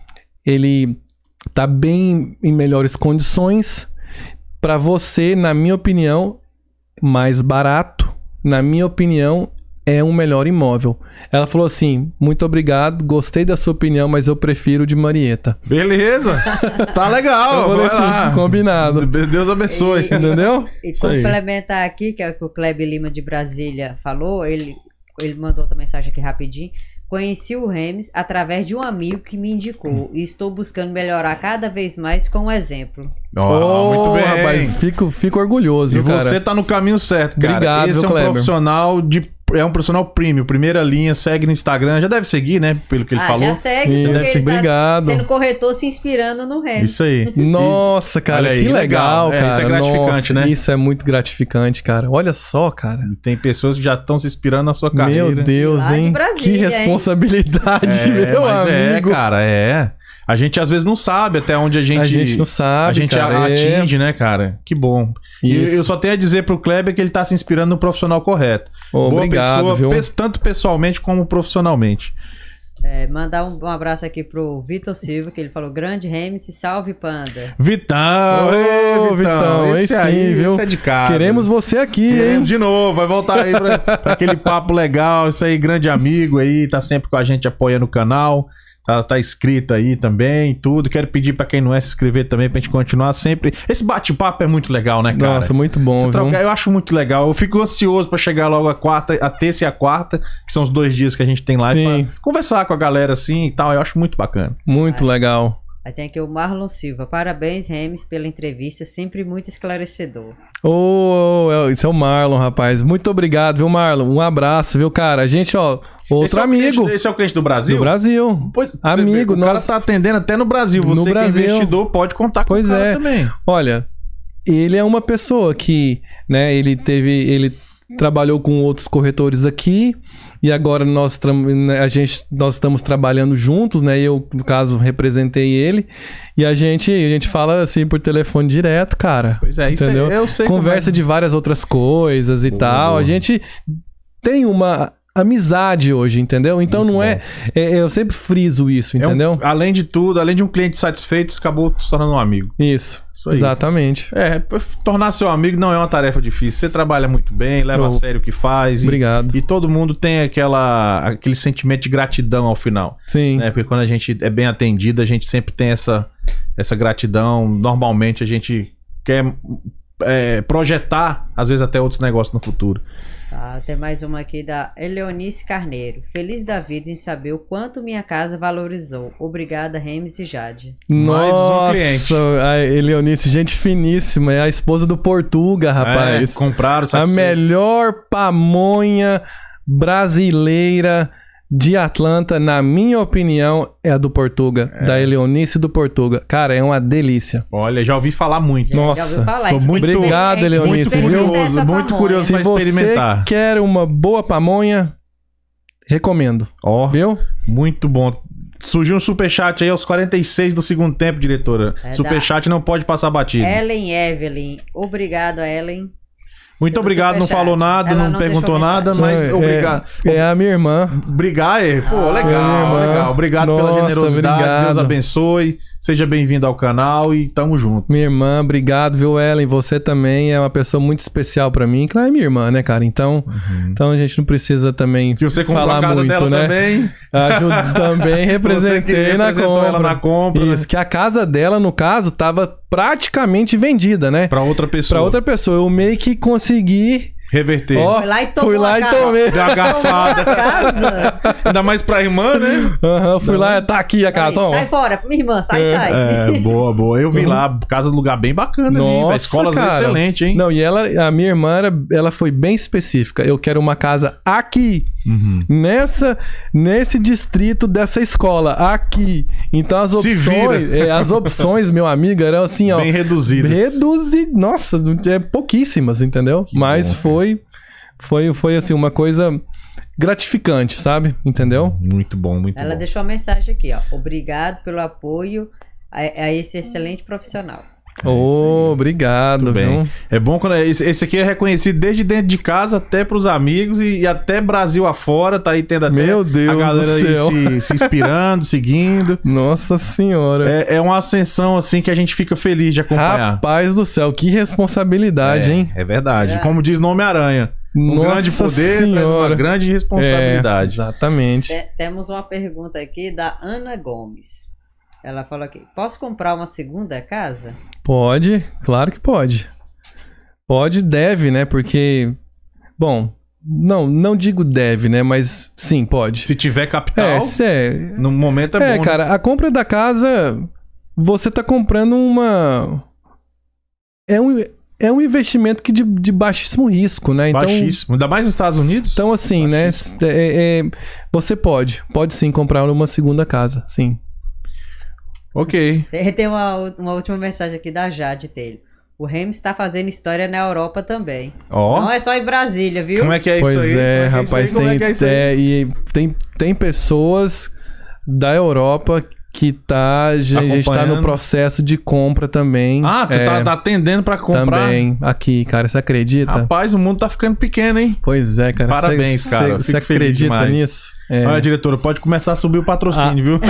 ele tá bem em melhores condições. Para você, na minha opinião, mais barato, na minha opinião, é um melhor imóvel. Ela falou assim, muito obrigado, gostei da sua opinião, mas eu prefiro de Marieta. Beleza, tá legal. Eu falei assim, lá. Combinado. Deus abençoe. E, entendeu? E complementar aqui, que é o que o Kleber Lima de Brasília falou, ele, ele mandou outra mensagem aqui rapidinho. Conheci o Remes através de um amigo que me indicou e estou buscando melhorar cada vez mais com um exemplo. Oh, oh, muito bem. Rapaz, fico, fico orgulhoso, e cara. você tá no caminho certo, cara. Obrigado, Esse é um Kleber. profissional de... É um profissional premium, primeira linha, segue no Instagram. Já deve seguir, né? Pelo que ele ah, falou. Já segue, Isso, porque ele obrigado. tá sendo corretor se inspirando no Remes. Isso aí. Nossa, cara, aí, que legal, legal cara. É, isso é gratificante, Nossa, né? Isso é muito gratificante, cara. Olha só, cara. Tem pessoas que já estão se inspirando na sua carreira. Meu Deus, hein? Brasília, que responsabilidade, hein? É, meu mas amigo. É, cara, é. A gente às vezes não sabe até onde a gente... A gente não sabe, A gente cara, atinge, é... né, cara? Que bom. E Isso. eu só tenho a dizer pro Kleber que ele tá se inspirando no profissional correto. Ô, Boa obrigado, pessoa, viu? pe- tanto pessoalmente como profissionalmente. É, mandar um, um abraço aqui pro Vitor Silva, que ele falou: grande Remes, salve Panda. Vitão! Ô, Ê, Vitão, esse aí aí, sim, viu? esse é de casa. Queremos você aqui, Queremos hein? de novo, vai voltar aí pra, pra aquele papo legal. Isso aí, grande amigo aí, tá sempre com a gente apoiando o canal. Tá, tá inscrito aí também, tudo. Quero pedir pra quem não é se inscrever também, pra gente continuar sempre. Esse bate-papo é muito legal, né, cara? Nossa, muito bom, Você viu? trocar- eu acho muito legal. Eu fico ansioso pra chegar logo a quarta, a terça e a quarta, que são os dois dias que a gente tem live, Sim. pra conversar com a galera assim e tal. Eu acho muito bacana. Muito legal. Aí tem aqui o Marlon Silva. Parabéns, Remes, pela entrevista, sempre muito esclarecedor. Ô, ô, esse é o Marlon, rapaz. Muito obrigado, viu, Marlon? Um abraço, viu, cara? A gente, ó, outro esse é o amigo cliente- esse é o cliente do Brasil? do Brasil. Pois, você Amigo, vê, o cara nós- tá atendendo até no Brasil. No Você que é Brasil. investidor pode contar Pois com o cara é. também. Olha, ele é uma pessoa que, né, ele teve, ele trabalhou com outros corretores aqui e agora nós, tra- né, a gente, nós estamos trabalhando juntos, né? Eu, no caso, representei ele e a gente, a gente fala assim por telefone direto, cara. Pois é, isso Entendeu? aí eu sei. Conversa como é. de várias outras coisas e Boa, tal. boa. A gente tem uma amizade hoje, entendeu? Então Muito não é, é- Eu sempre friso isso, É um- entendeu? além de tudo, além de um cliente satisfeito, acabou se tornando um amigo. Isso. Isso aí. Exatamente. É, p- tornar seu amigo não é uma tarefa difícil. Você trabalha muito bem, leva a Show. sério o que faz. E, Obrigado. e todo mundo tem aquela, aquele sentimento de gratidão ao final. Sim. Né? Porque quando a gente é bem atendido, a gente sempre tem essa, essa gratidão. Normalmente a gente quer é, projetar, às vezes, até outros negócios no futuro. Tá, tem mais uma aqui da Eleonice Carneiro. Feliz da vida em saber o quanto minha casa valorizou. Obrigada, Remes e Jade. Mais um Nossa, cliente. a Eleonice, gente finíssima, é a esposa do Portuga, rapaz. É, compraram, a satisfeito. melhor pamonha brasileira de Atlanta, na minha opinião, é a do Portuga, da Eleonice do Portuga. Cara, é uma delícia. Olha, já ouvi falar muito. Já- já Nossa, ouviu falar, sou a gente tem muito- que experimentar- Obrigado, a gente tem que Eleonice, experimentar muito curioso, essa muito pamonha. curioso. Se Pra você experimentar. quer uma boa pamonha, recomendo. Ó, Viu? muito bom. Surgiu um superchat aí aos quarenta e seis do segundo tempo, diretora. É, superchat não pode passar batido. Ellen Evelyn. Obrigado, Ellen. Muito pelo obrigado, não superchat. falou nada, Ela não, não perguntou deixou nada, mensagem. mas É, obrigado. É, é a minha irmã. Obrigar, é. Pô, Ah, legal, minha irmã. legal. Obrigado pela Nossa, generosidade. obrigado. Deus abençoe. Seja bem-vindo ao canal e tamo junto. Minha irmã, obrigado, viu, Ellen? Você também é uma pessoa muito especial pra mim. Claro, é minha irmã, né, cara? Então, então a gente não precisa também Que você comprou falar a casa muito, dela né? também. Ajudo, também representei Você que na representou compra. ela na compra, né? Isso, que a casa dela, no caso, tava praticamente vendida, né? Pra outra pessoa. Pra outra pessoa. Eu meio que consegui... Reverter. Ó, Foi lá e tomou fui lá a e casa. tomei. Deu uma garfada. Casa. Ainda mais pra irmã, né? Aham, fui lá, tá aqui a casa, Aí, toma. sai fora, minha irmã, sai, sai. É, boa, boa. Eu vi lá, casa do lugar bem bacana ali. Nossa, A escola cara. excelente, hein? Não, e ela, a minha irmã, era, ela foi bem específica. Eu quero uma casa aqui, Uhum. nessa, nesse distrito dessa escola, aqui. Então as Se opções, vira. é, as opções, meu amigo, eram assim, ó, Bem reduzidas. reduzi, nossa, é pouquíssimas, entendeu? Que Mas bom, cara. foi, foi, foi assim uma coisa gratificante, sabe? Entendeu? Muito bom, muito Ela bom. deixou a mensagem aqui, ó. Obrigado pelo apoio a, a esse excelente profissional. É Oh, isso aí. obrigado, Muito bem. viu? É bom quando esse, esse aqui é reconhecido desde dentro de casa até pros amigos e, e até Brasil afora, tá aí tendo até Meu Deus a galera do aí céu. se, se inspirando, seguindo. Nossa senhora. É, é uma ascensão assim que a gente fica feliz de acompanhar. Rapaz do céu, que responsabilidade, é, hein? é verdade. É. Como diz Nome Aranha, um Nossa grande poder traz uma senhora. grande É, responsabilidade. exatamente. Te- temos uma pergunta aqui da Ana Gomes. Ela falou aqui: posso comprar uma segunda casa? Pode, claro que pode. Pode, deve, né? Porque, bom, não, não digo deve, né? Mas sim, pode. Se tiver capital, É, se é, no momento é, é, bom. né? cara, a compra da casa, você tá comprando uma... É um, é um investimento que de, de baixíssimo risco, né? Então, Baixíssimo. Ainda mais nos Estados Unidos. então assim, né? Baixíssimo. é- é- você pode, pode sim comprar uma segunda casa, sim. Ok. Tem, tem uma, uma última mensagem aqui da Jade dele. O Remes está fazendo história na Europa também. Ó. Não é só em Brasília, viu? Como é que é Pois isso aí? é, Como é que isso aí? rapaz, Como tem, é que é isso aí? é, e tem, tem pessoas da Europa que tá, a gente tá no processo de compra também. Ah, tu é, tá, tá atendendo pra comprar? Também, aqui, cara, você acredita? Rapaz, o mundo tá ficando pequeno, hein? Pois é, cara. Parabéns, cê, cara. Você acredita demais. nisso? É. Olha, diretora, pode começar a subir o patrocínio, ah. viu?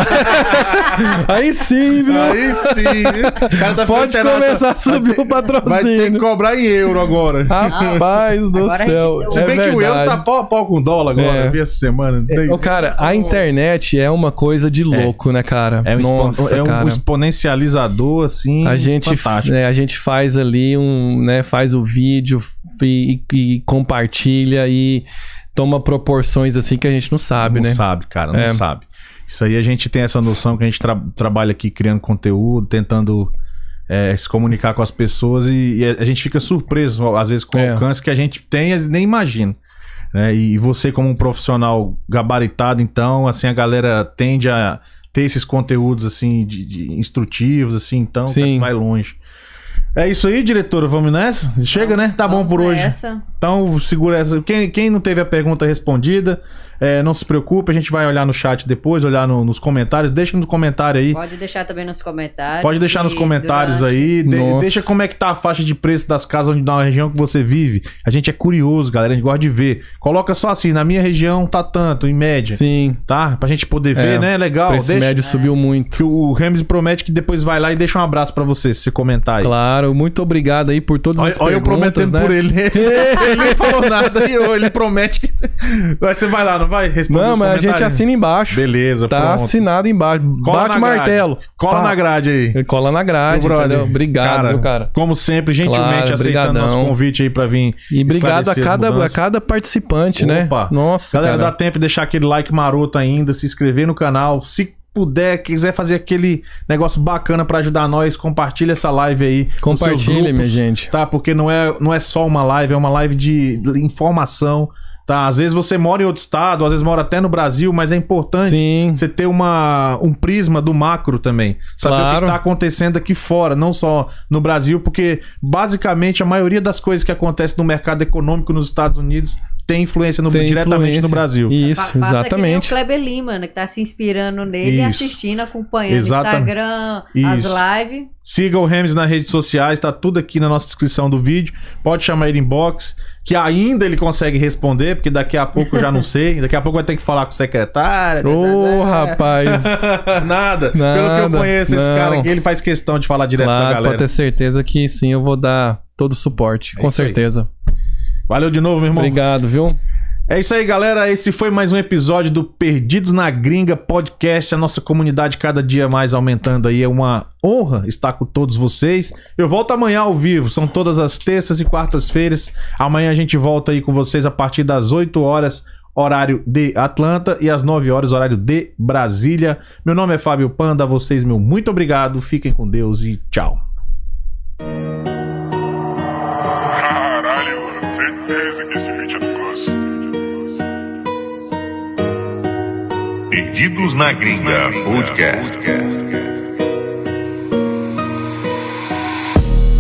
Aí sim, viu? Aí sim. O cara tá pode começar a subir o patrocínio. Vai ter que cobrar em euro agora. Rapaz do agora céu. gente... Se bem é que o euro tá pau a pau com o dólar agora, é. eu vi essa semana. É, cara, a internet é uma coisa de louco, é. né, cara? É um, Nossa, é um cara. exponencializador, assim, a gente, fantástico. É, a gente faz ali um, né, faz o vídeo e, e compartilha e toma proporções assim que a gente não sabe, não né? Não sabe, cara, não é. sabe. Isso aí a gente tem essa noção que a gente tra trabalha aqui criando conteúdo, tentando é, se comunicar com as pessoas e, e a gente fica surpreso, às vezes, com o é. alcance que a gente tem e nem imagina. Né? E você, como um profissional gabaritado, então, assim, a galera tende a ter esses conteúdos, assim, de, de instrutivos, assim, então, que vai longe. É isso aí, diretora, vamos nessa? Chega, vamos, né? Tá bom por hoje. Nessa. Então, segura essa. Quem, quem não teve a pergunta respondida, é, não se preocupe, a gente vai olhar no chat depois, olhar no, nos comentários. Deixa no comentário aí. Pode deixar também nos comentários. Pode deixar nos comentários durante... aí. De, deixa como é que tá a faixa de preço das casas onde, na região que você vive. A gente é curioso, galera, a gente gosta de ver. Coloca só assim, na minha região tá tanto, em média. Sim. Tá? Pra gente poder ver, é, né? Legal. O preço deixa... médio é. subiu muito. Que o Ramsey promete que depois vai lá e deixa um abraço pra você, se você comentar aí. Claro, muito obrigado aí por todas olha, as perguntas, olha eu prometendo né? por ele. Ele nem falou nada. Ele promete que... Você vai lá, não vai? Responder não, mas a gente assina embaixo. Beleza, tá pronto. assinado embaixo. Cola Bate o martelo. Cola Pá. na grade aí. Cola na grade, entendeu? Obrigado, cara, viu, cara? Como sempre, gentilmente claro, aceitando brigadão. nosso convite aí pra vir. E obrigado a cada, a cada participante, Opa. né? Nossa, galera, cara. dá tempo de deixar aquele like maroto ainda, se inscrever no canal. Se puder, quiser fazer aquele negócio bacana pra ajudar nós, compartilha essa live aí. Compartilha, minha gente. Tá? Porque não é, não é só uma live, é uma live de informação. Tá, às vezes você mora em outro estado, às vezes mora até no Brasil, mas é importante Sim. você ter uma, um prisma do macro também. Saber claro. o que está acontecendo aqui fora, não só no Brasil, porque basicamente a maioria das coisas que acontecem no mercado econômico nos Estados Unidos tem influência no, tem diretamente influência. no Brasil. Isso, Passa exatamente. Que nem o Kleber Lima, né, que tá se inspirando nele, Isso. assistindo, acompanhando Exatamente. Instagram, Isso. as lives. Siga o Ramsey nas redes sociais, tá tudo aqui na nossa descrição do vídeo. Pode chamar ele inbox, que ainda ele consegue responder, porque daqui a pouco eu já não sei. Daqui a pouco vai ter que falar com o secretário. Ô, oh, rapaz. Nada. Nada. Pelo que eu conheço, esse não. cara aqui, ele faz questão de falar direto claro, pra galera. Pode ter certeza que sim, eu vou dar todo o suporte, É com certeza. Aí. Valeu de novo, meu irmão. Obrigado, viu? É isso aí, galera. Esse foi mais um episódio do Perdidos na Gringa Podcast. A nossa comunidade cada dia mais aumentando aí. É uma honra estar com todos vocês. Eu volto amanhã ao vivo. São todas as terças e quartas-feiras. Amanhã a gente volta aí com vocês a partir das oito horas, horário de Atlanta, e às nove horas, horário de Brasília. Meu nome é Fábio Panda. A vocês, meu muito obrigado. Fiquem com Deus e tchau. Caralho, mano. Certeza que esse vídeo é grosso. Perdidos na Gringa Podcast.